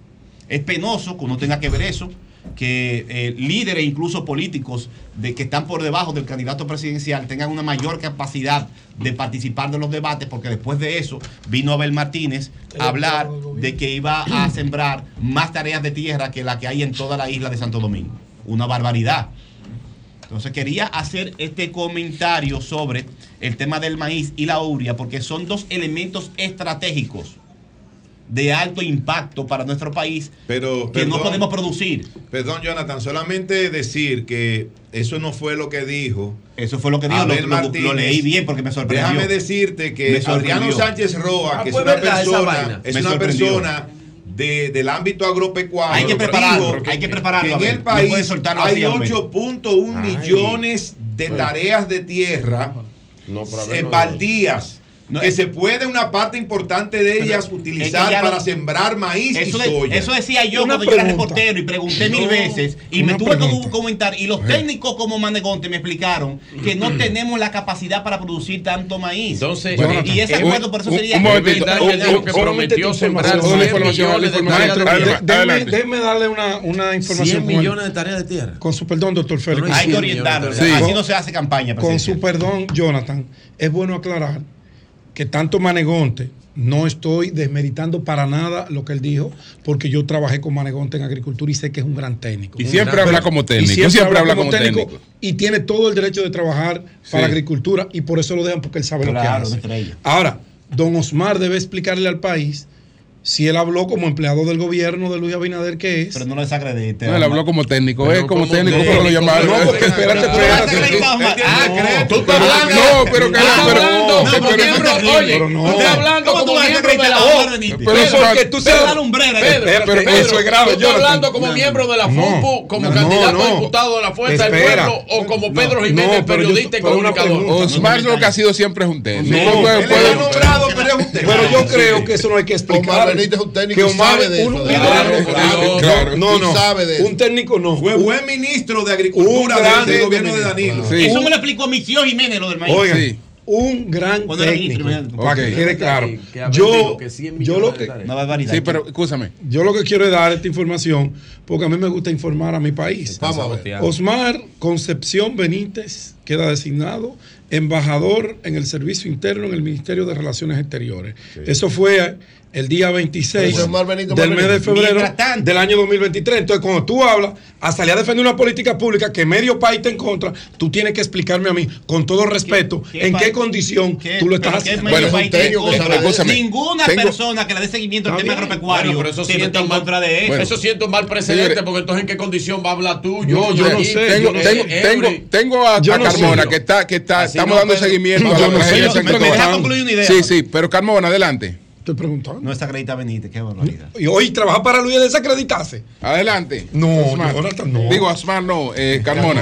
Es penoso que uno tenga que ver eso, que eh, líderes incluso políticos de que están por debajo del candidato presidencial tengan una mayor capacidad de participar de los debates, porque después de eso vino Abel Martínez a hablar de que iba a sembrar más tareas de tierra que la que hay en toda la isla de Santo Domingo. Una barbaridad. Entonces quería hacer este comentario sobre el tema del maíz y la urea, porque son dos elementos estratégicos de alto impacto para nuestro país, pero, que perdón, no podemos producir. Perdón, Jonathan, solamente decir que eso no fue lo que dijo. Eso fue lo que dijo, lo, lo, lo leí bien porque me sorprendió. Déjame decirte que Adriano Sánchez Roa, ah, que es una persona, es una persona de, del ámbito agropecuario, hay que prepararlo, hay que prepararlo. Que en el país no hay ocho punto uno millones de tareas de tierra no, en baldías. No, que es, se puede una parte importante de ellas utilizar es para lo, sembrar maíz eso y de, soya. Eso decía yo una cuando pregunta. Yo era reportero y pregunté no, mil veces y me tuve pregunta. que comentar, y los técnicos como Manegonte me explicaron que no tenemos la capacidad para producir tanto maíz. Entonces, bueno, y ese acuerdo por eso un, sería un momentito, un, que prometió sembrar cien millones de tareas de tierra. Déjeme darle una, una información. cien millones de tareas de tierra. Con su perdón, doctor Félix. Hay que orientarlo. Así no se hace campaña. Con su perdón, Jonathan, es bueno aclarar que tanto Manegonte, no estoy desmeritando para nada lo que él dijo, porque yo trabajé con Manegonte en agricultura y sé que es un gran técnico. Y siempre habla como técnico. Y siempre, siempre habla habla como, como técnico, técnico. Y tiene todo el derecho de trabajar sí. para agricultura, y por eso lo dejan, porque él sabe claro, lo que hace. Ahora, don Osmar debe explicarle al país si él habló como empleado del gobierno de Luis Abinader, que es. Pero no lo desacredite. No, él habló como técnico, es como, como técnico, pero lo llamaron. No, porque espérate, espérate. Ah, ¿crees? Tú estás hablando. No, pero que estás hablando como miembro. Oye, tú estás hablando como miembro de la O N U. Pero porque tú se da lumbrera. Pero eso es grave. Tú estás hablando como miembro de la F U P U, como candidato a diputado de la Fuerza del Pueblo, o como Pedro Jiménez, periodista y comunicador. Osmar lo que ha sido siempre es un técnico. No, él es nombrado, pero es un técnico. Pero yo creo que eso no hay que explicar. Omar Benítez es un técnico. Sabe de un, eso, claro, de claro, claro, no, no, sabe de un técnico no. Fue buen ministro de Agricultura del de gobierno de Danilo. Sí. Eso me lo explicó mi tío Jiménez, lo del maíz. Oigan, sí. Un gran Cuando técnico, ministro, para okay. que quede claro. Que, que yo, yo lo que, sí, pero escúchame. Yo lo que quiero es dar esta información, porque a mí me gusta informar a mi país. Vamos a ver. Osmar Concepción Benítez queda designado embajador en el Servicio Interno en el Ministerio de Relaciones Exteriores. Sí. Eso fue el día veintiséis Benito, del mes de febrero del año dos mil veintitrés. Entonces, cuando tú hablas a salir a defender una política pública que medio país está en contra, tú tienes que explicarme a mí, con todo respeto, ¿Qué, qué en qué condición ¿qué, tú lo estás haciendo. Bueno, ninguna tengo, persona que le dé seguimiento al tema agropecuario bueno, pero eso siento en contra de eso. Bueno, eso siento mal precedente, señores, porque entonces en qué condición va a hablar tú. Yo, yo, yo no sé. Tengo, yo tengo, sé, tengo, tengo a, a no Carmona, sé, que está, que está, estamos no, dando pero, seguimiento a la tragedia de San Cristóbal. Sí, sí, pero Carmona, adelante. Estoy preguntando. No desacredita Benítez, qué barbaridad. Y hoy trabajar para Luis desacreditarse. Adelante. No, Osmar, no. Digo Osmar, no, eh, Carmona.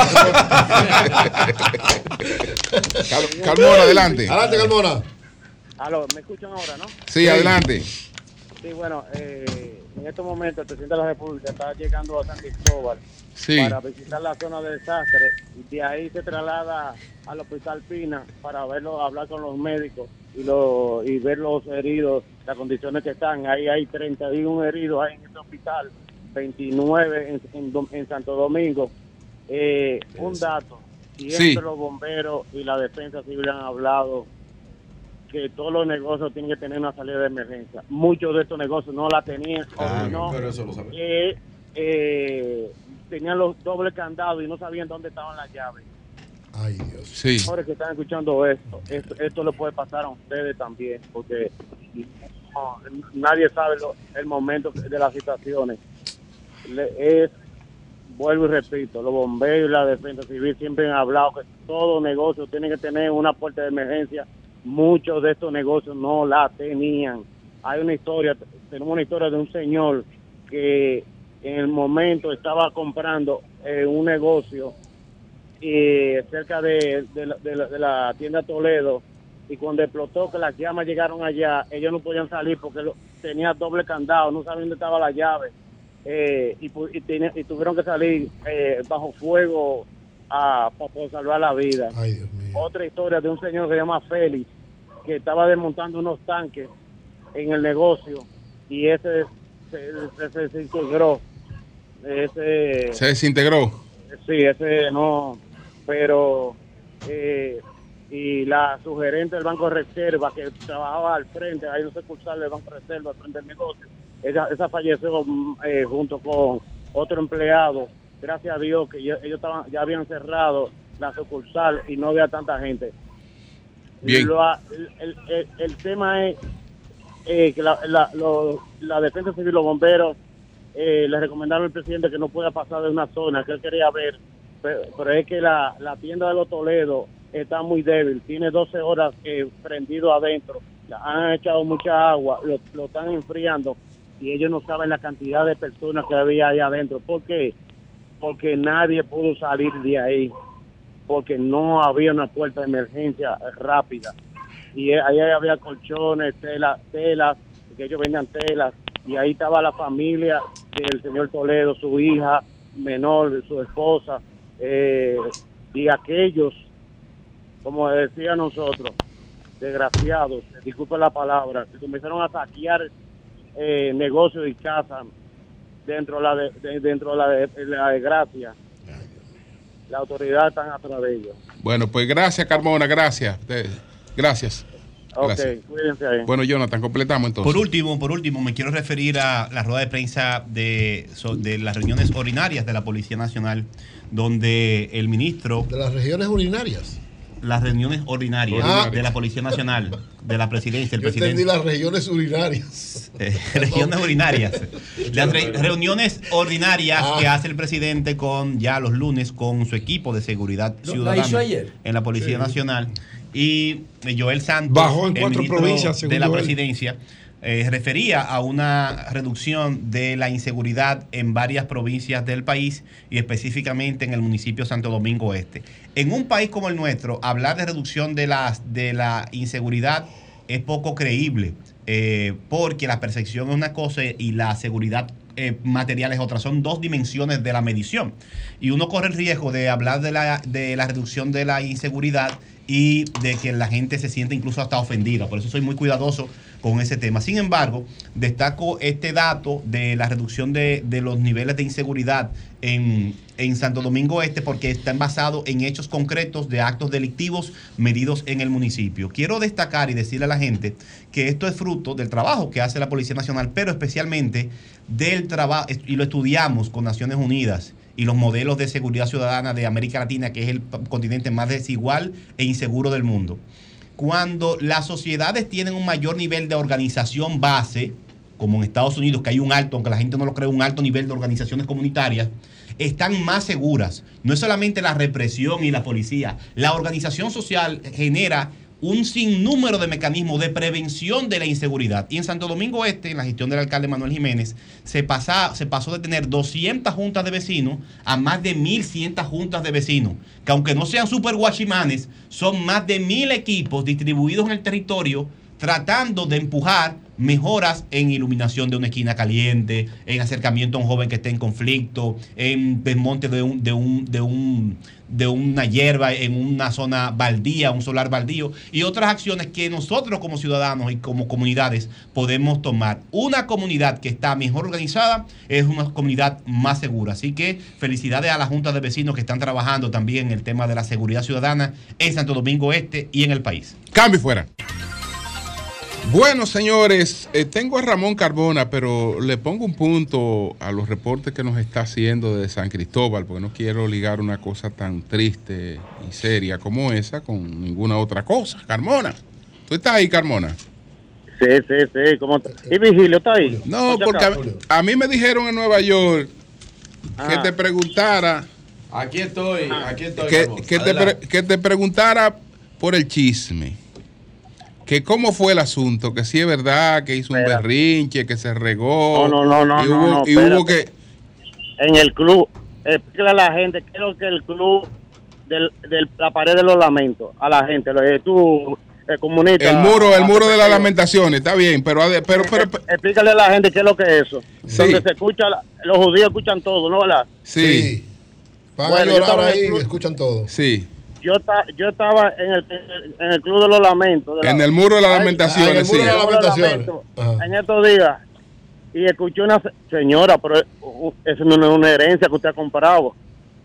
Carmona, adelante. Adelante, Carmona. Aló, ¿me escuchan ahora, no? Sí, sí. adelante. Sí, bueno, eh, en estos momentos el presidente de la República está llegando a San Cristóbal sí. para visitar la zona de desastre, y de ahí se traslada al Hospital Pina para verlo, hablar con los médicos y, lo, y ver los heridos, las condiciones que están. Ahí hay treinta y uno heridos ahí en este hospital, veintinueve en, en, en Santo Domingo. Eh, un dato, siempre sí. los bomberos y la defensa civil han hablado que todos los negocios tienen que tener una salida de emergencia. Muchos de estos negocios no la tenían, ah, o no, pero eso lo eh, eh, tenían los dobles candados y no sabían dónde estaban las llaves. Ay, Dios. Sí. Ahora que están escuchando esto, esto, esto le puede pasar a ustedes también, porque no, nadie sabe lo, el momento de las situaciones. Le, es, vuelvo y repito, los bomberos y la defensa civil siempre han hablado que todo negocio tiene que tener una puerta de emergencia. Muchos de estos negocios no la tenían. Hay una historia, tenemos una historia de un señor que que en el momento estaba comprando eh, un negocio eh, cerca de, de, la, de, la, de la tienda Toledo, y cuando explotó, que las llamas llegaron allá, ellos no podían salir porque lo, tenía doble candado, no sabían dónde estaba la llave, eh, y, y, tenía, y tuvieron que salir eh, bajo fuego a, para poder salvar la vida. Ay, Dios mío. Otra historia de un señor que se llama Félix, que estaba desmontando unos tanques en el negocio, y ese se, se, se desintegró. Ese, ¿Se desintegró? Sí, ese no, pero... Eh, y la sugerente del Banco de Reserva, que trabajaba al frente, ahí no se sucursal del Banco de Reserva, al frente del negocio, esa, esa falleció eh, junto con otro empleado. Gracias a Dios que ya, ellos estaban, ya habían cerrado la sucursal y no había tanta gente. Bien. Lo, el, el, el, el tema es eh, que la, la, lo, la Defensa Civil, los bomberos, eh, le recomendaron al presidente que no pueda pasar de una zona que él quería ver, pero, pero es que la, la tienda de los Toledo está muy débil, tiene doce horas eh, prendido adentro, han echado mucha agua, lo, lo están enfriando y ellos no saben la cantidad de personas que había ahí adentro. ¿Por qué? Porque nadie pudo salir de ahí, porque no había una puerta de emergencia rápida. Y ahí había colchones, telas, telas, que ellos vendían telas, y ahí estaba la familia del señor Toledo, su hija menor, su esposa, eh, y aquellos, como decía nosotros, desgraciados, disculpen la palabra, que comenzaron a saquear eh, negocios y casas dentro de la de, de, dentro de la, de, de la desgracia. La autoridad está atrás de ellos. Bueno, pues gracias, Carmona, gracias. Gracias. Ok, gracias. Cuídense ahí. Bueno, Jonathan, completamos entonces. Por último, por último, me quiero referir a la rueda de prensa de, de las reuniones ordinarias de la Policía Nacional, donde el ministro... ¿De las regiones urinarias? Las reuniones ordinarias ah. de la Policía Nacional, de la presidencia. El Yo presidente, entendí las regiones urinarias. Eh, regiones urinarias. Las re, reuniones ordinarias ah. que hace el presidente con ya los lunes con su equipo de seguridad ciudadana ¿La hizo ayer? En la Policía sí. Nacional. Y Joel Santos, bajó en el cuatro ministro provincias, de la él. presidencia, eh, refería a una reducción de la inseguridad en varias provincias del país y específicamente en el municipio de Santo Domingo Este. En un país como el nuestro, hablar de reducción de la, de la inseguridad es poco creíble, eh, porque la percepción es una cosa y la seguridad eh, material es otra. Son dos dimensiones de la medición. Y uno corre el riesgo de hablar de la, de la reducción de la inseguridad y de que la gente se siente incluso hasta ofendida. Por eso soy muy cuidadoso con ese tema. Sin embargo, destaco este dato de la reducción de, de los niveles de inseguridad en, en Santo Domingo Este, porque están basados en hechos concretos de actos delictivos medidos en el municipio. Quiero destacar y decirle a la gente que esto es fruto del trabajo que hace la Policía Nacional, pero especialmente del trabajo, y lo estudiamos con Naciones Unidas y los modelos de seguridad ciudadana de América Latina, que es el continente más desigual e inseguro del mundo. Cuando las sociedades tienen un mayor nivel de organización base, como en Estados Unidos, que hay un alto, aunque la gente no lo cree, un alto nivel de organizaciones comunitarias, están más seguras. No es solamente la represión y la policía. La organización social genera un sinnúmero de mecanismos de prevención de la inseguridad. Y en Santo Domingo Este, en la gestión del alcalde Manuel Jiménez, se, pasa, se pasó de tener doscientas juntas de vecinos a más de mil cien juntas de vecinos, que aunque no sean super guachimanes, son más de mil equipos distribuidos en el territorio tratando de empujar mejoras en iluminación de una esquina caliente, en acercamiento a un joven que esté en conflicto, en desmonte de un, de un, de un, de una hierba en una zona baldía, un solar baldío, y otras acciones que nosotros como ciudadanos y como comunidades podemos tomar. Una comunidad que está mejor organizada es una comunidad más segura. Así que felicidades a la Junta de Vecinos que están trabajando también en el tema de la seguridad ciudadana en Santo Domingo Este y en el país. Cambio fuera. Bueno, señores, eh, tengo a Ramón Carbona, pero le pongo un punto a los reportes que nos está haciendo de San Cristóbal, porque no quiero ligar una cosa tan triste y seria como esa con ninguna otra cosa. Carmona, ¿tú estás ahí, Carmona? Sí, sí, sí. ¿Cómo está? ¿Y Vigilio está ahí? No, porque a, a mí me dijeron en Nueva York ah. que te preguntara... Aquí estoy, aquí estoy. Que, que, te, pre, que te preguntara por el chisme. que cómo fue el asunto, que si es verdad que hizo un Espera. berrinche, que se regó. No, no, no, no, y no, hubo, no, y hubo espérate. que... En el club, explícale a la gente, creo que el club de la pared de los lamentos, a la gente, lo que tú eh, comunica. El muro, el muro de las lamentaciones, está bien, pero, ade- pero, pero, pero- Explícale a la gente qué es lo que es eso. Sí. Donde se escucha, la- los judíos escuchan todo, ¿no? ¿Verdad? sí, Van Bueno, a yo llorar estaba en el ahí y club. escuchan todo. sí. Yo, ta- yo estaba en el, en el club de los lamentos. de la- En el muro de las Ay, lamentaciones, ah, en el muro sí. de las Yo lo lamentaciones. lamento Ajá. en estos días y escuché una se- señora, pero uh, eso no es una herencia que usted ha comprado.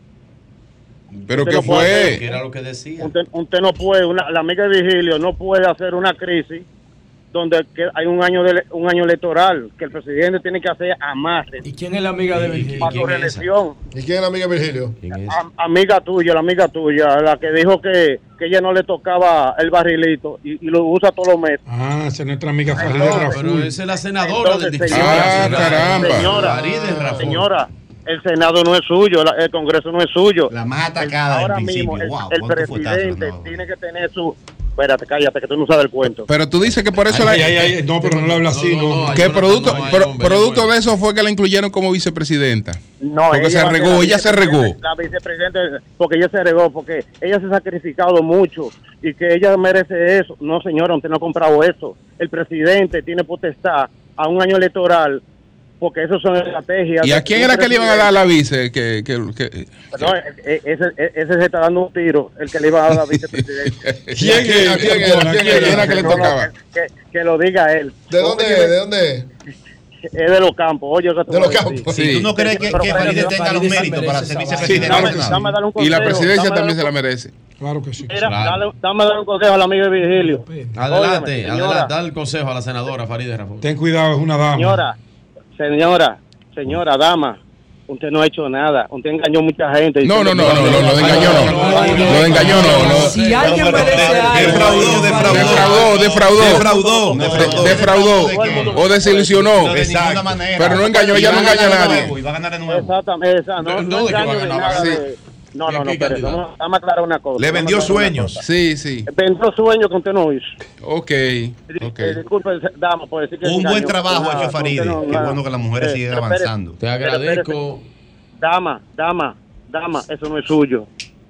Pero Usted ¿qué no puede fue? hacer- Que era lo que decía. Usted, usted no puede, una, la amiga de Vigilio no puede hacer una crisis donde que hay un año de, un año electoral que el presidente tiene que hacer amarre ¿Y quién es la amiga de ¿Y- y- Virgilio? para su quién es esa? reelección. ¿Y quién es la amiga de Virgilio? ¿Quién es? Am- amiga tuya, la amiga tuya, la que dijo que, que ella no le tocaba el barrilito y, y lo usa todos los meses. Ah, esa es nuestra amiga Farideh Entonces, Raful. Pero esa es la senadora Entonces, del distrito. señora, Ah, caramba. Señora, Farideh Raful. señora, el Senado no es suyo, la- el Congreso no es suyo. La más El- atacada del ahora principio. mismo el, Wow, el ¿cuánto fuetazo presidente le han dado? tiene que tener su... Espérate, cállate, que tú no sabes el cuento. Pero tú dices que por eso Ay, la- ay, ay, no, pero no le habla así, No, no, no. no, que Jonathan, producto, no hay pro- hombre, producto bueno. de eso fue que la incluyeron como vicepresidenta. No, Porque ella se va a ser regó, la ella se regó. vicepresidente- La vicepresidenta, porque ella se regó, porque ella se ha sacrificado mucho y que ella merece eso. No, señora, usted no ha comprado eso. El presidente tiene potestad a un año electoral, porque eso son estrategias. ¿Y de- a quién de un era que le iban a dar a presidente. la vice? Que, que, que- No, e- e- ese, e- ese se está dando un tiro, el que le iba a dar a la vicepresidenta. ¿Quién es? ¿A quién era? ¿Quién era que le No, no, tocaba? que, que lo diga él. ¿De dónde Oye, es? ¿De dónde es? Es de los campos. Oye, ¿qué te De voy los a decir? campos. Sí. ¿Tú no crees que, Pero que Farideh- Farideh tenga los Farideh se méritos para merece ser esa vicepresidente? Dame, Claro que sí. dame dar un Y consejo. la presidencia dame dar también un se la merece. Claro que sí. Mira, Claro. dale, dame dar un consejo al amigo de Virgilio. Adelante, Óyeme, señora, adelante, dale el consejo a la senadora Farideh Raful. Ten cuidado, es una dama. Señora, señora, señora, dama, usted no ha hecho nada. Usted engañó a mucha gente. No, no, no, no, no, no, lo de engañó no. Lo de engañó no, no. Si alguien merece algo, Defraudó, Defraudó, defraudó. defraudó. Defraudó. Defraudó o desilusionó. De ninguna Exacto. manera. Pero no engañó, ella no engaña a nadie. Y va a ganar de nuevo. Exactamente, esa, no, No, no de que va a engaño de ganar, nada. sí. de- No, no, no, ¿Qué espere, candidato? vamos, vamos a aclarar una cosa. Le vamos a vendió aclarar una sueños. cosa. Sí, sí. Vendió sueños que usted no hizo. Ok, ok. Eh, disculpe, dama, por decir que Un engañó, buen trabajo nada, ha hecho usted Farideh. no- Qué nada. bueno que las mujeres Eh, siguen pero espere, avanzando. Te agradezco. Dama, dama, dama, eso no es suyo.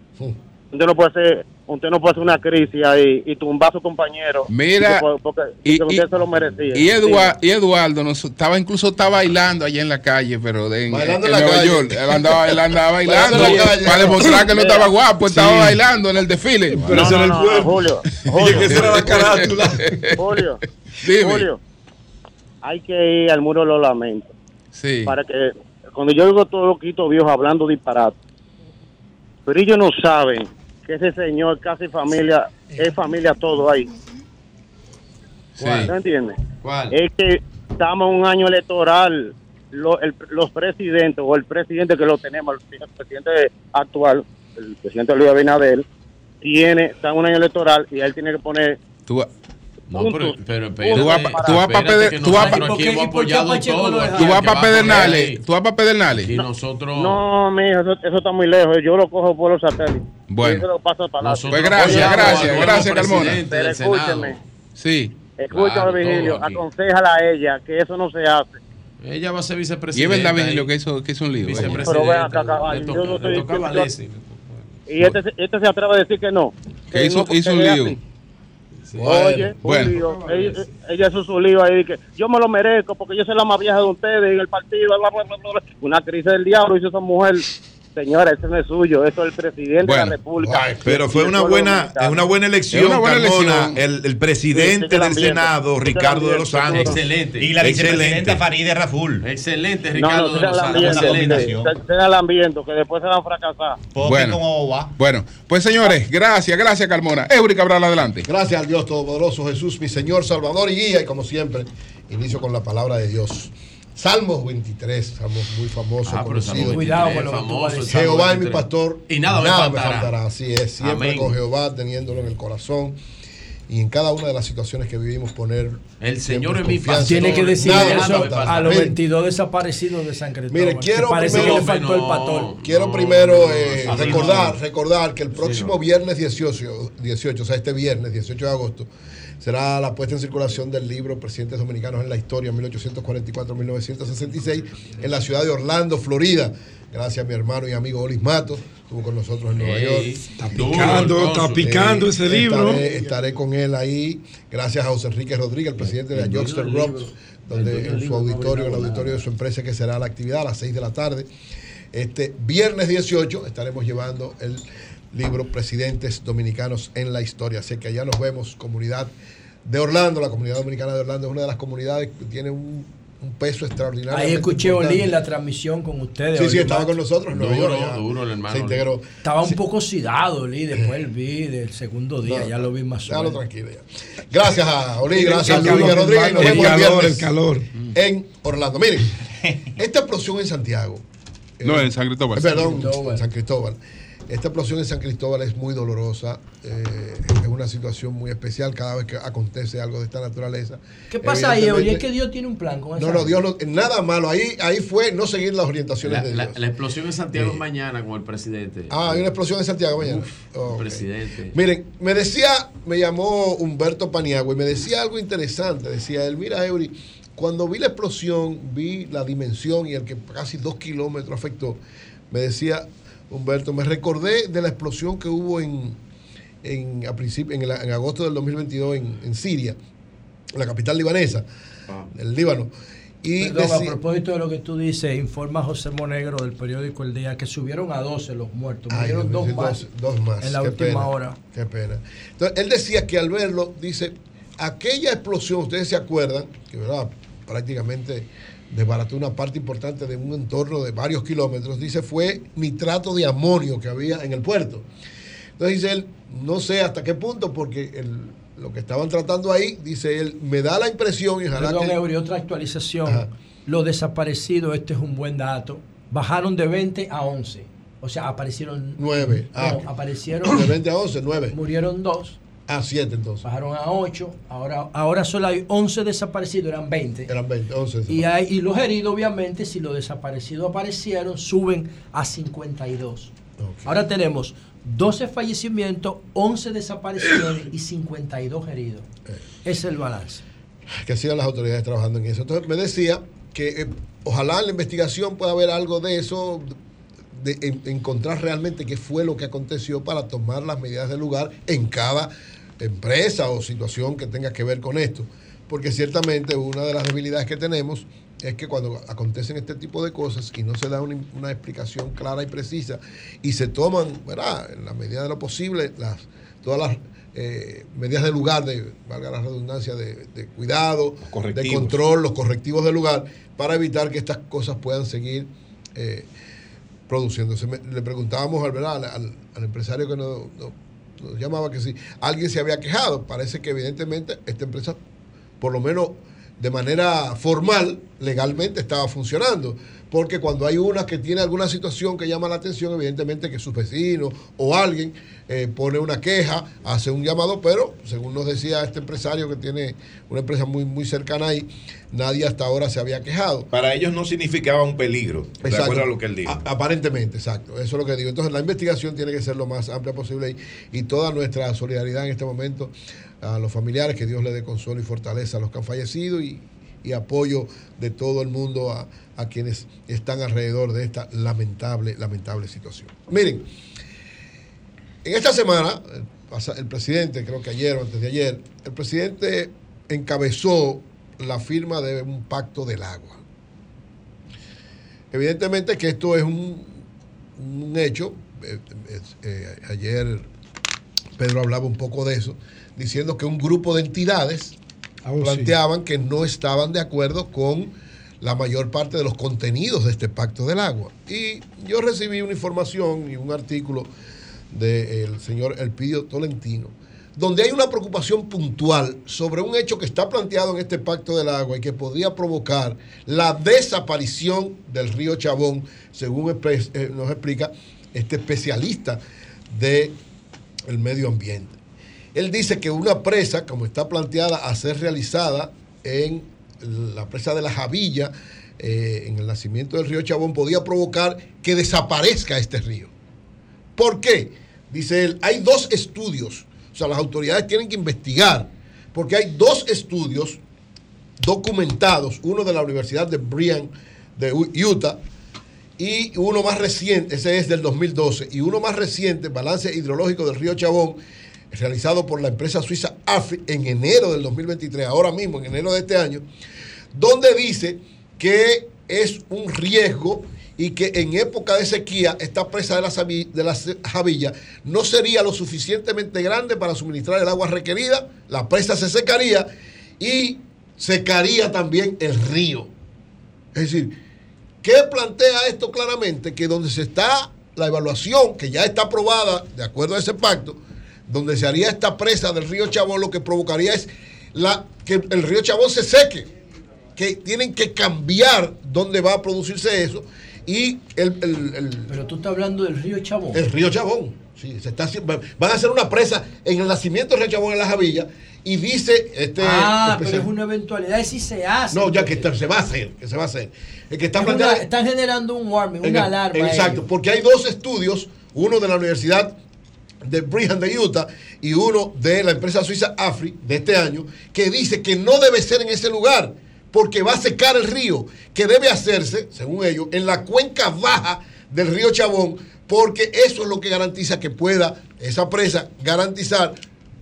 Usted no puede hacer, usted no puede hacer una crisis ahí y tumbar a su compañero. Mira, porque, porque y- usted y- se lo merecía. Y, Edua- y Eduardo nos, estaba incluso está bailando allá en la calle, pero de, en, Bailando en en la Nueva calle. York. Él andaba, él andaba bailando Bailando en la calle. para demostrar que no estaba guapo, estaba Sí. bailando en el desfile. Pero No, ese no, era el no, pueblo. Julio, Y Julio, que esa era la carátula. Julio, Dime. Julio, hay que ir al muro de los lamentos Sí. para que cuando yo oigo todos los quitos viejos hablando disparate, pero ellos no saben que ese señor casi familia es familia todo ahí. Sí. ¿No entiendes? ¿Cuál? Es que estamos en un año electoral. Lo- el- los presidentes o el presidente que lo tenemos, el presidente actual, el presidente Luis Abinader, tiene, está en un año electoral y él tiene que poner Tú, No, pero, pero espérate, Tú vas pa- tú vas pa espérate Pede- que tú vas pa- nosotros aquí ¿Y por qué- hemos y por qué apoyado Pacheco todo. lo aquí, tú vas que para va por Pedernales. ahí. Tú vas para Pedernales. Y nosotros. No, mijo, eso, eso está muy lejos. Yo lo cojo por los satélites. Bueno. Y eso lo paso para Nosotros Pues gracias, apoyamos gracias, al nuevo gracias, Carmona. presidente Pero del Senado. escúcheme, Sí. escúchame, Claro, Vigilio, todo aquí. aconsejala a ella que eso no se hace. Ella va a ser Y es vicepresidenta. verdad, Virgilio, ahí. que hizo, que hizo un lío. ¿eh? Vicepresidenta. Pero vean acá, Le caballo, toca- yo no estoy le tocaba diciendo- a Leslie. Y este, se- este se atreve a decir que no. Que hizo, no, porque hizo un es lío. así. Sí. Oye, Bueno. un lío. Ella, ella hizo su lío ahí que yo me lo merezco porque yo soy la más vieja de ustedes en el partido. Bla, bla, bla, bla, bla. Una crisis del diablo hizo esa mujer. Señora, ese no es suyo, eso es el presidente Bueno. de la República. Pero fue Y el una pueblo buena, dominicano. es una buena elección, Es una buena Carmona. elección. El, el presidente Sí, sí, el del ambiente. Senado, Sí, el Ricardo de los ambiente. Santos. Excelente. Y la Excelente. vicepresidenta Farideh Raful. Excelente, No, Ricardo no, de se los la Santos. ambiente, Excelente. se- se da el ambiente, que después se van a fracasar. Porque Bueno. como va. Bueno, pues señores, gracias, gracias, Carmona. Eury Cabral, adelante. Gracias al Dios Todopoderoso, Jesús, mi Señor, Salvador y Guía. Y como siempre, inicio con la palabra de Dios. Salmos veintitrés, salmos muy famoso, Ah, pero conocido. Cuidado con lo que tú famoso, vas a el decir. Salmo Jehová es mi veintitrés. pastor Y nada me faltará. Así es, siempre Amén. con Jehová, teniéndolo en el corazón. Y en cada una de las situaciones que vivimos, poner. El siempre Señor es mi confianza. pastor. Tiene que decir Nada me eso faltará. a los Mire, veintidós desaparecidos de San Cristóbal. Mire, quiero que parece primero- que le faltó el No, pastor. Quiero no, primero no, eh, así recordar, no. recordar que el próximo no. viernes dieciocho, dieciocho, o sea, este viernes, dieciocho de agosto, será la puesta en circulación del libro Presidentes Dominicanos en la Historia, mil ochocientos cuarenta y cuatro a mil novecientos sesenta y seis, en la ciudad de Orlando, Florida. Gracias a mi hermano y amigo Olis Matos, estuvo con nosotros en Nueva Ey, York. está picando, está picando ese estaré, libro. Estaré con él ahí. Gracias a José Enrique Rodríguez, el presidente de Jockster Rocks, donde en su auditorio, en el auditorio de su empresa, que será la actividad a las seis de la tarde. Este viernes dieciocho estaremos llevando el libro Presidentes Dominicanos en la Historia. Así que allá nos vemos, comunidad de Orlando. La comunidad dominicana de Orlando es una de las comunidades que tiene un, un peso extraordinario. Ahí escuché a Oli en la transmisión con ustedes. Sí, sí, Oli, estaba Mato. con nosotros en Nueva Duro, York. duro el hermano Se integró. Estaba un Sí. poco oxidado, Oli, después vi del segundo día, No, ya lo vi más o déjalo menos. tranquilo ya. Gracias a Oli, gracias a El Luis calor, Rodríguez. Y nos el vemos el calor, viernes el calor. en Orlando. Miren, esta explosión en Santiago. No, eh, en San Cristóbal. eh, Perdón, San Cristóbal. en San Cristóbal. Esta explosión en San Cristóbal es muy dolorosa. eh, es una situación muy especial cada vez que acontece algo de esta naturaleza. ¿Qué pasa ahí, Oli? Evidentemente- Es que Dios tiene un plan con No, esa no, Dios no, nada malo. Ahí, ahí fue no seguir las orientaciones La, de la- Dios. la explosión en Santiago Sí. es mañana con el presidente. Ah, hay una explosión en Santiago mañana. Uf, Oh, ok. presidente. Miren, me decía, me llamó Humberto Paniagua y me decía algo interesante. Decía él, mira, Eury, cuando vi la explosión, vi la dimensión y el que casi dos kilómetros afectó. Me decía Humberto, me recordé de la explosión que hubo en, en, a principio, en, el- en agosto del dos mil veintidós en, en Siria, en la capital libanesa, el Líbano. Y Perdón, a decía- propósito de lo que tú dices, informa José Monegro del periódico El Día que subieron a doce los muertos, Ay, murieron Dios dos mío, más, dos, dos más. en la Qué última pena, hora. Qué pena. Entonces, él decía que al verlo, dice, aquella explosión, ustedes se acuerdan, que ¿verdad? prácticamente desbarató una parte importante de un entorno de varios kilómetros, dice, fue nitrato de amonio que había en el puerto. Entonces dice él, no sé hasta qué punto, porque el, lo que estaban tratando ahí, dice él, me da la impresión, y ojalá Perdón, que... Eury, otra actualización. Los desaparecidos, este es un buen dato, bajaron de veinte a once. O sea, aparecieron Nueve. No, Ah, aparecieron de veinte a once, nueve. Murieron dos. Ah, siete entonces. Bajaron a ocho. Ahora, ahora solo hay once desaparecidos, eran veinte. Eran veinte, once. Y, hay, y los heridos, obviamente, si los desaparecidos aparecieron, suben a cincuenta y dos. Ahora tenemos doce fallecimientos, once desapariciones y cincuenta y dos heridos. Ese es el balance. Que sigan las autoridades trabajando en eso. Entonces me decía que eh, ojalá en la investigación pueda haber algo de eso, de, en- encontrar realmente qué fue lo que aconteció para tomar las medidas del lugar en cada empresa o situación que tenga que ver con esto. Porque ciertamente una de las debilidades que tenemos es que cuando acontecen este tipo de cosas y no se da una, una explicación clara y precisa y se toman, ¿verdad?, en la medida de lo posible, las, todas las eh, medidas del lugar, de, valga la redundancia, de, de cuidado, de correctivos. control, los correctivos del lugar, para evitar que estas cosas puedan seguir eh, produciéndose. Me- le preguntábamos al, ¿verdad?, al, al- al empresario que nos, nos- nos llamaba que si alguien se había quejado. Parece que evidentemente esta empresa, por lo menos de manera formal, legalmente estaba funcionando. Porque cuando hay una que tiene alguna situación que llama la atención, evidentemente que sus vecinos o alguien eh, pone una queja, hace un llamado, pero según nos decía este empresario que tiene una empresa muy, muy cercana ahí, nadie hasta ahora se había quejado. Para ellos no significaba un peligro, de Exacto. acuerdo a lo que él dijo. A- aparentemente, exacto. Eso es lo que digo. Entonces, la investigación tiene que ser lo más amplia posible y, y toda nuestra solidaridad en este momento a los familiares, que Dios le dé consuelo y fortaleza a los que han fallecido y, y apoyo de todo el mundo a, a quienes están alrededor de esta lamentable, lamentable situación. Miren, en esta semana, el, pasa- el presidente, creo que ayer o antes de ayer, el presidente encabezó la firma de un pacto del agua. Evidentemente que esto es un, un hecho. eh, eh, eh, ayer Pedro hablaba un poco de eso, diciendo que un grupo de entidades Ah, oh, planteaban que no estaban de acuerdo con la mayor parte de los contenidos de este pacto del agua. Y yo recibí una información y un artículo del señor Elpidio Tolentino, donde hay una preocupación puntual sobre un hecho que está planteado en este pacto del agua y que podría provocar la desaparición del río Chabón, según espe- eh, nos explica este especialista del medio ambiente. Él dice que una presa, como está planteada a ser realizada en la presa de la Javilla, eh, en el nacimiento del río Chabón, podía provocar que desaparezca este río. ¿Por qué? Dice él, hay dos estudios. O sea, las autoridades tienen que investigar, porque hay dos estudios documentados, uno de la Universidad de Brigham de Utah y uno más reciente, ese es del dos mil doce, y uno más reciente, Balance Hidrológico del Río Chabón, realizado por la empresa suiza AFRI en enero del dos mil veintitrés, ahora mismo en enero de este año, donde dice que es un riesgo y que en época de sequía esta presa de la, de la Javilla no sería lo suficientemente grande para suministrar el agua requerida, la presa se secaría y secaría también el río. Es decir, ¿qué plantea esto claramente? Que donde se está la evaluación, que ya está aprobada de acuerdo a ese pacto, donde se haría esta presa del río Chabón, lo que provocaría es la, que el río Chabón se seque, que tienen que cambiar dónde va a producirse eso. Y el, el, el Pero tú estás hablando del río Chabón. El río Chabón, sí, se está, van a hacer una presa en el nacimiento del río Chabón en la Javilla. Y dice este ah, especial, pero es una eventualidad, si se hace. No, ya que está, se va a hacer, que se va a hacer. El que está una, están generando un warming, una el, alarma. Exacto, ellos. Porque hay dos estudios, uno de la Universidad de Brigham de Utah y uno de la empresa suiza AFRI de este año, que dice que no debe ser en ese lugar, porque va a secar el río, que debe hacerse, según ellos, en la cuenca baja del río Chabón, porque eso es lo que garantiza que pueda esa presa garantizar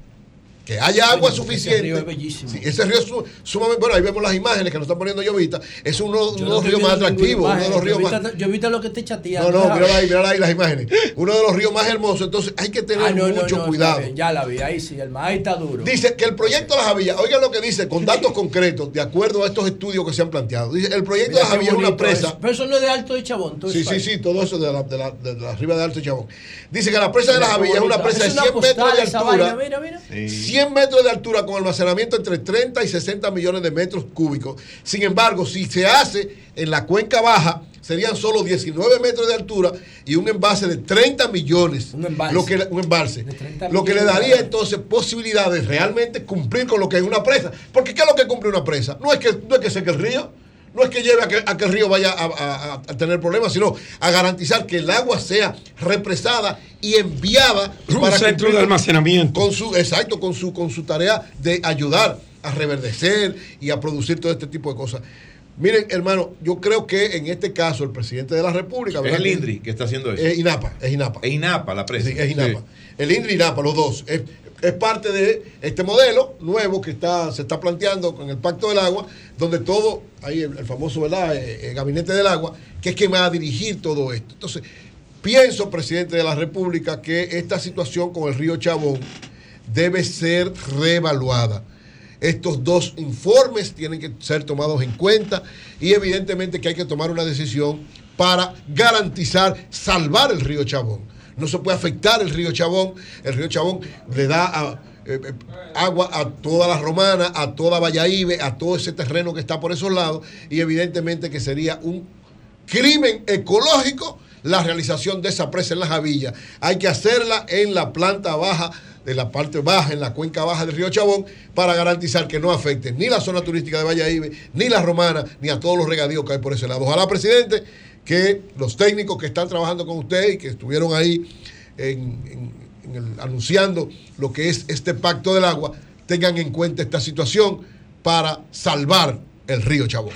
que haya agua Oye, suficiente. Ese río es bellísimo. Sí, ese río es sumamente bueno. Ahí vemos las imágenes que nos está poniendo Llovita. Es uno, uno de los ríos más atractivos. Uno de los ríos Llovita, más. Llovita lo que te chateando. No, no, mírala ahí, mírala ahí las imágenes. Uno de los ríos más hermosos. Entonces hay que tener ah, no, mucho no, no, cuidado. Bien, ya la vi, ahí sí, el mar ahí está duro. Dice que el proyecto de la Javilla, oigan lo que dice, con datos concretos, de acuerdo a estos estudios que se han planteado. Dice, el proyecto Mira, de la Javilla es una presa. Eso. Pero eso no es de Alto de Chabón. Todo sí, sí, sí, todo eso de la, de la, de la arriba de Alto de Chabón. Dice que la presa de la Javilla es una presa de cien metros de altura. Mira, mira. cien metros de altura con almacenamiento entre treinta y sesenta millones de metros cúbicos. Sin embargo, si se hace en la cuenca baja, serían solo diecinueve metros de altura y un envase de treinta millones. Un embalse. Lo que, un embalse. Lo que le daría entonces posibilidad de realmente cumplir con lo que es una presa. Porque ¿qué es lo que cumple una presa? No es que, no es que seque el río, no es que lleve a que, a que el río vaya a, a, a tener problemas, sino a garantizar que el agua sea represada y enviada un para centro de almacenamiento con su exacto con su con su tarea de ayudar a reverdecer y a producir todo este tipo de cosas. Miren, hermano, yo creo que en este caso el presidente de la República, es el INDRI que está haciendo eso. Es INAPA, es INAPA. Es INAPA la presa. Sí, es INAPA. Sí. El INDRI y INAPA, los dos. Es, es parte de este modelo nuevo que está se está planteando con el Pacto del Agua, donde todo, ahí el, el famoso, ¿verdad?, el Gabinete del Agua, que es quien va a dirigir todo esto. Entonces, pienso, presidente de la República, que esta situación con el río Chabón debe ser reevaluada. Estos dos informes tienen que ser tomados en cuenta y evidentemente que hay que tomar una decisión para garantizar, salvar el río Chabón. No se puede afectar el río Chabón. El río Chabón le da a, eh, eh, agua a toda la Romana, a toda Valladolid, a todo ese terreno que está por esos lados y evidentemente que sería un crimen ecológico la realización de esa presa en la Javilla. Hay que hacerla en la planta baja, de la parte baja, en la cuenca baja del río Chabón, para garantizar que no afecte ni la zona turística de Valladolid, ni la Romana, ni a todos los regadíos que hay por ese lado. Ojalá, presidente, que los técnicos que están trabajando con usted y que estuvieron ahí en, en, en el, anunciando lo que es este pacto del agua, tengan en cuenta esta situación para salvar el río Chabón.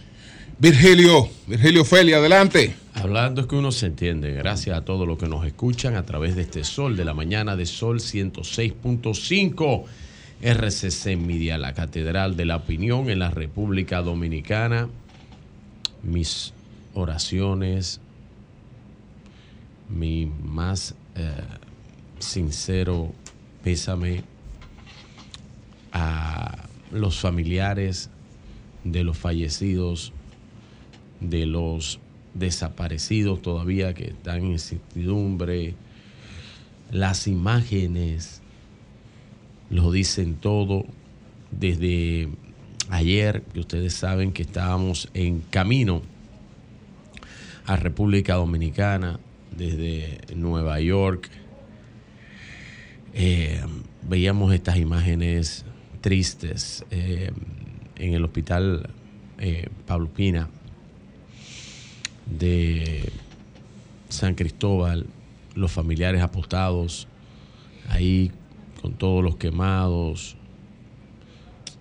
Virgilio, Virgilio Feli, adelante. Hablando es que uno se entiende, gracias a todos los que nos escuchan a través de este Sol de la Mañana de Sol ciento seis punto cinco, R C C Media, la Catedral de la Opinión en la República Dominicana. Mis oraciones, mi más eh, sincero pésame a los familiares de los fallecidos, de los desaparecidos todavía que están en incertidumbre. Las imágenes lo dicen todo. Desde ayer, que ustedes saben que estábamos en camino a República Dominicana desde Nueva York, eh, veíamos estas imágenes tristes eh, en el hospital eh, Pablo Pina de San Cristóbal, los familiares apostados ahí con todos los quemados,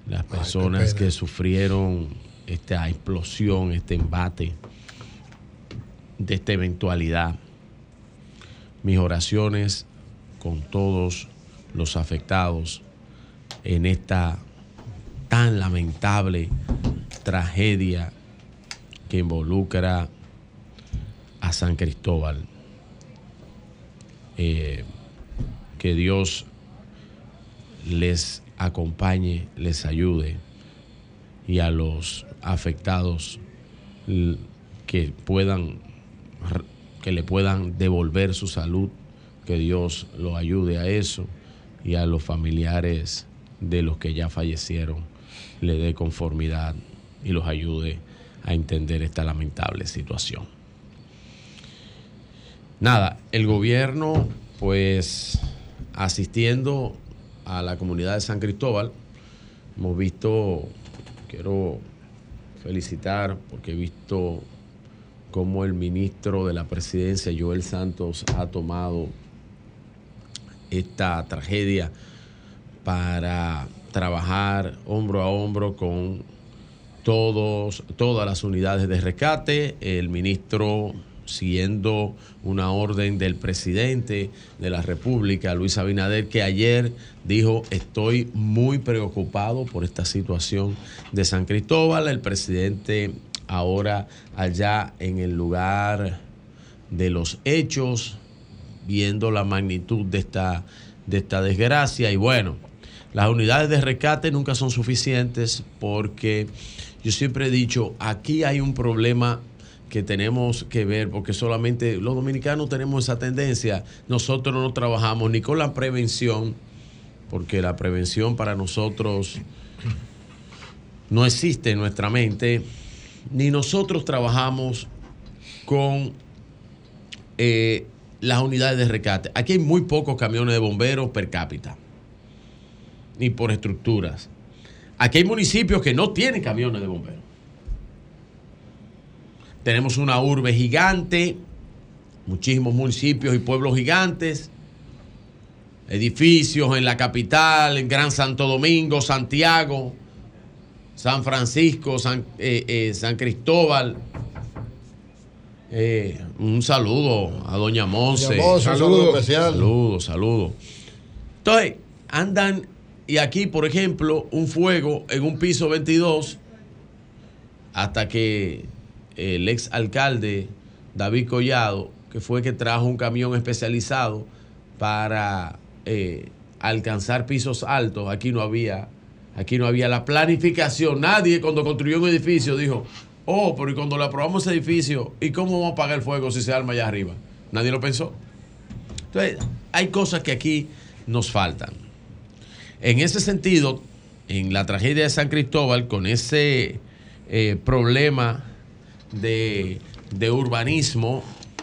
las personas que sufrieron esta explosión, este embate de esta eventualidad. Mis oraciones con todos los afectados en esta tan lamentable tragedia que involucra a San Cristóbal. Eh, que Dios les acompañe, les ayude, y a los afectados que puedan, que le puedan devolver su salud, que Dios los ayude a eso, y a los familiares de los que ya fallecieron le dé conformidad y los ayude a entender esta lamentable situación. Nada, el gobierno, pues, asistiendo a la comunidad de San Cristóbal, hemos visto, quiero felicitar porque he visto cómo el ministro de la Presidencia, Joel Santos, ha tomado esta tragedia para trabajar hombro a hombro con todos, todas las unidades de rescate. El ministro, siguiendo una orden del presidente de la República, Luis Abinader, que ayer dijo: estoy muy preocupado por esta situación de San Cristóbal. El presidente ahora allá en el lugar de los hechos, viendo la magnitud de esta, de esta desgracia. Y bueno, las unidades de rescate nunca son suficientes, porque yo siempre he dicho, aquí hay un problema que tenemos que ver, porque solamente los dominicanos tenemos esa tendencia. Nosotros no trabajamos ni con la prevención, porque la prevención para nosotros no existe en nuestra mente, ni nosotros trabajamos con eh, las unidades de rescate. Aquí hay muy pocos camiones de bomberos per cápita, ni por estructuras. Aquí hay municipios que no tienen camiones de bomberos. Tenemos una urbe gigante, muchísimos municipios y pueblos gigantes, edificios en la capital, en Gran Santo Domingo, Santiago, San Francisco, San, eh, eh, San Cristóbal. Eh, un saludo a Doña Monse. Doña Monse, saludo, saludo especial. Saludos, saludos. Entonces, andan, y aquí, por ejemplo, un fuego en un piso veintidós, hasta que el ex alcalde David Collado, que fue que trajo un camión especializado para eh, alcanzar pisos altos, aquí no había, aquí no había la planificación. Nadie, cuando construyó un edificio, dijo: oh, pero ¿y cuando le aprobamos ese edificio, ¿y cómo vamos a apagar el fuego si se arma allá arriba? Nadie lo pensó. Entonces, hay cosas que aquí nos faltan. En ese sentido, en la tragedia de San Cristóbal, con ese eh, problema de, de urbanismo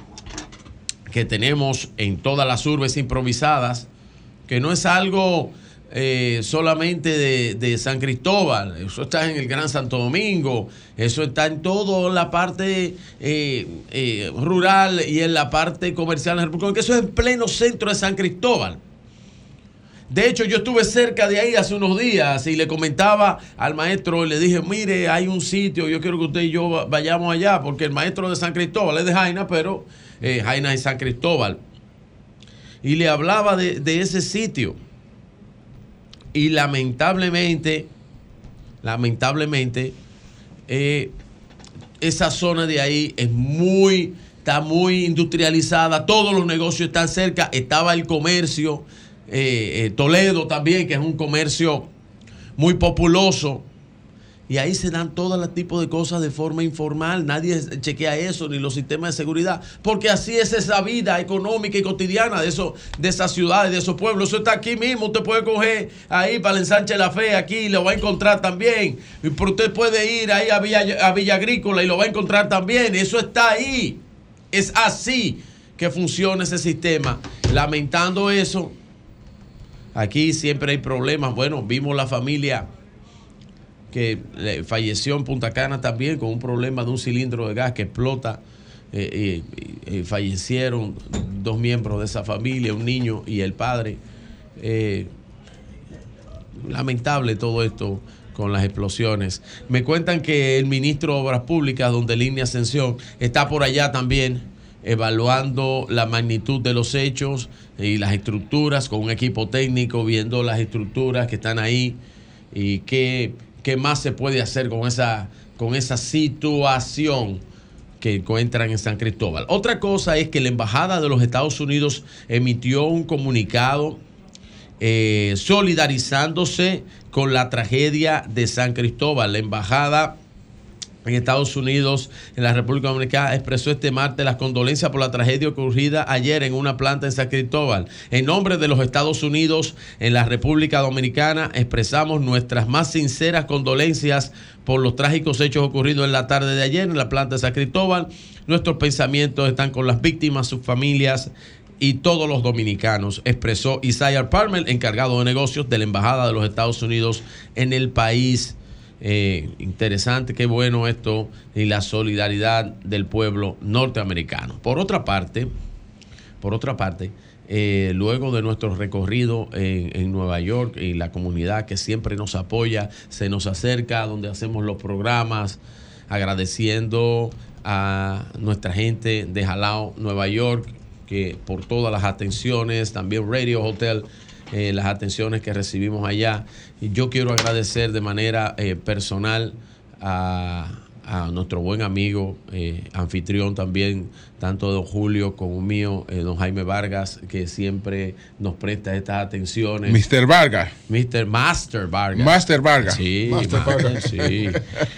que tenemos en todas las urbes improvisadas, que no es algo eh, solamente de, de San Cristóbal, eso está en el Gran Santo Domingo, eso está en toda la parte eh, eh, rural y en la parte comercial, que eso es en pleno centro de San Cristóbal. De hecho, yo estuve cerca de ahí hace unos días y le comentaba al maestro, le dije: mire, hay un sitio, yo quiero que usted y yo vayamos allá, porque el maestro de San Cristóbal es de Jaina, pero eh, Jaina es San Cristóbal. Y le hablaba de, de ese sitio. Y lamentablemente, lamentablemente, eh, esa zona de ahí es muy, está muy industrializada, todos los negocios están cerca, estaba el comercio. Eh, eh, Toledo también, que es un comercio muy populoso, y ahí se dan todo el tipo de cosas de forma informal. Nadie chequea eso, ni los sistemas de seguridad, porque así es esa vida económica y cotidiana de, eso, de esas ciudades, de esos pueblos. Eso está aquí mismo. Usted puede coger ahí para el Ensanche La Fe, aquí lo va a encontrar también, pero usted puede ir ahí a Villa, a Villa Agrícola y lo va a encontrar también. Eso está ahí. Es así que funciona ese sistema. Lamentando eso, aquí siempre hay problemas. Bueno, vimos la familia que falleció en Punta Cana también con un problema de un cilindro de gas que explota. Eh, eh, eh, fallecieron dos miembros de esa familia, un niño y el padre. Eh, lamentable todo esto. con las explosiones. Me cuentan que el ministro de Obras Públicas, donde Línea Ascensión, está por allá también evaluando la magnitud de los hechos y las estructuras con un equipo técnico, viendo las estructuras que están ahí y qué, qué más se puede hacer con esa, con esa situación que encuentran en San Cristóbal. Otra cosa es que la Embajada de los Estados Unidos emitió un comunicado eh, solidarizándose con la tragedia de San Cristóbal. La Embajada en Estados Unidos, en la República Dominicana, expresó este martes las condolencias por la tragedia ocurrida ayer en una planta en San Cristóbal. En nombre de los Estados Unidos, en la República Dominicana, expresamos nuestras más sinceras condolencias por los trágicos hechos ocurridos en la tarde de ayer en la planta de San Cristóbal. Nuestros pensamientos están con las víctimas, sus familias y todos los dominicanos, expresó Isaiah Palmer, encargado de negocios de la Embajada de los Estados Unidos en el país. Eh, interesante, qué bueno esto y la solidaridad del pueblo norteamericano. Por otra parte, por otra parte, eh, luego de nuestro recorrido en, en Nueva York y la comunidad que siempre nos apoya, se nos acerca donde hacemos los programas, agradeciendo a nuestra gente de Jalao, Nueva York, que por todas las atenciones, también Radio Hotel, Eh, las atenciones que recibimos allá. Y yo quiero agradecer de manera eh, personal a, a nuestro buen amigo, eh, anfitrión también, tanto don Julio como mío, eh, don Jaime Vargas, que siempre nos presta estas atenciones. mister Vargas. mister Master Vargas. Master Vargas. Sí, Master Master, Vargas. sí.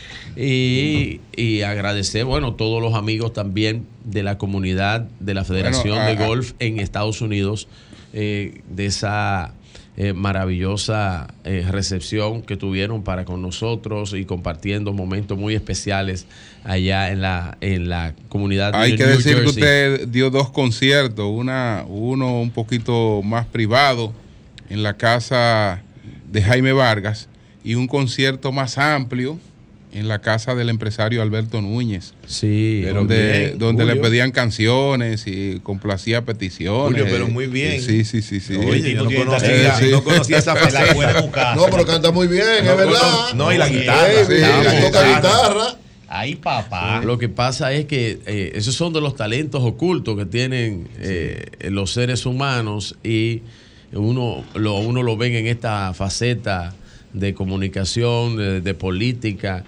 Y, y agradecer, bueno, todos los amigos también de la comunidad de la Federación Bueno, a, de Golf en Estados Unidos, eh, de esa eh, maravillosa eh, recepción que tuvieron para con nosotros y compartiendo momentos muy especiales allá en la en la comunidad de Hay que New decir Jersey. que usted dio dos conciertos, una uno un poquito más privado en la casa de Jaime Vargas y un concierto más amplio en la casa del empresario Alberto Núñez. Sí, donde, bien, donde le Julio. pedían canciones y complacía peticiones. Julio, pero muy bien. Sí, sí, sí, sí. Oye, yo no Sí, conocía, sí. no conocía esa faceta. No, pero canta muy bien, No, es verdad. no, no, y la Sí, guitarra. sí, Sí, toca sí. guitarra. Ay, papá. Lo que pasa es que eh, esos son de los talentos ocultos que tienen eh, los seres humanos y uno lo, uno lo ven en esta faceta de comunicación, de, de política,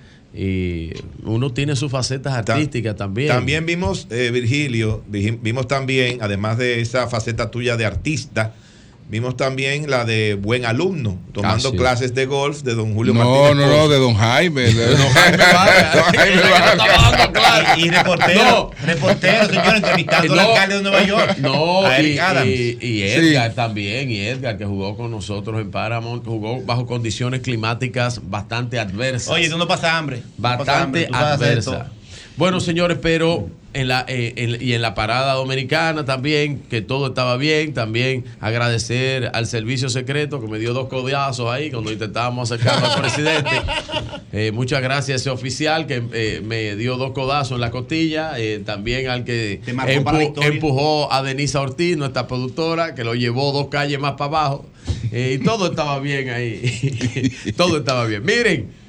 y uno tiene sus facetas artísticas también. También vimos, eh, Virgilio, vi- vimos también, además de esa faceta tuya de artista, vimos también la de buen alumno, tomando Ah, sí. clases de golf de don Julio No, Martínez. no, no, Pozo. de don Jaime. De De don Jaime Vargas. Don Jaime Vargas. Y, y reportero, reportero, señor, entrevistando al alcalde de Nueva York. No, a y, Eric Adams. y- y Edgar también, y Edgar que jugó con nosotros en Paramount, jugó bajo condiciones climáticas bastante adversas. Oye, tú no pasas hambre. Bastante Tú sabes hacer adversa. todo. Bueno, señores, pero en la eh, en- y en la parada dominicana también, que todo estaba bien. También agradecer al servicio secreto que me dio dos codazos ahí cuando intentábamos acercarnos al presidente. Eh, muchas gracias a ese oficial que eh, me dio dos codazos en la costilla. Eh, también al que Te marcó para la empu- victoria. empujó a Denisa Ortiz, nuestra productora, que lo llevó dos calles más para abajo. Eh, y todo estaba bien ahí. Todo estaba bien. Miren.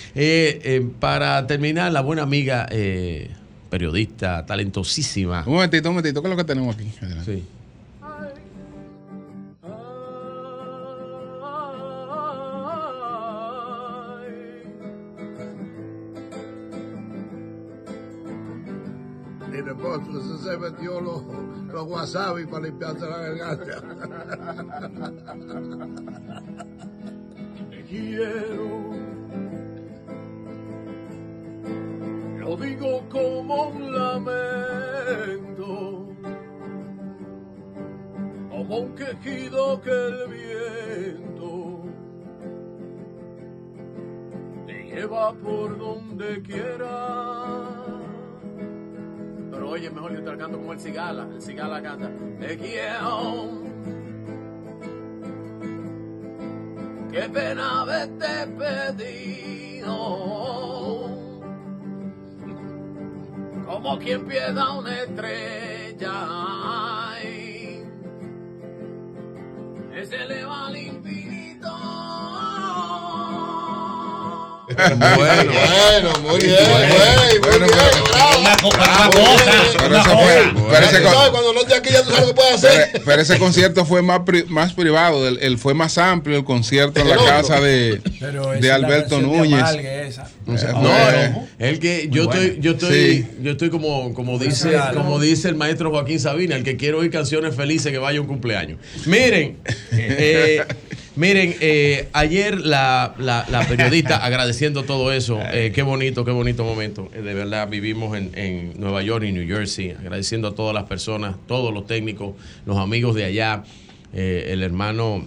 Eh, eh, para terminar, la buena amiga eh, periodista, talentosísima. Un momentito, un momentito, ¿qué es lo que tenemos aquí? Adelante. Sí. Y después se metió los, los wasabi para limpiarse la garganta. Te quiero. Lo digo como un lamento, como un quejido que el viento te lleva por donde quiera. Pero oye, mejor yo te la canto como el Cigala. El Cigala canta: te quiero. Qué pena haberte pedido. Como quien pieda una estrella. Ay, se eleva al infinito. Bueno, bueno, muy bien, güey, muy bien, bravo. Una cosa. Pero ese fue. Pero ese con- Cuando no esté aquí ya tú sabes lo que puedes hacer. Pero, pero ese concierto fue más, pri- más privado, el, el fue más amplio el concierto en la El otro. casa de, Pero esa de es la Alberto canción de Núñez. Amalgue, esa. O sea, No, fue- no, el que yo Muy estoy, buena. yo estoy, Sí. yo estoy como, como Pues dice, claro. como dice el maestro Joaquín Sabina, el que quiere oír canciones felices que vaya a un cumpleaños. Miren, eh, miren, eh, ayer la, la, la periodista agradeciendo todo eso, eh, qué bonito, qué bonito momento. Eh, de verdad vivimos en, en Nueva York y New Jersey, agradeciendo a todas las personas, todos los técnicos, los amigos de allá, eh, el hermano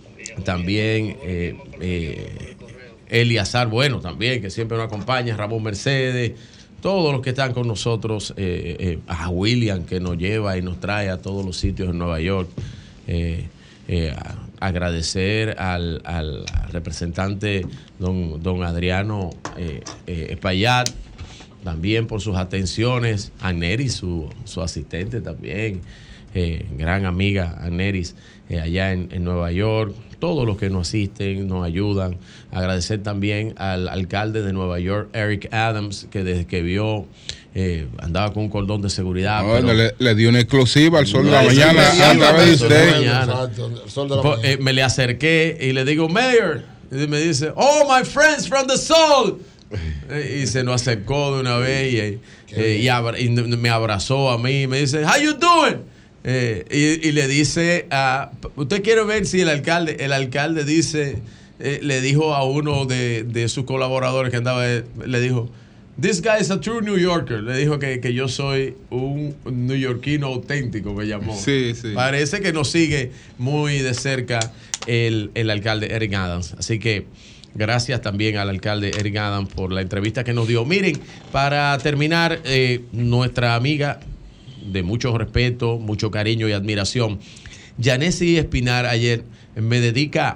también. Eh, eh, Eliazar, bueno, también, que siempre nos acompaña, Ramón Mercedes, todos los que están con nosotros, eh, eh, a William, que nos lleva y nos trae a todos los sitios en Nueva York. Eh, eh, a- agradecer al, al representante don, don Adriano eh, eh, Espaillat, también por sus atenciones, a Neris, su, su asistente también, eh, gran amiga Aneris, eh, allá en, en Nueva York, todos los que nos asisten, nos ayudan. Agradecer también al alcalde de Nueva York, Eric Adams, que desde que vio, eh, andaba con un cordón de seguridad. No, pero- le, le dio una exclusiva al sol de No, la sí, mañana sí, a través de Sol de la usted. mañana. Exacto, el sol de la Pues, mañana. eh, me le acerqué y le digo, Mayor, y me dice, oh, my friends from the Sol. Eh, y se nos acercó de una vez y, eh, y, abra- y me abrazó a mí y me dice, how you doing? Eh, y, y le dice, a, usted quiere ver si el alcalde, el alcalde dice, eh, le dijo a uno de, de sus colaboradores que andaba, eh, le dijo, this guy is a true New Yorker. Le dijo que, que yo soy un neoyorquino auténtico, me llamó. Sí, sí. Parece que nos sigue muy de cerca el, el alcalde Eric Adams. Así que gracias también al alcalde Eric Adams por la entrevista que nos dio. Miren, para terminar, eh, nuestra amiga de mucho respeto, mucho cariño y admiración, Yanesi Espinar, ayer me dedica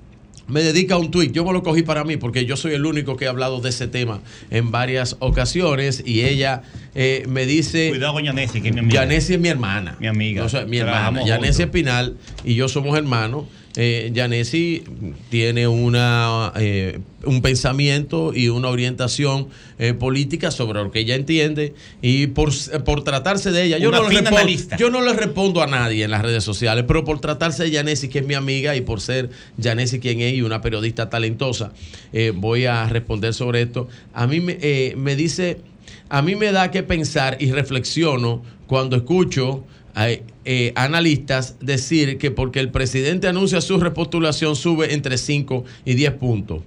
me dedica un tuit. Yo me lo cogí para mí porque yo soy el único que he hablado de ese tema en varias ocasiones y ella eh, me dice... Cuidado con Yanesi, que es mi amiga. Yanesi es mi hermana. Mi amiga. O sea, mi hermana. Trabajamos Yanesi juntos. Espinal y yo somos hermanos. Eh, Yanesi tiene una eh, un pensamiento y una orientación eh, política sobre lo que ella entiende y por, por tratarse de ella, yo Una no, le fina respondo, analista. yo no le respondo a nadie en las redes sociales, pero por tratarse de Yanesi, que es mi amiga, y por ser Yanesi quien es y una periodista talentosa, eh, voy a responder sobre esto. A mí me, eh, me dice, a mí me da que pensar y reflexiono cuando escucho hay eh, analistas decir que porque el presidente anuncia su repostulación sube entre cinco y diez puntos.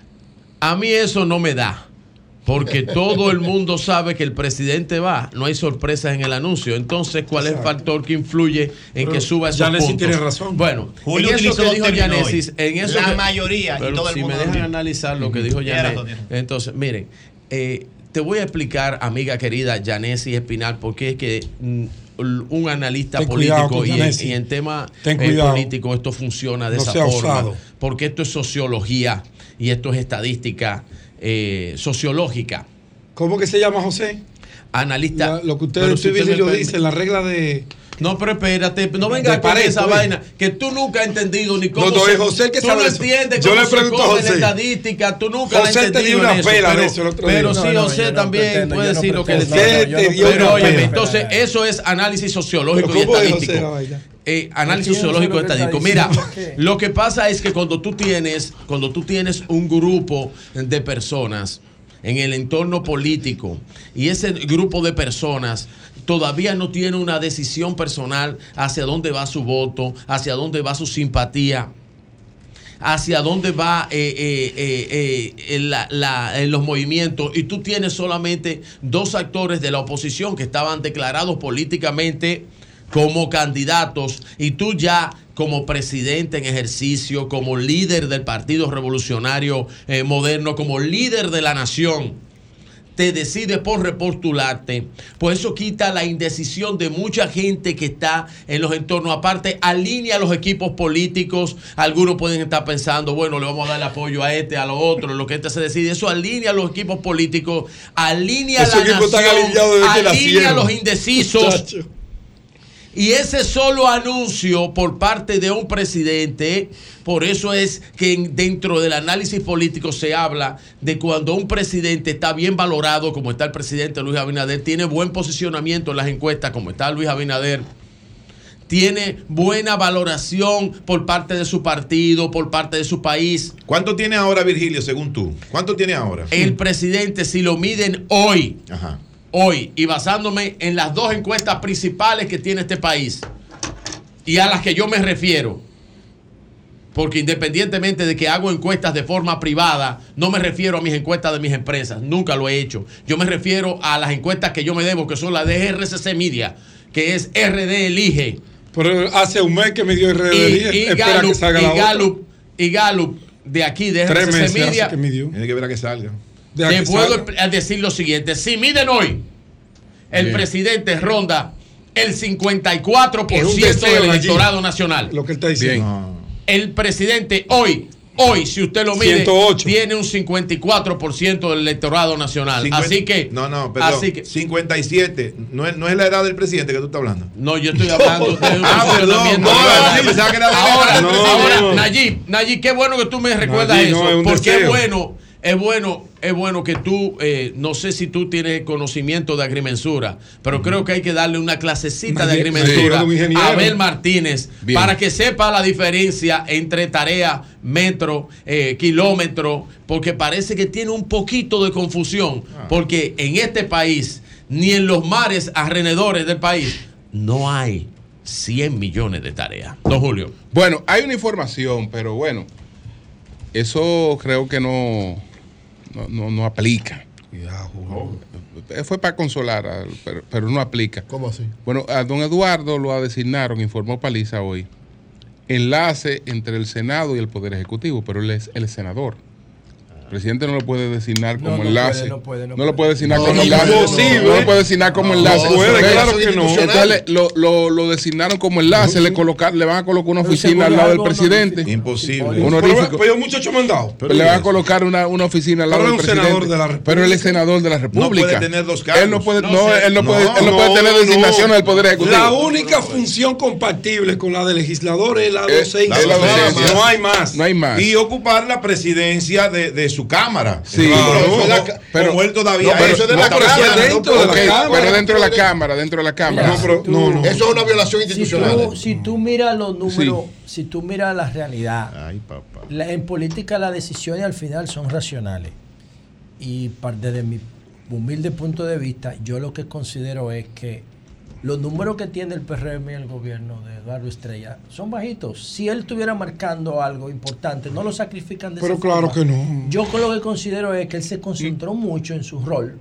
A mí eso no me da, porque todo el mundo sabe que el presidente va, no hay sorpresas en el anuncio. Entonces, ¿cuál Exacto. es el factor que influye en Pero que suba esos Yanesi puntos? tiene razón. Bueno, Julio en eso utilizó que dos dijo términos Yanesi, hoy. en eso La que- mayoría y pero todo el si mundo me dejan también. analizar lo que Ujú. dijo Tiene Yanesi. razón, tiene razón. Entonces, miren, eh, te voy a explicar, amiga querida Yanesi Espinal, por qué es que mm, un analista Ten cuidado político con y en, Yanesi. y en tema Ten eh, cuidado. político esto funciona de No esa sea forma. osado. Porque esto es sociología y esto es estadística eh, sociológica. ¿Cómo que se llama, José? Analista. La- lo que usted, Pero usted si usted dice, me lo permite- dice, la regla de... No, pero espérate, no venga De con Pareto, esa ¿eh? vaina que tú nunca has entendido ni cómo No, no, se, es José el que tú sabe no de eso. entiendes Yo cómo le se pregunto a come la José. estadística, tú nunca la has José te entendido dio en una eso, pela de pero, eso el otro día. pero No, sí, no, José yo no también pretendo, puede yo no decir lo que pretendo. decía. José te dio Pero una óyeme, pela. entonces eso es análisis sociológico y ¿Cómo es, José, la estadístico. vaina? Eh, análisis Es que yo no sé sociológico y lo que está estadístico. Mira, diciendo. ¿Qué? lo que pasa es que cuando tú tienes, cuando tú tienes un grupo de personas en el entorno político y ese grupo de personas todavía no tiene una decisión personal hacia dónde va su voto, hacia dónde va su simpatía, hacia dónde va eh, eh, eh, eh, la- la- en los movimientos, y tú tienes solamente dos actores de la oposición que estaban declarados políticamente como candidatos, y tú ya como presidente en ejercicio, como líder del Partido Revolucionario eh, Moderno, como líder de la nación, te decides por repostularte, pues eso quita la indecisión de mucha gente que está en los entornos. Aparte, alinea a los equipos políticos. Algunos pueden estar pensando, bueno, le vamos a dar el apoyo a este, a lo otro, lo que este se decide. Eso alinea a los equipos políticos, alinea a Esos la equipos están nación, alineados desde que alinea a nacieron. los indecisos. Muchacho. Y ese solo anuncio por parte de un presidente, por eso es que dentro del análisis político se habla de cuando un presidente está bien valorado, como está el presidente Luis Abinader, tiene buen posicionamiento en las encuestas, como está Luis Abinader, tiene buena valoración por parte de su partido, por parte de su país. ¿Cuánto tiene ahora Virgilio, según tú? ¿Cuánto tiene ahora? El presidente, si lo miden hoy, Ajá. hoy, y basándome en las dos encuestas principales que tiene este país y a las que yo me refiero, porque independientemente de que hago encuestas de forma privada, no me refiero a mis encuestas de mis empresas, nunca lo he hecho. Yo me refiero a las encuestas que yo me debo, que son las de R C C Media, que es R D Elige. Pero hace un mes que me dio R D Elige, y, y espera Gallup, que salga y la Gallup, otra. y Gallup de aquí, de Tres R C C meses Media. hace que midió. Tiene que ver a que salga. Te puedo decir lo siguiente: si miden hoy, el Bien. presidente ronda el cincuenta y cuatro por Es un ciento deseo del allí. electorado nacional. Lo que él está diciendo. El presidente hoy, hoy, si usted lo mide, ciento ocho. tiene un cincuenta y cuatro por ciento del electorado nacional. cincuenta Así que. No, no, perdón. Así que, cincuenta y siete. No es, no es la edad del presidente que tú estás hablando. no, yo estoy hablando de un Ah, perdón. funcionamiento No, de la- sí, pensaba que era la Ahora, edad del presidente. ahora, Nayib, Nayib, qué bueno que tú me recuerdas Nayib, no, eso. es un porque es deseo. bueno, es bueno, es bueno que tú, eh, no sé si tú tienes conocimiento de agrimensura, pero creo que hay que darle una clasecita de Nadie- agrimensura sí, un ingeniero. a Abel Martínez Bien. para que sepa la diferencia entre tarea, metro, eh, kilómetro, porque parece que tiene un poquito de confusión, porque en este país, ni en los mares alrededores del país, no hay cien millones de tareas. Don Julio. Bueno, hay una información, pero bueno, eso creo que no, no, no, no aplica. Eh, Fue para consolar, al- pero, pero no aplica. ¿Cómo así? Bueno, a don Eduardo lo designaron, informó Paliza hoy, enlace entre el Senado y el Poder Ejecutivo, pero él es el senador. El presidente no lo puede designar como No, no enlace. puede, no puede, no No lo puede designar No, como no, enlace. imposible. No lo puede designar como No, enlace. no puede, Entonces, claro que no. entonces le, lo, lo, lo designaron como enlace, le, colocar, le van a colocar una Pero oficina seguro al lado del algo presidente. Imposible. Honorífico. Pero, pero un muchacho mandado. Pero le van a colocar una, una oficina al lado Pero del es un presidente. senador de la República. Pero él es senador de la No República. puede tener dos cargos. Él no puede, No no, sé. él no No, puede, él no no, puede tener no. designación del Poder Ejecutivo. La única función compatible con la de legislador es la Eh, docencia. es la docencia. No hay más. No hay más. Y ocupar la presidencia de, de su cámara. Sí, Como- no, como- pero- como él todavía no, pero es. eso es de No, la pero Cámara, eso es dentro de la Ok, Cámara. pero dentro de la Cámara, dentro de la Cámara. No, pero, no, no. Eso es una violación Si institucional. tú, si tú miras los números, si tú miras la realidad, Ay, papá. la- en política las decisiones al final son racionales. Y par- desde mi humilde punto de vista, yo lo que considero es que los números que tiene el P R M y el gobierno de Eduardo Estrella son bajitos. Si él estuviera marcando algo importante, no lo sacrifican de Pero esa claro forma. que no. Yo con lo que considero es que él se concentró mucho en su rol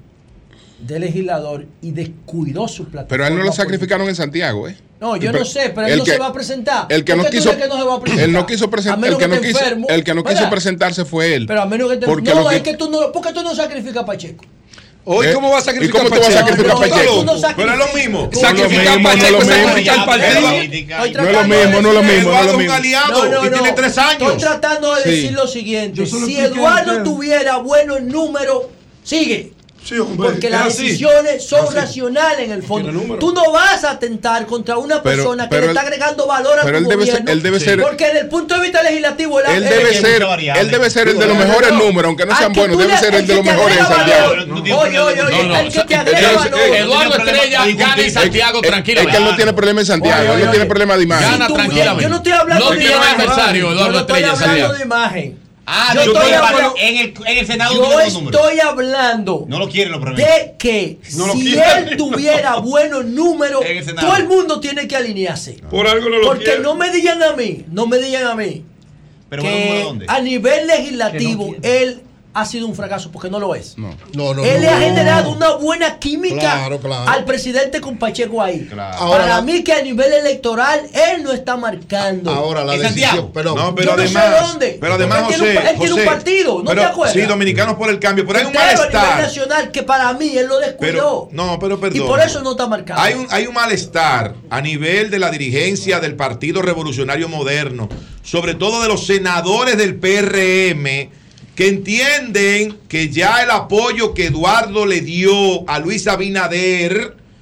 de legislador y descuidó su plataforma. Pero a él no lo política. sacrificaron en Santiago, ¿eh? No, yo Pero no sé, pero él el no que- se va a presentar. El que ¿Por no qué tú quiso, crees que no se va a presentar? él no quiso A presentar, menos el que que no esté quiso, enfermo, el que no quiso ¿verdad? presentarse fue él. Pero a menos que te... Porque No, lo que- es que tú no... ¿Por qué tú no sacrificas a Pacheco? Hoy, ¿Eh? ¿cómo va a ¿Y sacrificar cómo tú vas a Pacheco? sacrificar No, es que Pacheco? tú no sacrificas- Pero es lo mismo. Sacrificar No es lo Pacheco mismo, es no es lo sacrificar mismo. al partido. Estoy No es lo tratando mismo, de no es lo decir- mismo, no es Eduardo lo es un mismo. aliado No, no, y no. tiene tres años. Estoy tratando de Sí. decir lo siguiente. Yo solo Si expliqué Eduardo entero. tuviera buenos números, sigue. Sí, hombre, Porque es las así. decisiones son Así. racionales en el fondo. Tiene número. Tú no vas a atentar contra una Pero- persona que pero le él- está agregando valor a pero tu él debe ser- gobierno. él debe ser- Porque desde el punto de vista legislativo él, Él él- debe él- ser, variable. él debe ser el de los No, mejores no. números, aunque no Al sean que buenos, tú debe le- ser el de que los te mejores en agrega Santiago. valor. No Oye, tiene oye, oye, problema. No, no, el que te agrega Eduardo- valor. Eduardo No tiene Estrella problema. gana en Santiago Es- es tranquilamente. que él no tiene problema en Santiago, Oye, él oye, no tiene oye. problema de imagen. Gana Si tú- tranquilamente. Yo no estoy hablando No de tiene imagen. adversario, Yo Eduardo no estoy Estrella hablando Santiago. de imagen. Ah, Yo yo estoy estoy hablando- en el, en el Senado Yo tiene los números. estoy hablando No lo quieren los premios. de que No lo si quieren. él tuviera buenos números, En el Senado. todo el mundo tiene que alinearse. Por algo no lo Porque quiere. no me digan a mí, no me digan a mí Pero bueno, ¿número que dónde? a nivel legislativo Que no él ha sido un fracaso, porque no lo es. No. No, no, Él no. le ha generado una buena química Claro, claro. al presidente con Pacheco ahí. Claro. Ahora Para la- mí que a nivel electoral él no está marcando. Ahora la ¿En decisión, Santiago? pero No, pero Yo no sé además, dónde. pero además, Él tiene José, un- él tiene un José, partido, ¿no pero- te acuerdas? Sí, Dominicanos por el Cambio, pero hay un Entero a nivel malestar. nacional que para mí él lo descuidó. Pero, no, pero perdón. Y por eso no está marcado. Hay un, hay un malestar a nivel de la dirigencia del Partido Revolucionario Moderno, sobre todo de los senadores del P R M, que entienden que ya el apoyo que Eduardo le dio a Luis Abinader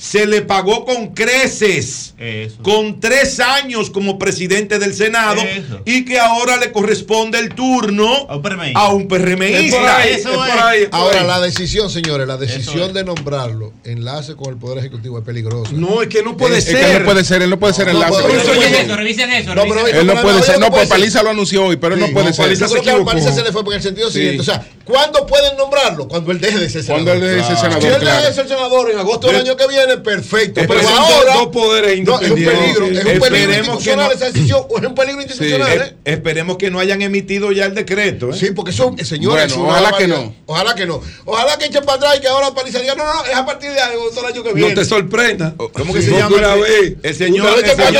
se le pagó con creces, Eso. con tres años como presidente del Senado, Eso. y que ahora le corresponde el turno a un PRMista. A un PRMista. Es por ahí, es por ahí, es por ahora, ahí. La decisión, señores, la decisión de nombrarlo enlace con el Poder Ejecutivo es peligrosa. No, es que no puede es, ser. Es que no puede ser, él no puede ser enlace. No, revisen eso, revisen eso. No, pero, él no puede ser, no, pues Paliza lo anunció hoy, pero él no puede ser. Yo creo que a Paliza se le fue por el sentido siguiente, o sea, ¿cuándo pueden nombrarlo? Cuando él deje de ser senador. Cuando él deje de ser senador. Si él deje de ser senador en agosto del año que viene, perfecto. Pero ahora dos poderes independientes. No, es un peligro, es un peligro institucional esa decisión, o es un peligro institucional. Sí, ¿eh? Esperemos que no hayan emitido ya el decreto. ¿eh? Sí, porque eso, señores, bueno, ojalá que no. Ojalá que no. Ojalá que echen para atrás y que ahora Paliza diga, no, no, es a partir de agosto del año que viene. No te sorprenda. ¿Cómo que se llama? Una vez. El señor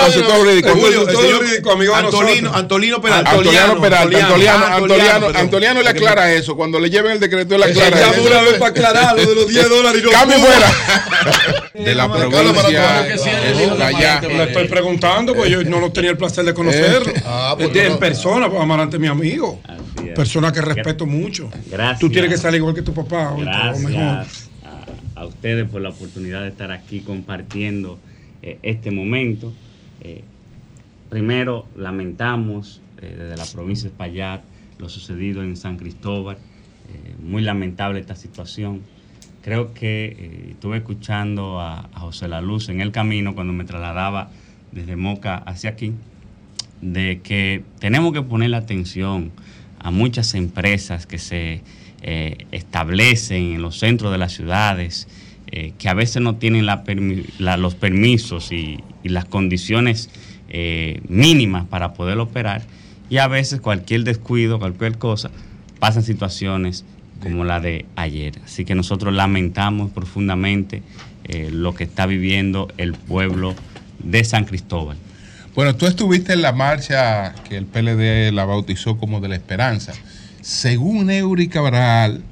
Antolino, Antolino Peralta. Antoliano Peralta. Antoliano, Antoliano le aclara eso. Cuando le lleven el decreto, él aclara eso. Llama una vez para aclarar lo de los diez dólares y no cambio fuera. De la provincia. Le estoy preguntando, pues yo no lo tenía el placer de conocerlo. Ah, pues en no. persona, pues Amarante es mi amigo. Persona que respeto mucho. Gracias. Tú tienes que salir igual que tu papá. Gracias a, a ustedes por la oportunidad de estar aquí compartiendo eh, este momento. Eh, primero, lamentamos eh, desde la provincia de Espaillat lo sucedido en San Cristóbal. Eh, muy lamentable esta situación. Creo que eh, estuve escuchando a, a José La Luz en el camino cuando me trasladaba desde Moca hacia aquí, de que tenemos que ponerle atención a muchas empresas que se eh, establecen en los centros de las ciudades, eh, que a veces no tienen la permi la, los permisos y, y las condiciones eh, mínimas para poder operar, y a veces cualquier descuido, cualquier cosa, pasan situaciones como la de ayer. Así que nosotros lamentamos profundamente eh, lo que está viviendo el pueblo de San Cristóbal. Bueno, tú estuviste en la marcha que el P L D la bautizó como de la esperanza. Según Eury Cabral,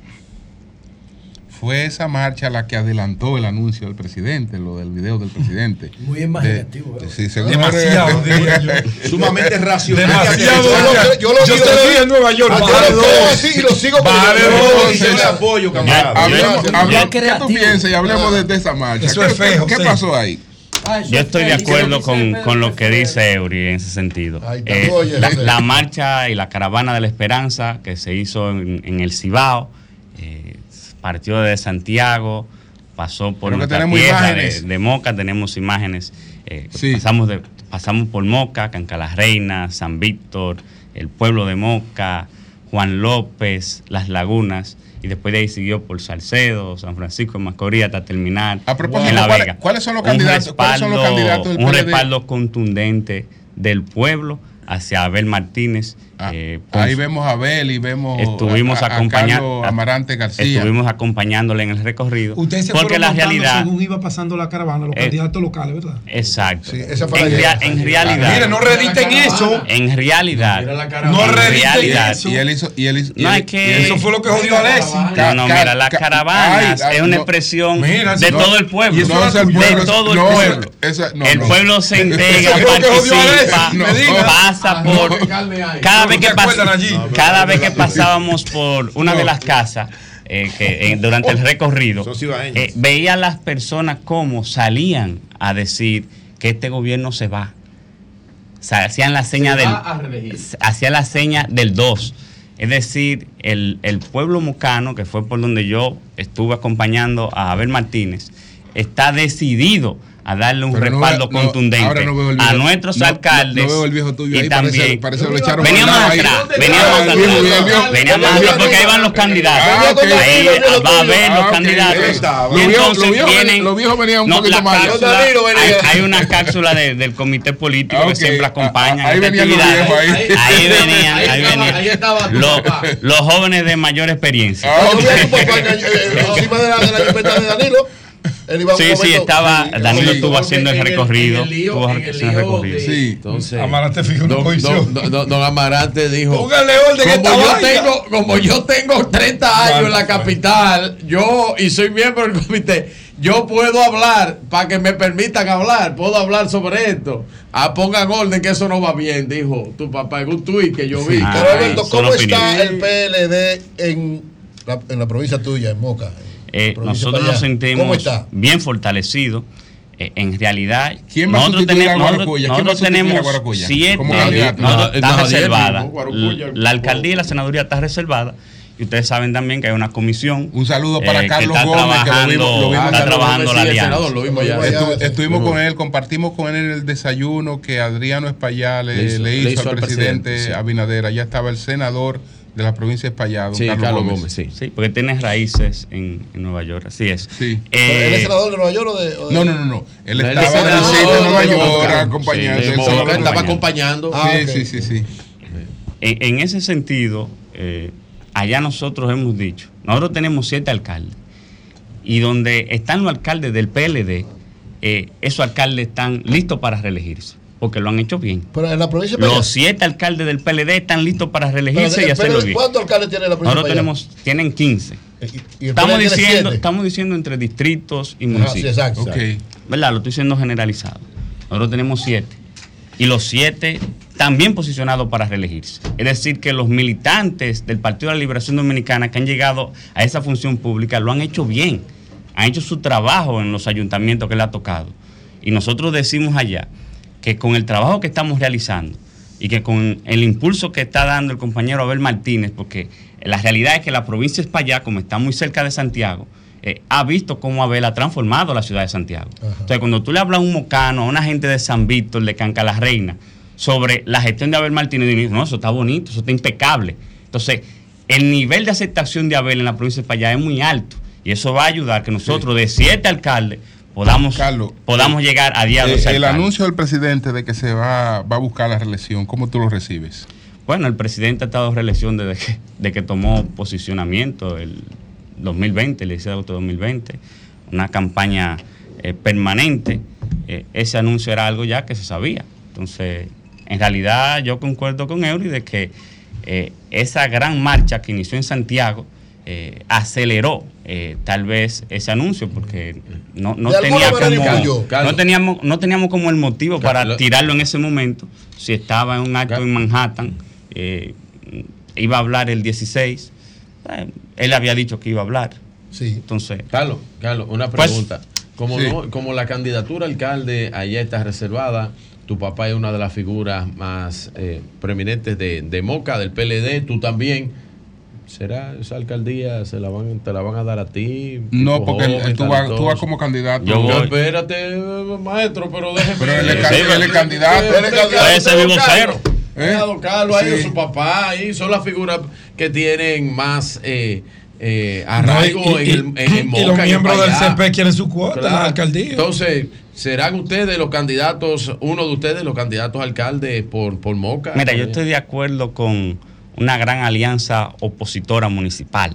fue esa marcha la que adelantó el anuncio del presidente, lo del video del presidente. Muy imaginativo. De, sí, según demasiado, diría yo. Sumamente racional. Demasiado. Yo lo yo digo te lo vi en Nueva York. Yo lo creo así y lo sigo con el apoyo, camarada. ¿Qué tú piensas? Y hablemos de, de esa marcha. Eso es feo. ¿Qué, ¿qué pasó ahí? Yo estoy de acuerdo con, con lo que dice Eury en ese sentido. Eh, la, la marcha y la caravana de la esperanza que se hizo en, en el Cibao, eh, partió de Santiago, pasó por nuestra tierra de, de Moca, tenemos imágenes. Eh, sí. pasamos, de, pasamos por Moca, Canca Reina, San Víctor, el pueblo de Moca, Juan López, Las Lagunas. Y después de ahí siguió por Salcedo, San Francisco de Macorís hasta terminar a propósito, en La Vega. ¿Cuáles son los candidatos? Respaldo, ¿Cuáles son los candidatos del un P L D? Respaldo contundente del pueblo hacia Abel Martínez. Ah, eh, ahí vemos a Abel y vemos estuvimos a, a, a Carlos Amarante García. Estuvimos acompañándole en el recorrido. Ustedes se porque la realidad según iba pasando la caravana, los eh, candidatos locales, ¿verdad? Exacto. Sí, esa fue en, rea, en realidad. Mire, no rediten eso. En realidad. No rediten eso. Y él hizo, y él hizo, no, y él, es que, y él, eso fue lo que jodió a Alessi. No, no, mira, las caravanas es una expresión mira, de no, todo el pueblo. Y eso no, es el pueblo, de todo no, el pueblo. Esa, esa, no, el no. pueblo se integra, participa, no, pasa por. Cada vez que pasa. Cada vez que pasábamos por una de las casas eh, que, eh, durante el recorrido, eh, veía a las personas cómo salían a decir que este gobierno se va. O sea, hacían la seña del hacían la seña del dos. Es decir, el, el pueblo mocano, que fue por donde yo estuve acompañando a Abel Martínez, está decidido a darle un Pero respaldo no, contundente no, no a nuestros no, alcaldes. No, no veo el viejo tuyo y ahí, también, parece, parece que lo echaron veníamos atrás, veníamos atrás, veníamos atrás porque ahí van los candidatos. Ah, okay. Ahí va a ver los ah, candidatos. Okay. Y entonces los vienen, los viejos venían un no, poquito más. Cápsula, hay, hay una cápsula de, del comité político ah, okay. que siempre acompaña. Ahí venían los viejos ahí. Ahí venían, ahí venían. Ahí estaba los, los jóvenes de mayor experiencia. Ah, okay. Encima de la libertad de Danilo. Sí, sí, estaba, Danilo sí, estuvo haciendo el recorrido. Estuvo haciendo el recorrido. Sí, entonces. Amarante fijó una don, posición. Don, don, don Amarante dijo: póngale orden como yo tengo, como yo tengo treinta años en la capital, yo y soy miembro del comité, yo puedo hablar para que me permitan hablar, puedo hablar sobre esto. Ah, pongan orden que eso no va bien, dijo tu papá en un tuit que yo vi. Sí. Pero Alberto, ¿cómo está el P L D en la, en la provincia tuya, en Moca? Eh, nosotros nos sentimos bien fortalecidos. Eh, en realidad, ¿quién va nosotros a tenemos, nosotros, ¿Quién nosotros va a tenemos a Guaracuya? siete, nosotros, está reservada. La, la alcaldía y la senaduría está reservada. Y ustedes saben también que hay una comisión. Un saludo para eh, Carlos que Gómez, que lo vimos, lo vimos está trabajando la alianza. Lo vimos allá. Estu, estuvimos con él, compartimos con él en el desayuno que Adriano Espaillá le, le hizo, le hizo, le hizo al, al presidente, presidente sí. Abinader. Allá estaba el senador de la provincia de Espaillá, don sí, Carlos, Carlos Gómez. Gómez. Sí. sí, porque tiene raíces en, en Nueva York, así es. Sí. Eh, ¿Él es senador de Nueva York o de...? O de... No, no, no, no. Él estaba en el sitio de Nueva York acompañando. Sí, estaba acompañando. Ah, sí, okay. sí, sí, sí. En, en ese sentido, eh, allá nosotros hemos dicho, nosotros tenemos siete alcaldes y donde están los alcaldes del P L D, eh, esos alcaldes están listos para reelegirse, porque lo han hecho bien. Pero en la provincia de Los siete alcaldes del P L D están listos para reelegirse y hacerlo bien. ¿Cuántos alcaldes tiene la provincia? Nosotros tenemos, tienen quince. ¿Y, y estamos, diciendo, estamos diciendo entre distritos y municipios. Ah, sí, exacto. Okay. ¿Verdad? Lo estoy diciendo generalizado. Nosotros tenemos siete. Y los siete también posicionados para reelegirse. Es decir, que los militantes del Partido de la Liberación Dominicana que han llegado a esa función pública lo han hecho bien. Han hecho su trabajo en los ayuntamientos que le ha tocado. Y nosotros decimos allá que con el trabajo que estamos realizando y que con el impulso que está dando el compañero Abel Martínez, porque la realidad es que la provincia de Espaillá, como está muy cerca de Santiago, eh, ha visto cómo Abel ha transformado la ciudad de Santiago. Ajá. Entonces, cuando tú le hablas a un mocano, a una gente de San Víctor, de Canca la Reina, sobre la gestión de Abel Martínez, dices, no, eso está bonito, eso está impecable. Entonces, el nivel de aceptación de Abel en la provincia de Espaillá es muy alto y eso va a ayudar que nosotros, sí. de siete alcaldes, podamos, Carlos, podamos eh, llegar a día de eh, El anuncio del presidente de que se va, va a buscar la reelección, ¿cómo tú lo recibes? Bueno, el presidente ha estado en reelección desde que, de que tomó posicionamiento el dos mil veinte, el dieciséis de agosto de dos mil veinte, una campaña eh, permanente. Eh, ese anuncio era algo ya que se sabía. Entonces, en realidad yo concuerdo con Eury de que eh, esa gran marcha que inició en Santiago eh, aceleró eh, tal vez ese anuncio porque no, no, tenía como, no, teníamos, no teníamos como el motivo para Carlos. tirarlo en ese momento. Si estaba en un acto Carlos. en Manhattan, eh, iba a hablar el dieciséis, eh, él había dicho que iba a hablar. Sí. Entonces, Carlos, Carlos, una pregunta. Pues, como, sí. no, como la candidatura a alcalde allá está reservada, tu papá es una de las figuras más eh, preeminentes de, de Moca, del P L D, tú también. ¿Será esa alcaldía, se la van, te la van a dar a ti? No, porque joven, tú, vas, tú vas como candidato. Yo voy. Espérate, maestro, pero déjeme. Pero él es el, el candidato. Ese vivo cero. ¿Eh? Don Carlos, sí. ahí su papá, ahí son las figuras que tienen más eh, eh, arraigo no, y, y, en, en, en Moca. Y los miembros del C P quieren su cuota claro. en la alcaldía. Entonces, ¿serán ustedes los candidatos, uno de ustedes los candidatos alcaldes por, por Moca? Mira, yo estoy de acuerdo con una gran alianza opositora municipal.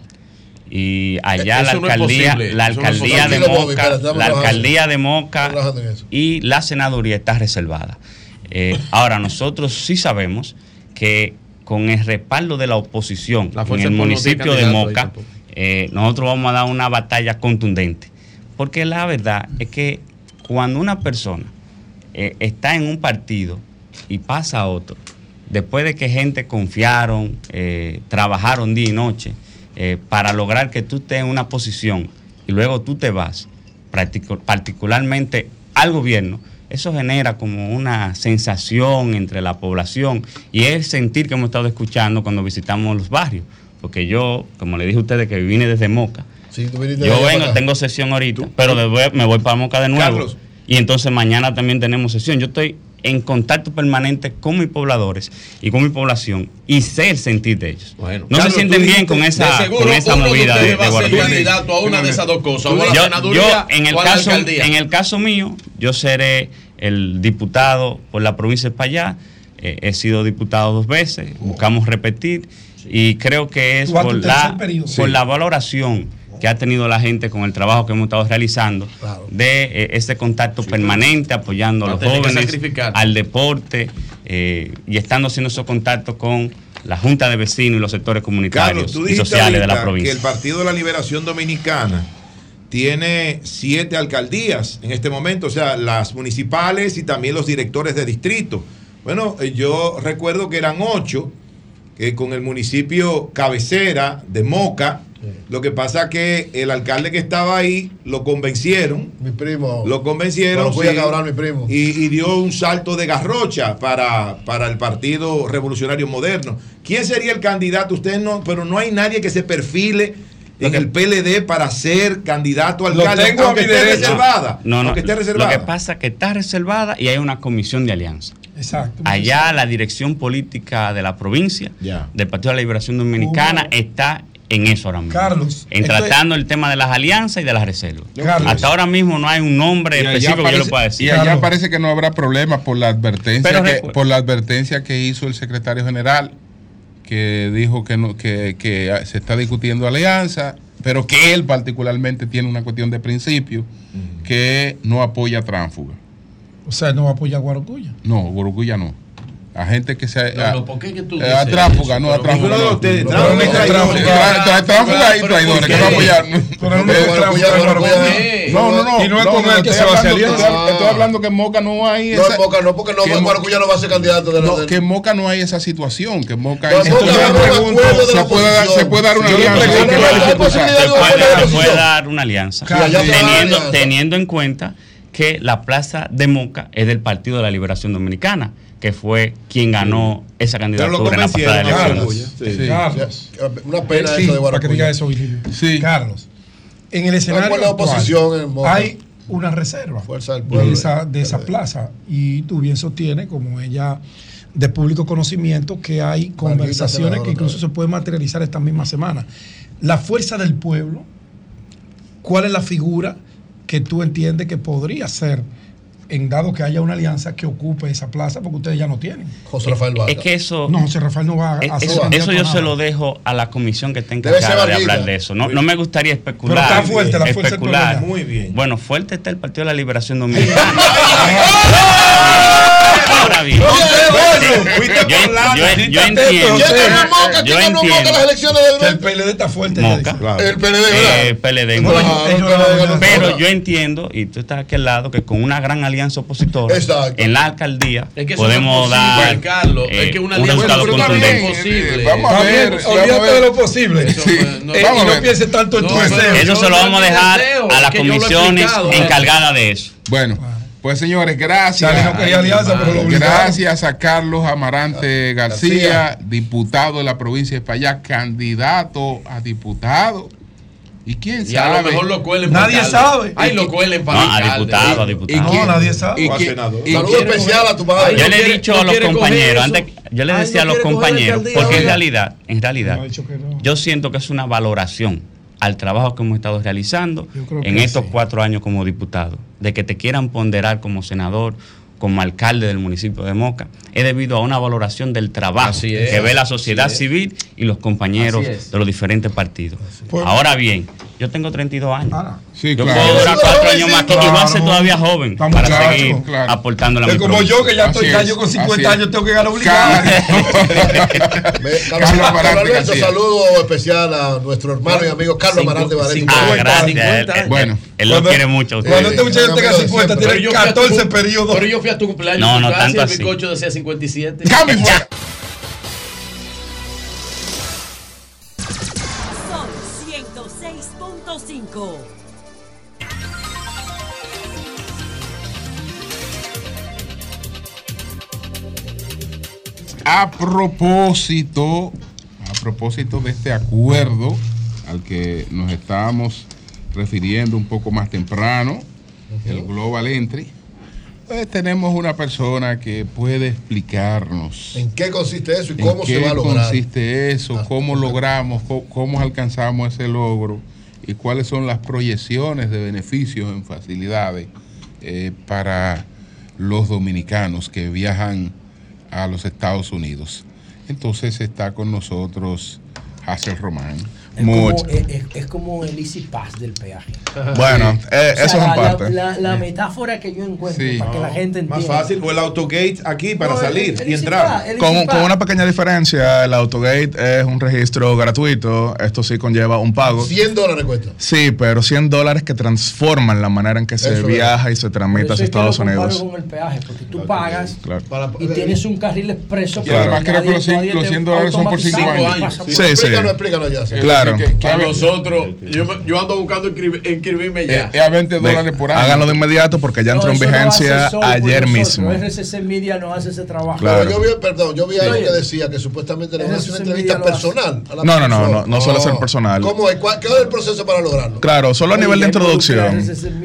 Y allá Eso la alcaldía, no la alcaldía no de Moca, la alcaldía de Moca y la senaduría está reservada. Eh, ahora, nosotros sí sabemos que con el respaldo de la oposición la en el municipio de Moca, eh, nosotros vamos a dar una batalla contundente. Porque la verdad es que cuando una persona eh, está en un partido y pasa a otro, después de que gente confiaron, eh, trabajaron día y noche eh, para lograr que tú estés en una posición y luego tú te vas, particularmente al gobierno, eso genera como una sensación entre la población y es sentir que hemos estado escuchando cuando visitamos los barrios. Porque yo, como le dije a ustedes que vine desde Moca, sí, yo vengo, tengo sesión ahorita, ¿Tú? pero después me voy para Moca de nuevo. Carlos. Y entonces mañana también tenemos sesión. Yo estoy en contacto permanente con mis pobladores y con mi población y sé el sentir de ellos. Bueno, no Carlos, se sienten bien con esa, seguro, con esa movida de, de, de Guaracuya. Candidato a una de esas dos cosas, o a la yo, senaduría yo, en el o a caso, la alcaldía. En el caso mío, yo seré el diputado por la provincia de Espaillá. Eh, he sido diputado dos veces, oh. buscamos repetir sí. y creo que es por la, por sí. la valoración que ha tenido la gente con el trabajo que hemos estado realizando, claro. de eh, ese contacto sí, permanente, claro. apoyando a los jóvenes, al deporte, eh, y estando haciendo esos contactos con la Junta de Vecinos y los sectores comunitarios Carlos, y sociales de la provincia. Que el Partido de la Liberación Dominicana tiene siete alcaldías en este momento, o sea, las municipales y también los directores de distrito. Bueno, yo recuerdo que eran ocho, que con el municipio cabecera de Moca, Lo que pasa es que el alcalde que estaba ahí lo convencieron. Mi primo. Lo convencieron. Voy a sí, cabrar, mi primo. Y, y dio un salto de garrocha para, para el Partido Revolucionario Moderno. ¿Quién sería el candidato? Ustedes no, pero no hay nadie que se perfile en el P L D para ser candidato a alcalde, Lo tengo aunque a mi esté derecha. reservada. No, no, aunque esté reservada. Lo que pasa es que está reservada y hay una comisión de alianza. Exacto. Allá la dirección política de la provincia, Ya. del Partido de la Liberación Dominicana, ¿Cómo? está en eso ahora mismo. Carlos, En esto es- tratando el tema de las alianzas y de las reservas. Carlos. Hasta ahora mismo no hay un nombre Y allá específico que yo parece- lo pueda decir. Y allá parece que no habrá problema por la advertencia Pero que, recu- por la advertencia que hizo el secretario general, que dijo que no, que, que se está discutiendo alianza, pero que él particularmente tiene una cuestión de principio, que no apoya a tránsfuga. O sea, no va a apoyar a Guarocuya. No, Guarocuya no. A gente que se. No, a, no, ¿por qué que tú eh, a dices tránsfuga, eso? no a Pero tránsfuga. ninguno de no. ustedes, No, tránsfuga no, y traidores. tra- tra- Tránsfuga y Pero traidores, ¿por que qué? va a apoyar. Pero no, Eh, Guarocuya, Guarocuya. No, no, no. Y no es con él que estoy se va a hacer hablando- alianza. Estoy, estoy hablando que en Moca no hay No, esa. en Moca no, porque no, que en Mo- Guarocuya no va a ser candidato de la. No, de- que en Moca no hay esa situación, que en Moca No, hay en Moca Entonces, no yo hay pregunto, acuerdo de la se puede dar, se puede dar una oposición. alianza. Yo le sin que pregunto, vaya a ¿hay disputar. posibilidad de Se un acuerdo de la puede, se oposición? puede dar una alianza, Sí, allá se va a dar teniendo, alianza. teniendo en cuenta que la plaza de Moca es del Partido de la Liberación Dominicana, que fue quien ganó esa candidatura en la pasada elección. Sí. Carlos. Una pena Sí, eso de para que Guarocuya. diga eso, Virgilio. Sí. Carlos, en el escenario por la actual, oposición en Moca. hay una reserva Fuerza del de pueblo. esa, de esa plaza. Y tú bien sostiene, como ella de público conocimiento, que hay conversaciones senadora que incluso otra se pueden materializar esta misma semana. La fuerza del pueblo, ¿cuál es la figura que tú entiendes que podría ser en dado que haya una alianza que ocupe esa plaza? Porque ustedes ya no tienen. José Rafael Vargas. Es que eso, No, José Rafael no va a es- hacer eso, candidato eso a yo nada. se lo dejo a la comisión que está Debe ser encargada de Vargas. hablar de eso. No, no me gustaría especular. Pero está fuerte la fuerza del especular. pueblo. Muy bien. Bueno, fuerte está el Partido de la Liberación Dominicana. Ahora bien, Fuiste yo, por la- yo- yo Quítate entiendo. esto, ¿Quién ganó Moca? Yo ¿Quién ganó Moca entiendo. las elecciones Que del el P L D está fuerte. Moca. Claro. El P L D, ¿verdad? Eh, P L D. Bueno, Claro, ellos el P L D ganaron. ganó. Pero yo entiendo, y tú estás aquí al lado, que con una gran alianza opositora Exacto. en la alcaldía Es que eso podemos no es posible, dar Carlos. eh, Es que una un alianza resultado Bueno, pero está contundente. bien, imposible. eh, Vamos a ver. También, vamos a olvídate ver. de lo posible. Eso, Sí. no, Eh, Vamos y a no ver. pienses tanto en No, tu pero- deseo. Eso se lo vamos a dejar deseo, a las es que yo lo he comisiones explicado. encargadas de eso. Bueno, pues señores, gracias. Charlie no quería alianza, pero lo obligaron. Gracias a Carlos Amarante García, García. diputado de la provincia de España, candidato a diputado. ¿Y quién Y a sabe? lo mejor lo cuelen Nadie para sabe. Ay, lo cuelen para No, a alcalde. diputado, a ¿Y diputado. quién- No, nadie sabe. y O a quién- senador. y Saludo quién- especial a tu padre. Yo no le he quiere- dicho no a los quiere coger compañeros, eso. antes, yo le Ay, decía no a los quiere coger compañeros, alcaldía, porque en oiga. realidad, en realidad, No, ha dicho que no. yo siento que es una valoración al trabajo que hemos estado realizando Yo creo en que estos sí. cuatro años como diputado. De que te quieran ponderar como senador, como alcalde del municipio de Moca, es debido a una valoración del trabajo Así es, que ve la sociedad así es. civil y los compañeros Así es. de los diferentes partidos. Pues- Ahora bien, yo tengo treinta y dos años. Ah, Sí, Yo claro. puedo durar cuatro años más que Claro. igual ser todavía joven Está para muchacho, seguir claro. aportando a es mi como provincia. yo, que ya Así estoy es, ya yo con así cincuenta es. años tengo que ganar obligado. Me- Carlos Carlos Carlos Amarante Alberto, García. saludo especial a nuestro hermano y amigo Carlos Cincu- Amarante Varela. cincu- Ah, gracias. Él, cincuenta él- años. Bueno. él lo Cuando- quiere mucho a usted. Cuando este muchacho Eh, tenga amigo de cincuenta, siempre. tiene yo fui a tu- catorce periodos. Pero yo fui a tu cumpleaños No, en tu no, casa tanto y el así. bizcocho decía cincuenta y siete. ¡Cambio y fuera! Sol ciento seis punto cinco. A propósito, a propósito de este acuerdo al que nos estábamos refiriendo un poco más temprano, el Global Entry, pues tenemos una persona que puede explicarnos ¿En qué consiste eso y en cómo qué se va a lograr? consiste eso, cómo logramos, cómo, cómo alcanzamos ese logro y cuáles son las proyecciones de beneficios en facilidades eh, para los dominicanos que viajan a los Estados Unidos. Entonces está con nosotros Hazel Román. Es Mucho. como, es, es- es como el Easy Pass del peaje. Bueno, eh, O sea, eso es la, en parte. La, la- la metáfora que yo encuentro Sí. para que la gente entienda. Más fácil, o el autogate aquí para No, el- salir el y Easy entrar. Pass, el Con, Easy con Pass. una pequeña diferencia, el Autogate es un registro gratuito. Esto sí conlleva un pago. cien dólares cuesta. Sí, pero cien dólares que transforman la manera en que se Eso es. viaja y se Por transmite eso hacia es que lo Estados comparo Unidos. con el peaje, porque tú pagas Claro. y tienes un carril expreso. Y además creo que los cien- los cien dólares son por cinco años. Pasa por- Sí, sí. Explícanos, explícanos ya. sí. Claro. Claro. Que, que a nosotros, yo, yo ando buscando inscribir, inscribirme ya. Es a veinte dólares por año. Háganlo de inmediato porque ya entró No, en eso no vigencia hace solo por ayer nosotros. mismo. R C C Media no hace ese trabajo. Claro. Pero yo vi, perdón, yo vi algo Oye. que decía que supuestamente le van a hacer una Eso entrevista lo hace. personal a la No, no, no, persona. no, no suele ser personal. ¿Cómo es? ¿Cuál- ¿Qué es el proceso para lograrlo? Claro, solo a nivel de introducción.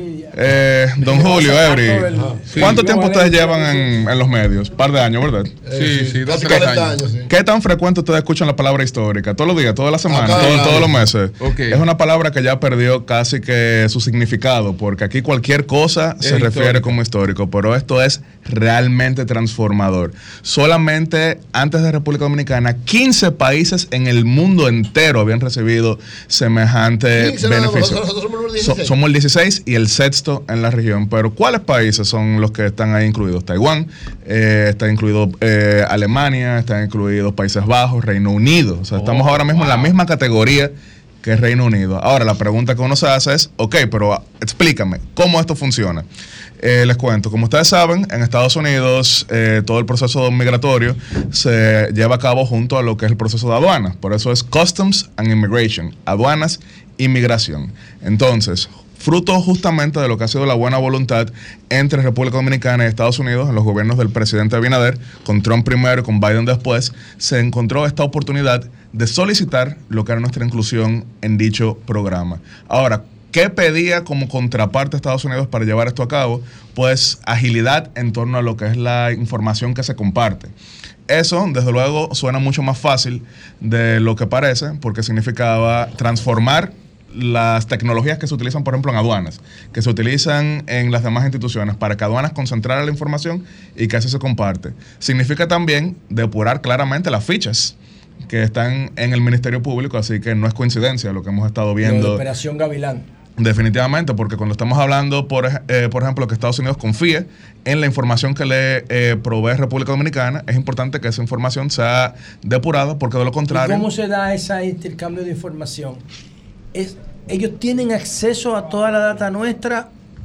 Eh, don Julio, Every, ¿cuánto tiempo ustedes llevan en, en los medios? Par de años, ¿verdad? Sí, sí, dos, Casi tres cuarenta años. años, sí. ¿Qué tan frecuente ustedes escuchan la palabra histórica? ¿Todos los días, todas las semanas, Acá, todo- acá. todos los meses? Ok. Es una palabra que ya perdió casi que su significado, porque aquí cualquier cosa Es se refiere histórico. como histórico, pero esto es realmente transformador. Solamente antes de República Dominicana, quince países en el mundo entero habían recibido semejante quince nada más, beneficio. nosotros somos el So- dieciséis. somos el dieciséis y el sexto en la región. Pero ¿cuáles países son los que están ahí incluidos? Taiwán, eh, está incluido eh, Alemania, están incluidos Países Bajos, Reino Unido. O sea, estamos ahora mismo en la misma categoría que Reino Unido. Ahora, la pregunta que uno se hace es, ok, pero ah, explícame, ¿cómo esto funciona? Eh, les cuento, como ustedes saben, en Estados Unidos eh, todo el proceso migratorio se lleva a cabo junto a lo que es el proceso de aduanas. Por eso es Customs and Immigration, aduanas y migración. Entonces, fruto justamente de lo que ha sido la buena voluntad entre República Dominicana y Estados Unidos, en los gobiernos del presidente Abinader, con Trump primero y con Biden después, se encontró esta oportunidad de solicitar lo que era nuestra inclusión en dicho programa. Ahora, ¿qué pedía como contraparte Estados Unidos para llevar esto a cabo? Pues agilidad en torno a lo que es la información que se comparte. Eso, desde luego, suena mucho más fácil de lo que parece, porque significaba transformar las tecnologías que se utilizan, por ejemplo, en aduanas, que se utilizan en las demás instituciones, para que aduanas concentrara la información y que así se comparte. Significa también depurar claramente las fichas que están en el Ministerio Público, así que no es coincidencia lo que hemos estado Lo de viendo. Operación Gavilán. Definitivamente, porque cuando estamos hablando, por, ej- eh, por ejemplo, que Estados Unidos confíe en la información que le eh, provee República Dominicana, es importante que esa información sea depurada, porque de lo ¿Y contrario... cómo se da ese intercambio de información? ¿Es, ¿Ellos tienen acceso a toda la data nuestra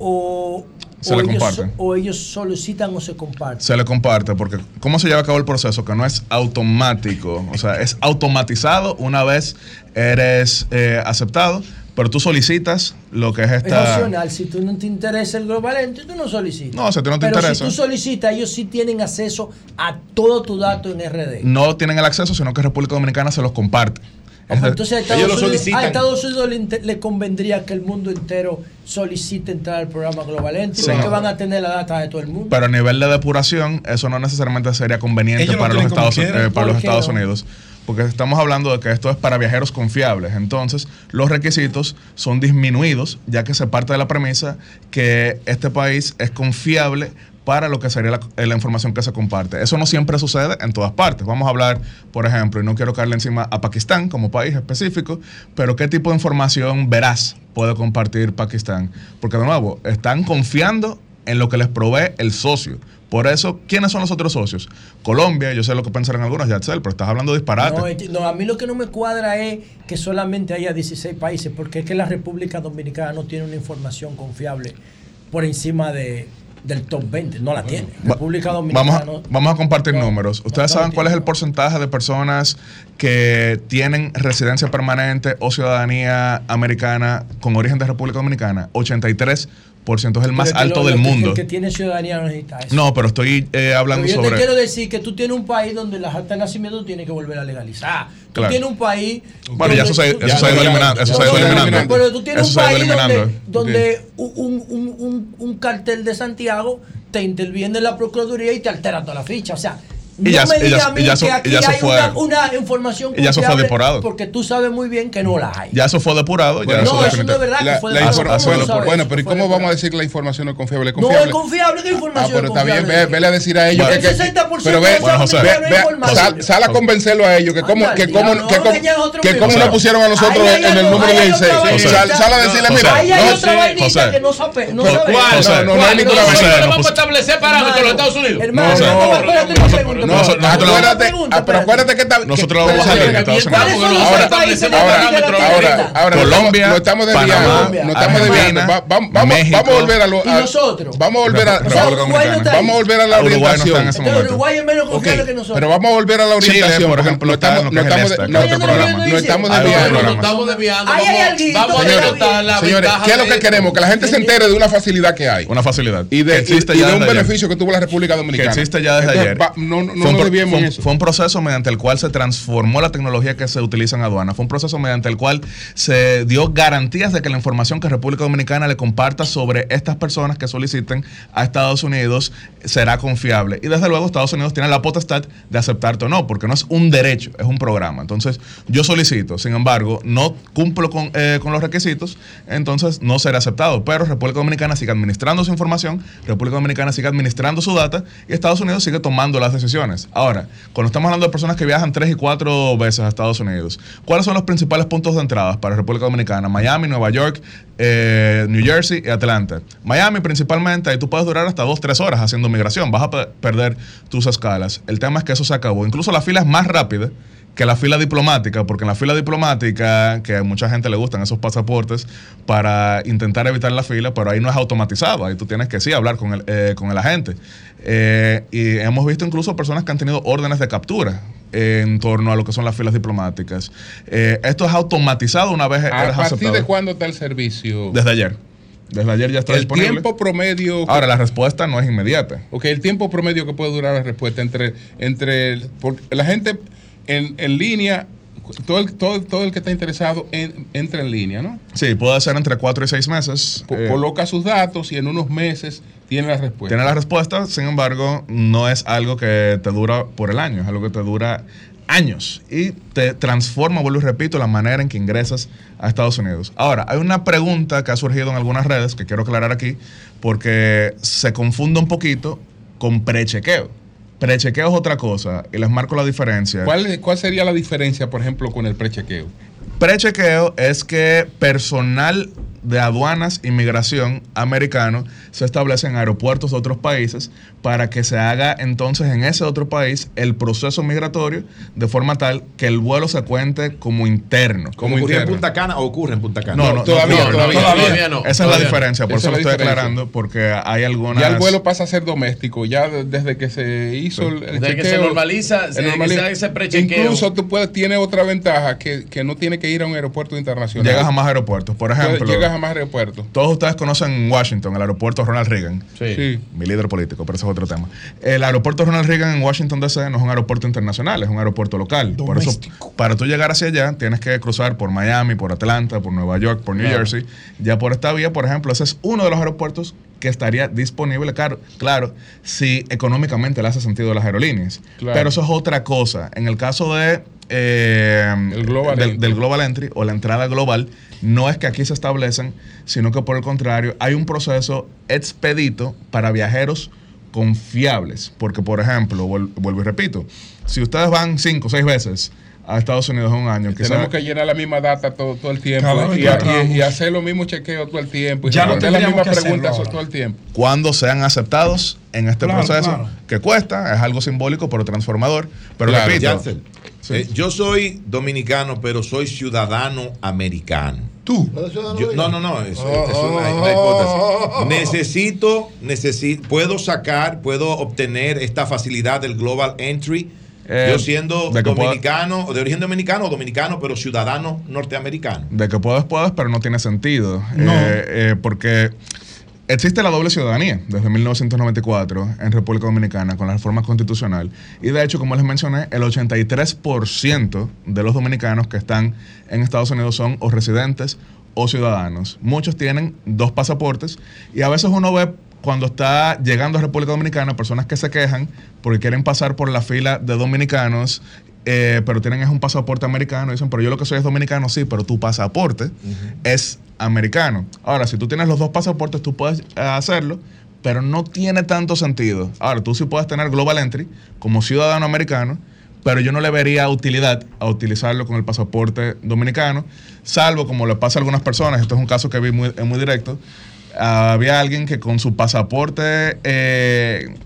o, Se o le ellos, comparten. o ellos solicitan o se comparten? Se le comparte, porque ¿cómo se lleva a cabo el proceso? Que no es automático, o sea, es automatizado una vez eres eh, aceptado, pero tú solicitas lo que es Es esta... opcional. Si tú no te interesa el global entry, tú no solicitas. No, si a ti no te Pero interesa. si tú solicitas, ellos sí tienen acceso a todo tu dato en R D. No tienen el acceso, sino que República Dominicana se los comparte. Es de- Entonces a Estados, ellos lo Unidos, solicitan. a Estados Unidos le, inter- le convendría que el mundo entero solicite entrar al programa Global Entry, Sí. porque van a tener la data de todo el mundo. Pero a nivel de depuración, eso no necesariamente sería conveniente Ellos lo para los tienen como Estados, quieran. eh, para ¿Por los qué Estados no? Unidos. Porque estamos hablando de que esto es para viajeros confiables. Entonces, los requisitos son disminuidos, ya que se parte de la premisa que este país es confiable para lo que sería la, eh, la información que se comparte. Eso no siempre sucede en todas partes. Vamos a hablar, por ejemplo, y no quiero caerle encima a Pakistán como país específico, pero ¿qué tipo de información veraz puede compartir Pakistán? Porque, de nuevo, están confiando en lo que les provee el socio. Por eso, ¿quiénes son los otros socios? Colombia, yo sé lo que pensarán algunos, Yatzel, pero estás hablando de disparate. No, enti- no, a mí lo que no me cuadra es que solamente haya dieciséis países, porque es que la República Dominicana no tiene una información confiable por encima de, del top veinte. No la tiene. República Dominicana Vamos a, no- vamos a compartir números. ¿Ustedes no saben cuál es el porcentaje de personas que tienen residencia permanente o ciudadanía americana con origen de República Dominicana? ochenta y tres por ciento es el más Pero es que alto lo- del lo que- mundo. El que tiene ciudadanía no necesita eso. No, pero estoy eh, hablando Pero yo sobre... te quiero decir que tú tienes un país donde las actas de nacimiento tienes que volver a legalizar. Tú Claro. tienes un país. Bueno, ya eso se- donde- eso se ha ido eliminando, eso se ha ido No, no, no, eliminando. Pero tú tienes Eso un se ha ido país donde, eliminando. donde un, un, un, un cartel de Santiago te interviene en la Procuraduría y te altera toda la ficha. O sea, Y no ya- me y ya- digas a mí y ya eso- que y aquí ya eso hay fue- una, una información y ya eso fue confiable, depurado. porque tú sabes muy bien que no la hay. Ya eso fue depurado. Ya Bueno, eso no, eso definitivamente- no es verdad que La- fue la depurado. informa- ¿Cómo bueno, tú sabes? bueno, pero ¿y Fue cómo depurado. vamos a decir que la información no es confiable? Es No confiable. es confiable, ¿qué información Ah, pero es está bien, confiable? ve, vele a decir a ellos Bueno, que, que- el sesenta por ciento pero ve, de esa José, información ve- es ve- información. sal, sal a convencerlo a ellos que cómo Anda, que tío, cómo no, que no cómo me lleves otro que mismo. cómo nos pusieron a nosotros Ahí hay en el otro- número ahí hay dieciséis. otra Sal, vainita. sal a decirle, José, mira, ahí hay no, otra sí, vainita José. que no sabe, no ¿Cuál? sabe. No, no, no, no hay ninguna Nosotros vaina. no vamos a establecer parámetros en los Estados Unidos. Hermano, No, no, no, espérate no, una pregunta. No, acuérdate, pero acuérdate que está, nosotros lo vamos a hacer en Estados Unidos. Ahora, ahora, Colombia, no estamos desviando, no estamos desviando. Vamos, vamos a volver a lo. ¿Y nosotros? Vamos a volver a. Vamos a volver a la orientación. Uruguay es menos confiable que nosotros. Pero vamos a volver a la orientación, por ejemplo, no estamos, no estamos, no estamos desviando. No estamos desviando. Vamos a denotar la ventaja. ¿Qué es lo que queremos? Que la gente se entere de una facilidad que hay. Una facilidad. Y de, y, y de un beneficio que tuvo la República Dominicana. Que existe ya desde Entonces, ayer. Va, no no, fue, no un, debíamos fue, eso. fue un proceso mediante el cual se transformó la tecnología que se utiliza en aduana. Fue un proceso mediante el cual se dio garantías de que la información que República Dominicana le comparta sobre estas personas que soliciten a Estados Unidos será confiable. Y desde luego Estados Unidos tiene la potestad de aceptarte o no, porque no es un derecho, es un programa. Entonces yo solicito, sin embargo, no cumplo con, eh, con los requisitos, entonces no será aceptado. Pero República Dominicana sigue administrando su información, República Dominicana sigue administrando su data y Estados Unidos sigue tomando las decisiones. Ahora, cuando estamos hablando de personas que viajan tres y cuatro veces a Estados Unidos, ¿cuáles son los principales puntos de entrada para República Dominicana? Miami, Nueva York, eh, New Jersey y Atlanta. Miami principalmente, ahí tú puedes durar hasta dos, tres horas haciendo migración, vas a pe- perder tus escalas. El tema es que eso se acabó. Incluso la fila es más rápida que la fila diplomática, porque en la fila diplomática, que a mucha gente le gustan esos pasaportes para intentar evitar la fila, pero ahí no es automatizado, ahí tú tienes que sí hablar con el, eh, con el agente. Eh, y hemos visto incluso personas que han tenido órdenes de captura en torno a lo que son las filas diplomáticas. Eh, esto es automatizado una vez ¿A eres partir aceptado. de cuándo está el servicio? Desde ayer. Desde ayer ya está el disponible. El tiempo promedio. Ahora, la respuesta no es inmediata. Ok, el tiempo promedio que puede durar la respuesta entre. entre porque la gente en, en línea, todo el, todo, todo el que está interesado en, entra en línea, ¿no? Sí, puede ser entre cuatro y seis meses. Co- eh, coloca sus datos y en unos meses tiene la respuesta. Tiene la respuesta, sin embargo, no es algo que te dura por el año, es algo que te dura años y te transforma, vuelvo y repito, la manera en que ingresas a Estados Unidos. Ahora, hay una pregunta que ha surgido en algunas redes que quiero aclarar aquí porque se confunde un poquito con prechequeo. Prechequeo es otra cosa y les marco la diferencia. ¿Cuál, ¿Cuál sería la diferencia, por ejemplo, con el prechequeo? Prechequeo es que personal de aduanas y migración americano se establece en aeropuertos de otros países para que se haga entonces en ese otro país el proceso migratorio de forma tal que el vuelo se cuente como interno. ¿Como ocurre en Punta Cana o ocurre en Punta Cana? No, no, todavía, no, todavía, no, todavía no. Esa es Todavía la diferencia, no. por Esa eso lo es estoy la diferencia. aclarando, porque hay algunas... Ya el vuelo pasa a ser doméstico, ya de- desde que se hizo el, el Desde que chequeo, se normaliza, el se- que normaliza. se haga ese prechequeo. Incluso tú puedes, tienes otra ventaja, que, que no tienes que ir a un aeropuerto internacional. Llegas a más aeropuertos. Por ejemplo, Puedes- llegas a más aeropuertos. todos ustedes conocen Washington, el aeropuerto Ronald Reagan. Sí. Sí. Mi líder político, pero ese es otro tema. El aeropuerto Ronald Reagan en Washington D C no es un aeropuerto internacional, es un aeropuerto local. Por eso, para tú llegar hacia allá, tienes que cruzar por Miami, por Atlanta, por Nueva York, por New Claro. Jersey. Ya por esta vía, por ejemplo, ese es uno de los aeropuertos que estaría disponible, claro, claro si económicamente le hace sentido a las aerolíneas. Claro. Pero eso es otra cosa. En el caso de eh, El Global del, Entry. del Global Entry o la entrada global, no es que aquí se establecen, sino que por el contrario, hay un proceso expedito para viajeros confiables. Porque, por ejemplo, vuel- vuelvo y repito, si ustedes van cinco o seis veces a Estados Unidos en un año, quizá- Tenemos que llenar la misma data todo, todo el tiempo Cada vez y, que y- entramos. y hacer los mismos chequeos todo el tiempo y Ya no responder las tendríamos mismas que preguntas hacerlo todo el tiempo. cuando sean aceptados en este Claro, proceso, claro. que cuesta, es algo simbólico pero transformador. Pero Claro, repito, Jansen, eh, yo soy dominicano, pero soy ciudadano americano. ¿Tú? Yo- no, no, no, es, es una, una hipótesis. Necesito, necesito, puedo sacar, puedo obtener esta facilidad del Global Entry. Eh, yo siendo de que pueda- dominicano, de origen dominicano o dominicano, pero ciudadano norteamericano. de que puedes, puedes, pero no tiene sentido. No. Eh, eh, porque existe la doble ciudadanía desde mil novecientos noventa y cuatro en República Dominicana con la reforma constitucional. Y de hecho, como les mencioné, el ochenta y tres por ciento de los dominicanos que están en Estados Unidos son o residentes o ciudadanos. Muchos tienen dos pasaportes y a veces uno ve cuando está llegando a República Dominicana personas que se quejan porque quieren pasar por la fila de dominicanos, eh, pero tienen es un pasaporte americano. Y dicen, pero yo lo que soy es dominicano, sí, pero tu pasaporte es americano. Ahora, si tú tienes los dos pasaportes, tú puedes eh, hacerlo, pero no tiene tanto sentido. Ahora, tú sí puedes tener Global Entry como ciudadano americano, pero yo no le vería utilidad a utilizarlo con el pasaporte dominicano, salvo como le pasa a algunas personas. Esto es un caso que vi muy, eh, muy directo. Había alguien que con su pasaporte eh,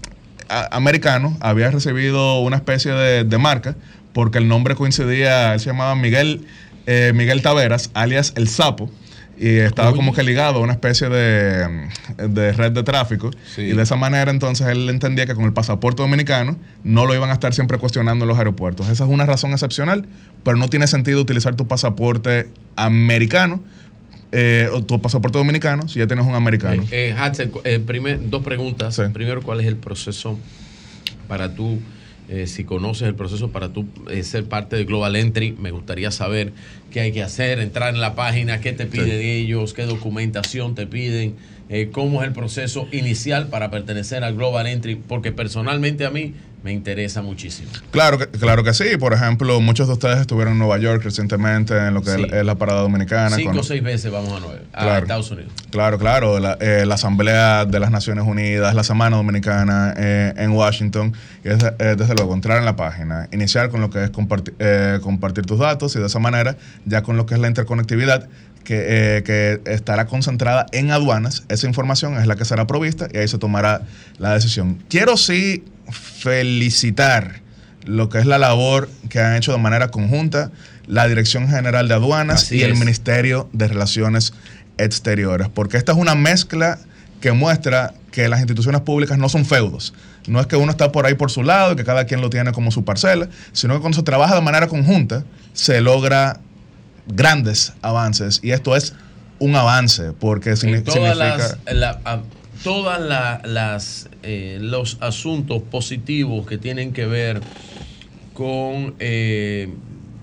a, americano había recibido una especie de, de marca porque el nombre coincidía, él se llamaba Miguel, eh, Miguel Taveras, alias El Sapo, y estaba Uy. como que ligado a una especie de, de red de tráfico. Sí. Y de esa manera entonces él entendía que con el pasaporte dominicano no lo iban a estar siempre cuestionando en los aeropuertos. Esa es una razón excepcional, pero no tiene sentido utilizar tu pasaporte americano eh, o tu pasaporte dominicano si ya tienes un americano. Eh, eh, Hadsel, eh, primer, dos preguntas. Sí. Primero, ¿cuál es el proceso para tú, eh, si conoces el proceso para tú eh, ser parte de Global Entry? Me gustaría saber qué hay que hacer, entrar en la página, qué te piden sí. ellos, qué documentación te piden, eh, cómo es el proceso inicial para pertenecer a Global Entry, porque personalmente a mí me interesa muchísimo. Claro que, claro que sí. Por ejemplo, muchos de ustedes estuvieron en Nueva York recientemente en lo que sí. es la parada dominicana. Cinco con, o seis veces vamos a, Nueva, a claro, Estados Unidos. Claro, claro. La, eh, la Asamblea de las Naciones Unidas, la Semana Dominicana eh, en Washington. Y es, eh, desde luego, entrar en la página, iniciar con lo que es compartir, eh, compartir tus datos y de esa manera, ya con lo que es la interconectividad, que, eh, que estará concentrada en aduanas. Esa información es la que será provista y ahí se tomará la decisión. Quiero sí felicitar lo que es la labor que han hecho de manera conjunta la Dirección General de Aduanas Así y el es. Ministerio de Relaciones Exteriores, porque esta es una mezcla que muestra que las instituciones públicas no son feudos. No es que uno está por ahí por su lado y que cada quien lo tiene como su parcela, sino que cuando se trabaja de manera conjunta se logra grandes avances, y esto es un avance porque significa... Todas las, la, a, todas la, las eh, los asuntos positivos que tienen que ver con eh,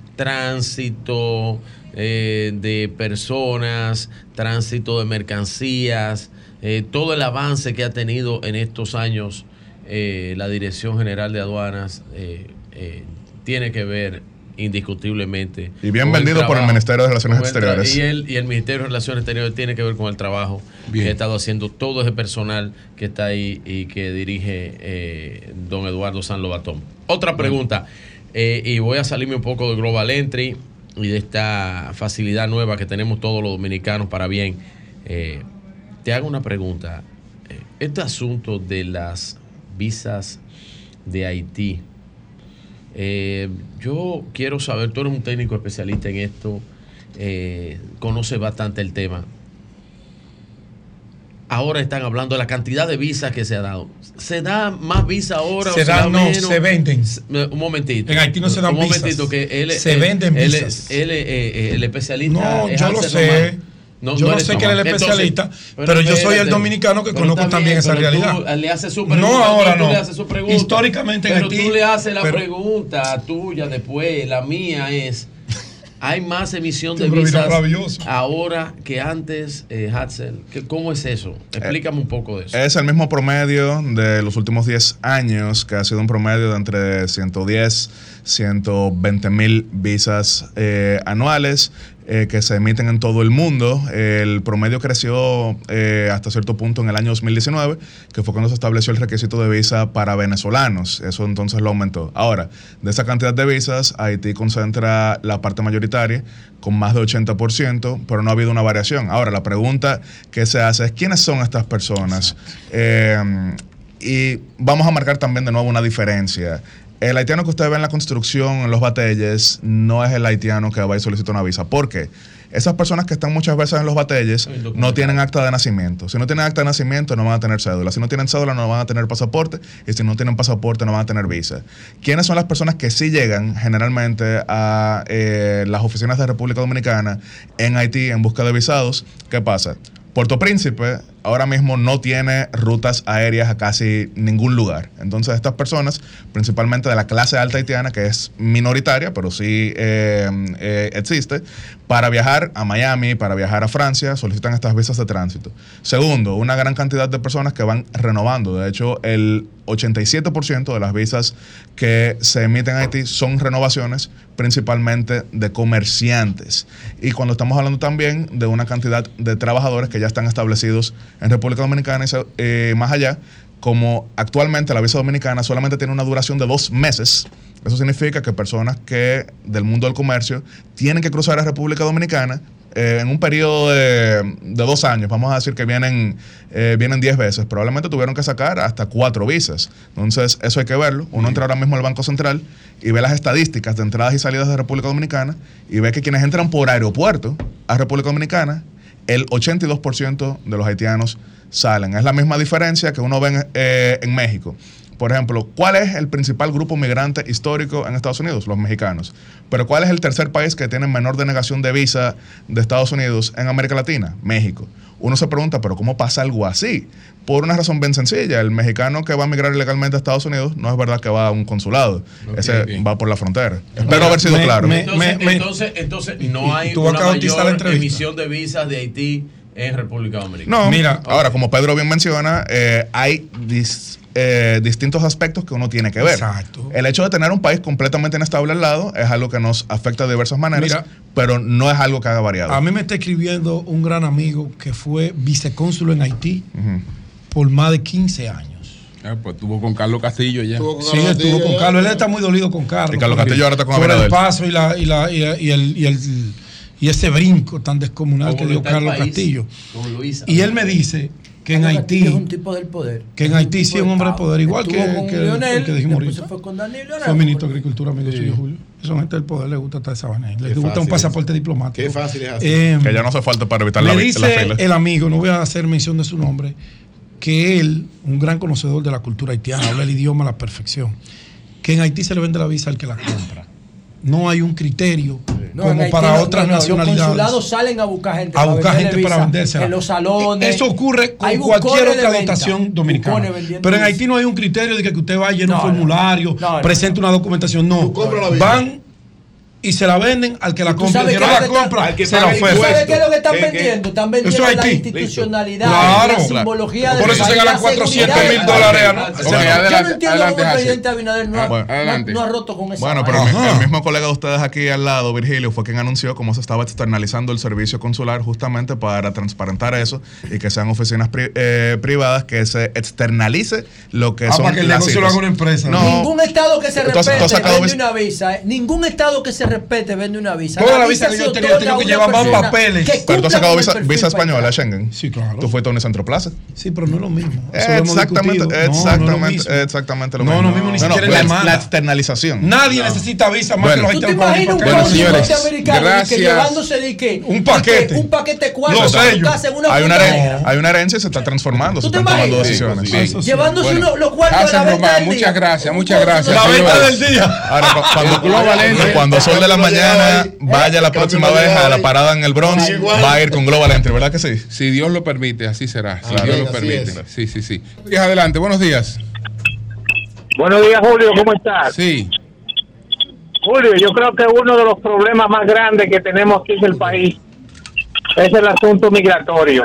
tránsito eh, de personas, tránsito de mercancías, eh, todo el avance que ha tenido en estos años eh, la Dirección General de Aduanas eh, eh, tiene que ver indiscutiblemente. Y bien vendido trabajo, por el Ministerio de Relaciones Exteriores. Y el, y el Ministerio de Relaciones Exteriores tiene que ver con el trabajo bien. que ha estado haciendo todo ese personal que está ahí y que dirige eh, don Eduardo San Lobatón. Otra pregunta, eh, y voy a salirme un poco de Global Entry y de esta facilidad nueva que tenemos todos los dominicanos para bien. Eh, te hago una pregunta. Este asunto de las visas de Haití, Eh, yo quiero saber, tú eres un técnico especialista en esto, eh, conoces bastante el tema. Ahora están hablando de la cantidad de visas que se ha dado. ¿Se da más visas ahora? Se, o se da, da no, menos? se venden. Un momentito. En Haití no se dan un visas. momentito, que él, se él, venden él, visas. Él, él, eh, el especialista. No, yo lo sé. No, yo no, no sé que él es especialista, Entonces, pero, pero yo soy el dominicano que conozco también, también esa realidad. Le hace su pregunta, no, ahora tú no. Le hace su pregunta, históricamente en pero Haití, tú le haces la pero, pregunta tuya después. La mía es: ¿hay más emisión de visas ahora que antes, eh, Hadsel? ¿Cómo es eso? Explícame un poco de eso. Es el mismo promedio de los últimos diez años, que ha sido un promedio de entre ciento diez, ciento veinte mil visas eh, anuales. Eh, que se emiten en todo el mundo. El promedio creció eh, hasta cierto punto en el año dos mil diecinueve, que fue cuando se estableció el requisito de visa para venezolanos. Eso entonces lo aumentó. Ahora, de esa cantidad de visas, Haití concentra la parte mayoritaria con más de ochenta por ciento, pero no ha habido una variación. Ahora, la pregunta que se hace es ¿quiénes son estas personas? Eh, y vamos a marcar también de nuevo una diferencia. El haitiano que usted ve en la construcción, en los batelles, no es el haitiano que va y solicita una visa. ¿Por qué? Esas personas que están muchas veces en los batelles no tienen acta de nacimiento. Si no tienen acta de nacimiento, no van a tener cédula. Si no tienen cédula, no van a tener pasaporte. Y si no tienen pasaporte, no van a tener visa. ¿Quiénes son las personas que sí llegan generalmente a eh, las oficinas de República Dominicana en Haití en busca de visados? ¿Qué pasa? Puerto Príncipe ahora mismo no tiene rutas aéreas a casi ningún lugar. Entonces estas personas, principalmente de la clase alta haitiana, que es minoritaria, pero sí eh, eh, existe, para viajar a Miami, para viajar a Francia, solicitan estas visas de tránsito. Segundo, una gran cantidad de personas que van renovando. De hecho, el ochenta y siete por ciento de las visas que se emiten en Haití son renovaciones, principalmente de comerciantes. Y cuando estamos hablando también de una cantidad de trabajadores que ya están establecidos en República Dominicana y eh, más allá, como actualmente la visa dominicana solamente tiene una duración de dos meses, eso significa que personas que del mundo del comercio tienen que cruzar a República Dominicana eh, en un periodo de, de dos años, vamos a decir que vienen eh, vienen diez veces, probablemente tuvieron que sacar hasta cuatro visas. Entonces, eso hay que verlo. Uno entra ahora mismo al Banco Central y ve las estadísticas de entradas y salidas de República Dominicana y ve que quienes entran por aeropuerto a República Dominicana, el ochenta y dos por ciento de los haitianos salen. Es la misma diferencia que uno ve en, eh, en México. Por ejemplo, ¿cuál es el principal grupo migrante histórico en Estados Unidos? Los mexicanos. Pero ¿cuál es el tercer país que tiene menor denegación de visa de Estados Unidos en América Latina? México. Uno se pregunta, ¿pero cómo pasa algo así? Por una razón bien sencilla. El mexicano que va a migrar ilegalmente a Estados Unidos no es verdad que va a un consulado. Okay, Ese okay. va por la frontera. Espero haber sido me, claro. Me, entonces, me, entonces, entonces no hay una mayor emisión de visas de Haití en República Dominicana. No, mira, okay. Ahora, como Pedro bien menciona, eh, hay dis, eh, distintos aspectos que uno tiene que ver. Exacto. El hecho de tener un país completamente inestable al lado es algo que nos afecta de diversas maneras, mira, pero no es algo que haga variado. A mí me está escribiendo un gran amigo que fue vicecónsul en Haití uh-huh. por más de quince años. Eh, pues estuvo con Carlos Castillo ya. Con sí, Carlos estuvo con Carlos. Él está muy dolido con Carlos. Y Carlos Castillo ahora está con Por el paso y, la, y, la, y, la, y el... Y el y ese brinco tan descomunal que dio Carlos país, Castillo. Luisa, y él me dice que en Haití Castillo es un tipo del poder. Que en Haití sí es un hombre de poder, igual que, que, Lionel, que dijimos ahorita. Fue, con Daniel, fue ministro de Agricultura, amigo sí. suyo, Julio. Son gente del poder, le gusta estar esa vaina. Le gusta un pasaporte es. diplomático. Qué fácil es así. Eh, que ya no hace falta para evitar la fila. Le dice el amigo, no voy a hacer mención de su nombre, que él, un gran conocedor de la cultura haitiana, habla el idioma a la perfección, que en Haití se le vende la visa al que la compra. No hay un criterio no, como Haití, para no, otras no, no, nacionalidades. Los consulados salen a buscar gente, a buscar gente visa, para vendérsela. En los salones. Eso ocurre con cualquier otra dotación dominicana. Pero en Haití no hay un criterio de que usted vaya en no, un formulario, no, no, presente no, no. una documentación. No. Van y se la venden al que la compra. Si no la compra, al que se la oferta. ¿Sabes qué es lo que están vendiendo? Están vendiendo la institucionalidad, claro, la simbología de por eso se ganan cuatrocientos mil dólares. Yo no entiendo cómo el presidente Abinader no ha roto con eso. Bueno, pero el mismo colega de ustedes aquí al lado, Virgilio, fue quien anunció cómo se estaba externalizando el servicio consular justamente para transparentar eso y que sean oficinas pri eh, privadas, que se externalice lo que ah, son para que el negocio lo haga una empresa. No. Ningún estado que se respete vende una visa. ¿eh? Ningún estado que se respete vende una visa. Toda la, la visa que yo tenía, tengo que llevar más papeles. Pero tú has sacado visa, visa española, Schengen. Sí, claro. Tú fuiste a Unicentro Plaza. Sí, pero no es lo mismo. Exactamente, exactamente, exactamente lo mismo. No, no mismo ni siquiera la, la externalización. Nadie necesita visa más que los haitianos. ¿Tú te imaginas un presidente americano que llevándose de qué? Un paquete. Un paquete cuatro en una hay, una herencia, hay una herencia y se está transformando, se están tomando decisiones. Llevándose los cuartos de la venta del día. Muchas gracias, muchas gracias. La venta del día. Ahora, cuando Sol de la mañana vaya la próxima vez a la parada en el Bronx, va a ir con Global Entry, ¿verdad que sí? Si Dios lo permite, así será. Si Dios lo permite. Sí, sí, sí. Adelante, buenos días. Buenos días, Julio, ¿cómo estás? Sí. Julio, yo creo que uno de los problemas más grandes que tenemos aquí en el país es el asunto migratorio.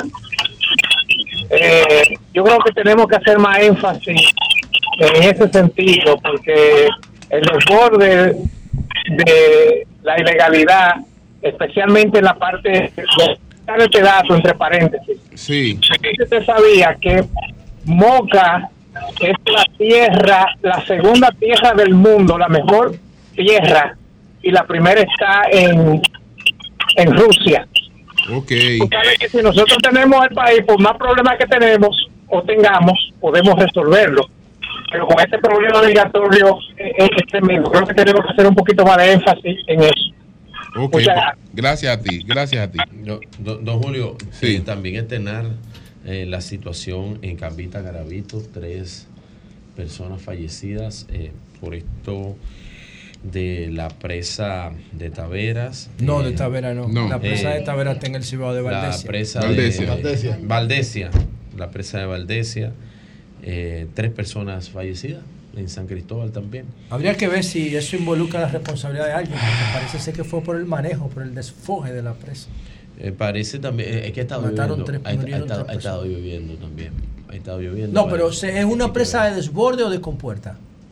Eh, yo creo que tenemos que hacer más énfasis en ese sentido, porque el desborde de la ilegalidad, especialmente en la parte de este dato entre paréntesis. Sí. Usted sabía que Moca es la tierra, la segunda tierra del mundo, la mejor tierra, y la primera está en en Rusia. Okay. Usted sabe que si nosotros tenemos el país, por más problemas que tenemos o tengamos, podemos resolverlo. Pero con este problema migratorio es tremendo. Creo que tenemos que hacer un poquito más de énfasis en eso. Okay. Gracias a ti, gracias a ti. Yo, don, don Julio, sí. eh, también externar eh, la situación en Cambita Garavito, tres personas fallecidas eh, por esto de la presa de Taveras. No, eh, de Taveras no. no. La presa eh, de Taveras está en el Cibao de Valdesia. La presa Valdesia. de Valdesia. Valdesia. La presa de Valdesia. Eh, tres personas fallecidas en San Cristóbal también. Habría que ver si eso involucra la responsabilidad de alguien, porque parece ser que fue por el manejo, por el desfoje de la presa. Eh, parece también, eh, es que ha estado Mataron lloviendo. Tres, ha, ha, estado, ha estado lloviendo también. Ha estado lloviendo. No, pero ¿es una presa de desborde o de compuerta?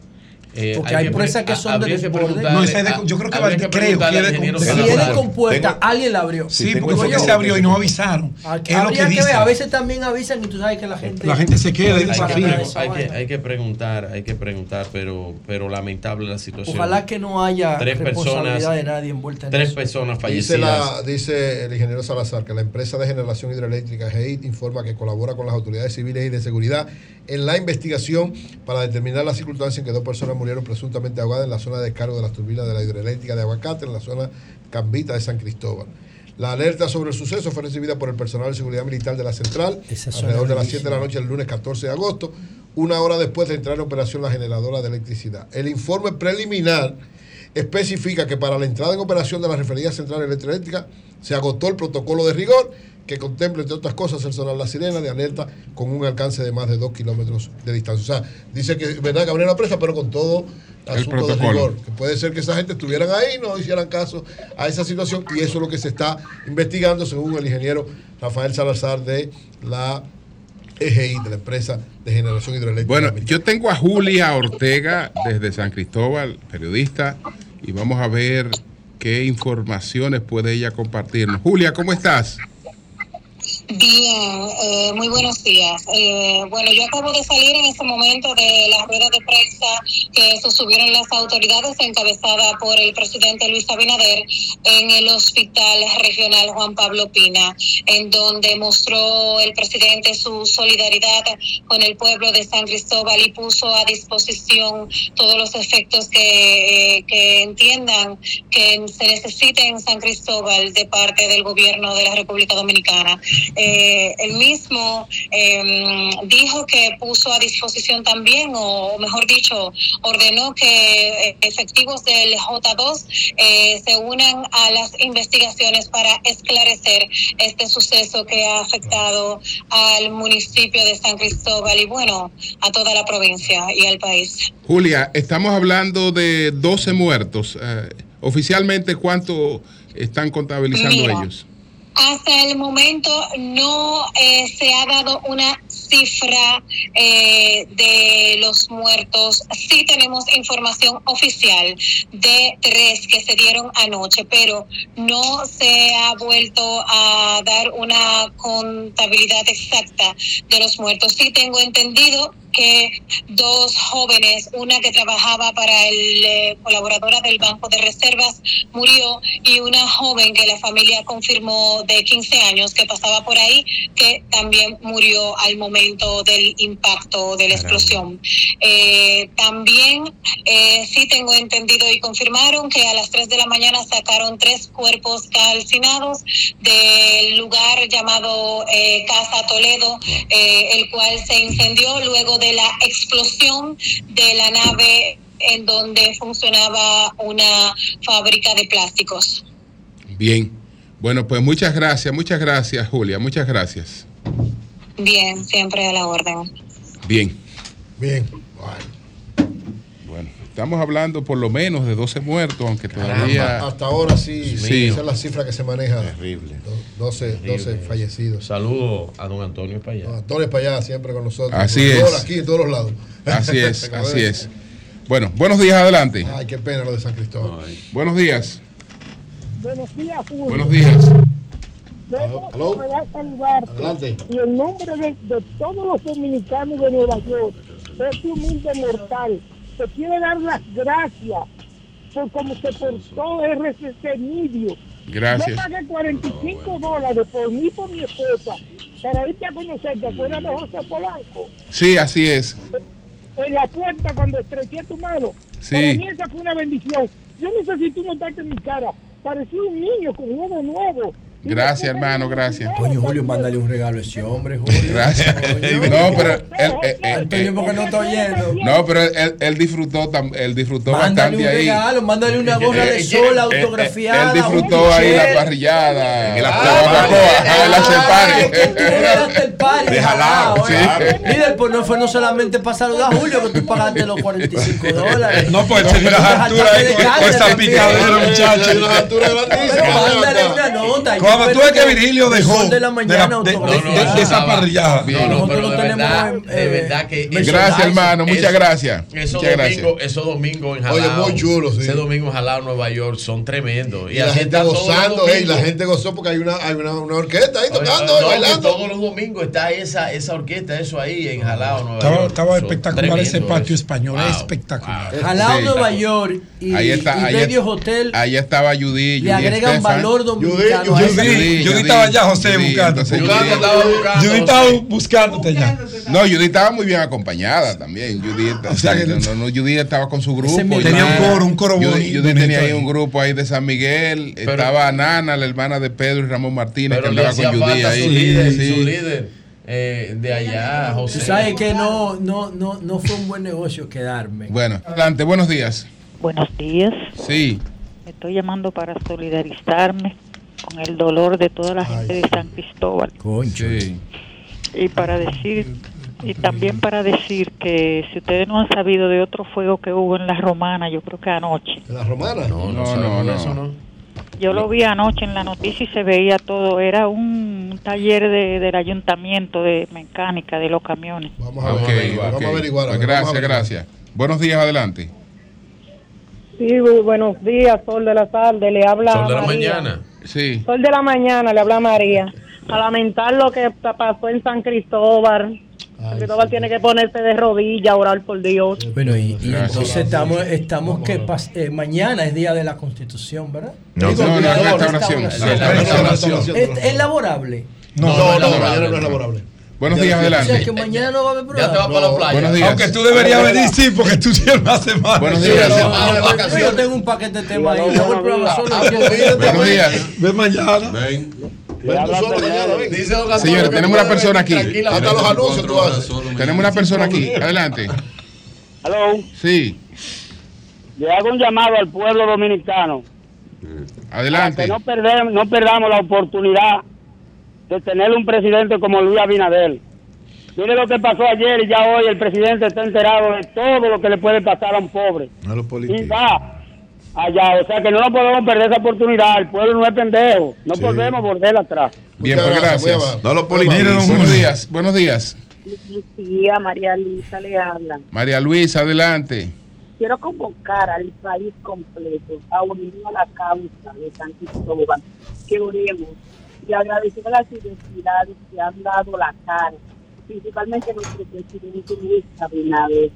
Eh, Porque hay, hay empresas que son de desborde. No, ese de, yo creo que, va, que creo que es de, si es de compuerta, tengo, alguien la abrió. Sí, porque fue que se abrió y no avisaron. Es lo que, que ver, a veces también avisan y tú sabes que la gente la gente se queda hay, que, hay, que, hay que preguntar, hay que preguntar, pero pero lamentable la situación. Ojalá que no haya tres responsabilidad personas, de nadie envuelta en tres eso. personas fallecidas. Dice, la, dice el ingeniero Salazar que la empresa de generación hidroeléctrica G E I T informa que colabora con las autoridades civiles y de seguridad en la investigación para determinar las circunstancias en que dos personas murieron presuntamente ahogadas en la zona de descargo de las turbinas de la hidroeléctrica de Aguacate, en la zona Cambita de San Cristóbal. La alerta sobre el suceso fue recibida por el personal de seguridad militar de la central alrededor de las siete de la noche del lunes catorce de agosto, una hora después de entrar en operación la generadora de electricidad. El informe preliminar especifica que para la entrada en operación de la referida central electroeléctrica se agotó el protocolo de rigor que contempla, entre otras cosas, el sonar la sirena de alerta con un alcance de más de dos kilómetros de distancia. O sea, dice que es verdad que abrieron la presa, pero con todo asunto de rigor. Que puede ser que esa gente estuvieran ahí y no hicieran caso a esa situación, y eso es lo que se está investigando, según el ingeniero Rafael Salazar de la E G I, de la empresa de generación hidroeléctrica. Bueno, yo tengo a Julia Ortega desde San Cristóbal, periodista, y vamos a ver qué informaciones puede ella compartirnos. Julia, ¿cómo estás? Bien, eh, muy buenos días. Eh, bueno, yo acabo de salir en este momento de la rueda de prensa que sostuvieron las autoridades encabezada por el presidente Luis Abinader en el Hospital Regional Juan Pablo Pina, en donde mostró el presidente su solidaridad con el pueblo de San Cristóbal y puso a disposición todos los efectos que, eh, que entiendan que se necesite en San Cristóbal de parte del gobierno de la República Dominicana. Eh, él mismo eh, dijo que puso a disposición también, o mejor dicho, ordenó que efectivos del J dos eh, se unan a las investigaciones para esclarecer este suceso que ha afectado al municipio de San Cristóbal y, bueno, a toda la provincia y al país. Julia, estamos hablando de doce muertos. Eh, oficialmente, ¿cuánto están contabilizando Mira. ellos? Hasta el momento no eh, se ha dado una cifra eh, de los muertos. Sí tenemos información oficial de tres que se dieron anoche, pero no se ha vuelto a dar una contabilidad exacta de los muertos. Sí tengo entendido que dos jóvenes, una que trabajaba para el eh, colaboradora del Banco de Reservas murió, y una joven que la familia confirmó de quince años que pasaba por ahí, que también murió al momento del impacto de la explosión. Eh, también eh, sí tengo entendido y confirmaron que a las tres de la mañana sacaron tres cuerpos calcinados del lugar llamado eh, Casa Toledo, eh, el cual se incendió luego de la explosión de la nave en donde funcionaba una fábrica de plásticos. Bien, bueno, pues muchas gracias, muchas gracias, Julia, muchas gracias. Bien, siempre a la orden. Bien. Bien. Bueno, estamos hablando por lo menos de doce muertos, aunque todavía... Hasta, hasta ahora sí, sí, esa es la cifra que se maneja. Terrible. doce, doce fallecidos. Saludos a don Antonio Payá. No, Antonio Payá siempre con nosotros. Así es. Todos, aquí en todos los lados. Así es, así es. Bueno, buenos días, adelante. Ay, qué pena lo de San Cristóbal. Ay. Buenos días. Buenos días, Julio. Buenos días. Debo saludarte. Adelante. Y en nombre de, de todos los dominicanos de Nueva York, este humilde mortal, te quiero dar las gracias por cómo se portó R C C Media. Gracias. Yo pagué cuarenta y cinco dólares por mí y por mi esposa para irte a conocerte. ¿Acuerdas de José Polanco? Sí, así es. En la puerta cuando estreché tu mano. Sí. Para mí esa fue una bendición. Yo no sé si tú notaste en mi cara. Parecía un niño con uno nuevo. Gracias, hermano, gracias. Coño, Julio, mándale un regalo a ese hombre, Julio. Gracias. No, pero él, él, él, Antonio, porque no está oyendo. No, pero él, él disfrutó, él disfrutó mándale bastante ahí. Mándale un regalo, mándale una gorra de sol autografiada. Él disfrutó ahí la parrillada, en la barbacoa, el after party. Déjala. Mira, pues no fue no solamente para saludar a Julio, que tú pagaste los cuarenta y cinco dólares. No, pues tiene las alturas ahí con esa picadera, muchachos. Mándale una nota. Cuando tú ves que Virgilio dejó de la mañana de, de, de, de, de esa parrillada. No, no, pero de verdad, de verdad que gracias, hermano, muchas gracias. Esos muchas domingos, gracias. esos domingos en Jalao. Oye, muy chulo, sí. Ese domingo en Jalao, Nueva York, son tremendos. Y, y la gente gozando, eh, y la gente gozó porque hay una, hay una, una orquesta ahí tocando, no, bailando. Todos los domingos está esa, esa orquesta, eso ahí en Jalao, Nueva estaba, York. Estaba espectacular ese patio eso. español, Wow, espectacular. wow. Jalao, Sí. Nueva York y, Ahí está, y ahí Medios está. Hotel Ahí estaba Judy. le agregan Estefan. valor dominicano. Judy, Judy, Judy estaba allá, José, buscando. Judy estaba buscándote ya. No, Judy estaba muy bien acompañada también. Judy, o sea, no, no, no, Judy estaba con su grupo. Tenía un coro, un coro Judy, bonito. Judy tenía ahí un grupo ahí de San Miguel. Pero, estaba Nana, la hermana de Pedro y Ramón Martínez, que pero le andaba con hacía Judy falta ahí. su líder, Sí. su líder eh, de allá, José. Tú sabes que no, no, no, no fue un buen negocio quedarme. Bueno, adelante, buenos días. Buenos días. Sí. Estoy llamando para solidarizarme con el dolor de toda la gente de San Cristóbal. Concho. Sí. Y para decir, y también para decir que si ustedes no han sabido de otro fuego que hubo en la Romana, yo creo que anoche. ¿En la Romana? No, no, No, no, no, eso no. no. Yo lo vi anoche en la noticia y se veía todo. Era un taller de, del ayuntamiento de mecánica de los camiones. Vamos a Ok, averiguar, ok. vamos a averiguar. Pues vamos a gracias, averiguar. gracias. Buenos días, adelante. Sí, muy buenos días, Sol de la tarde, le habla Sol de la María. mañana. Sí. Sol de la mañana, le habla María. A lamentar lo que pasó en San Cristóbal. San Cristóbal tiene que ponerse de rodillas, orar por Dios. Bueno, y, y Gracias. entonces estamos, estamos que pas- eh, mañana es día de la Constitución, ¿verdad? No, Digo, no, día la de restauración. restauración. La restauración. ¿Es, es laborable? No, No, no, no, no, mañana no es laborable. Buenos días, O sea adelante. que mañana no va a haber Ya te vas programa. para la playa. Buenos días. Aunque tú deberías venir, sí, porque tú tienes más semana. Buenos Sí, días. la No, semana de no, yo vacaciones. tengo un paquete de temas ahí. Sí, Yo hago el programa solo. Ah, pues, Buenos días. Ven mañana. Ven. Ven tú solo mañana, ven. Dice don Antonio Señores, que tenemos puede una persona venir aquí. tranquilamente. Hasta los anuncios tú haces. Tenemos una persona aquí. Adelante. Aló, Sí. le hago un llamado al pueblo dominicano. Adelante. Que no, perder, no perdamos la oportunidad de tener un presidente como Luis Abinader. Mire lo que pasó ayer y ya hoy el presidente está enterado de todo lo que le puede pasar a un pobre. No los Y políticos. va allá, o sea que no nos podemos perder esa oportunidad. El pueblo no es pendejo, no Sí. podemos volver atrás. Bien, Muchas pues gracias, gracias. muy No los Mire, don políticos. Buenos Julio. días. Buenos días. Lucía, María Luisa le habla. María Luisa, adelante. Quiero convocar al país completo a unirnos a la causa de San Cristóbal, que oremos y agradecer a las identidades que han dado la cara, principalmente nuestro presidente Luis Abinader.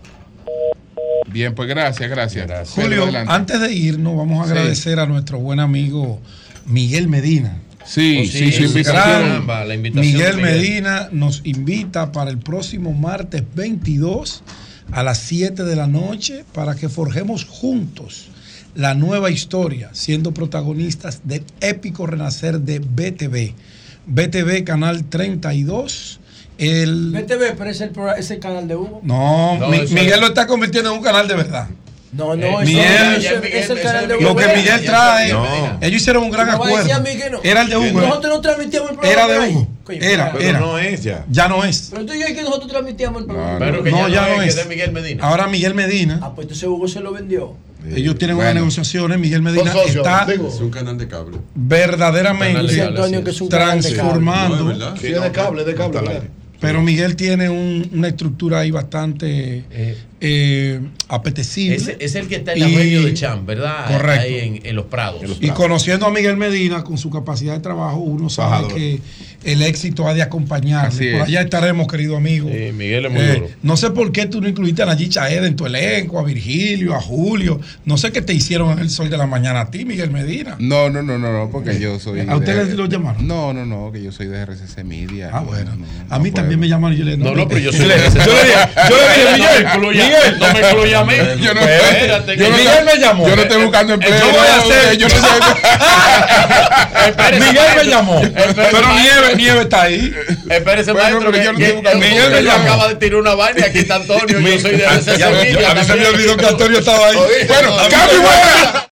Bien, pues gracias, gracias. Pedro, Julio, adelante. antes de irnos, vamos a Sí. agradecer a nuestro buen amigo Miguel Medina. Sí, Oh, sí, su es invitación. caramba, la invitación Miguel de Medina nos invita para el próximo martes veintidós a las siete de la noche para que forjemos juntos la nueva historia, siendo protagonistas del épico renacer de B T V. B T V Canal treinta y dos. El... B T V, pero es el, programa- es el canal de Hugo. No, No, Mi- eso Miguel es- lo está convirtiendo en un canal de verdad. No, no, Eh, eso Miguel- es, ya es, Miguel- es el eso canal es de Miguel Hugo. Lo que Medina, Miguel ya trae, está Miguel Medina. ellos hicieron un gran ¿No va a decir acuerdo. a mí que no? Era el de Hugo. Nosotros no transmitíamos el programa. Era de por ahí. Hugo. Coño, Era, Pero era. no es ya. Ya no es. Pero tú y yo que nosotros transmitíamos el programa. Pero que No, ya, ya no no es, es. que es de Miguel Medina. Ahora Miguel Medina, Ah, pues entonces Hugo se lo vendió. ellos tienen Bueno. unas negociaciones. Miguel Medina Son socios, está digo. Es un canal de cable. verdaderamente Canal Dice legal, Antonio así que es. es un canal de cable. transformando. No, es verdad. Sí, es de cable, es de cable. ¿verdad? Pero Miguel tiene un- una estructura ahí bastante Eh, eh, apetecible. Es, es el que está en la Y- medio de Cham, ¿verdad? Correcto. Ahí en, en los Prados. Y conociendo a Miguel Medina con su capacidad de trabajo, uno sabe Bajador. que el éxito ha de acompañarle. Así Por es. allá estaremos, querido amigo. Sí, Miguel es muy Eh, duro. no sé por qué tú no incluiste a Nayi Chaed en tu elenco, a Virgilio, a Julio. No sé qué te hicieron en el Sol de la Mañana a ti, Miguel Medina. No, no, no, no, no, porque yo soy. ¿A ustedes de- lo llamaron? No, no, no, que yo soy de R C C Media. Ah, bueno. No, no, A mí no también puedo. me llamaron y yo le No, no, pero yo soy le- de ese- yo le dije, yo le dije, No Miguel, me incluya- Miguel, no me incluya a mí. Yo no, Espérate, yo que no Miguel estoy- me llamó. Yo no estoy buscando empleo. Yo voy a hacer- Yo no sé. Espérese, Miguel me maestro. llamó. Espérese, Pero maestro. Nieve, Nieve está ahí. Espérese, Bueno, maestro. pero yo que- no que- estoy buscando que Miguel me Antonio llamó. acaba de tirar una vaina y aquí está Antonio. Yo soy de Ya, R C C ya, Media a mí se me también. olvidó que Antonio estaba ahí. Bueno, cambio, buena.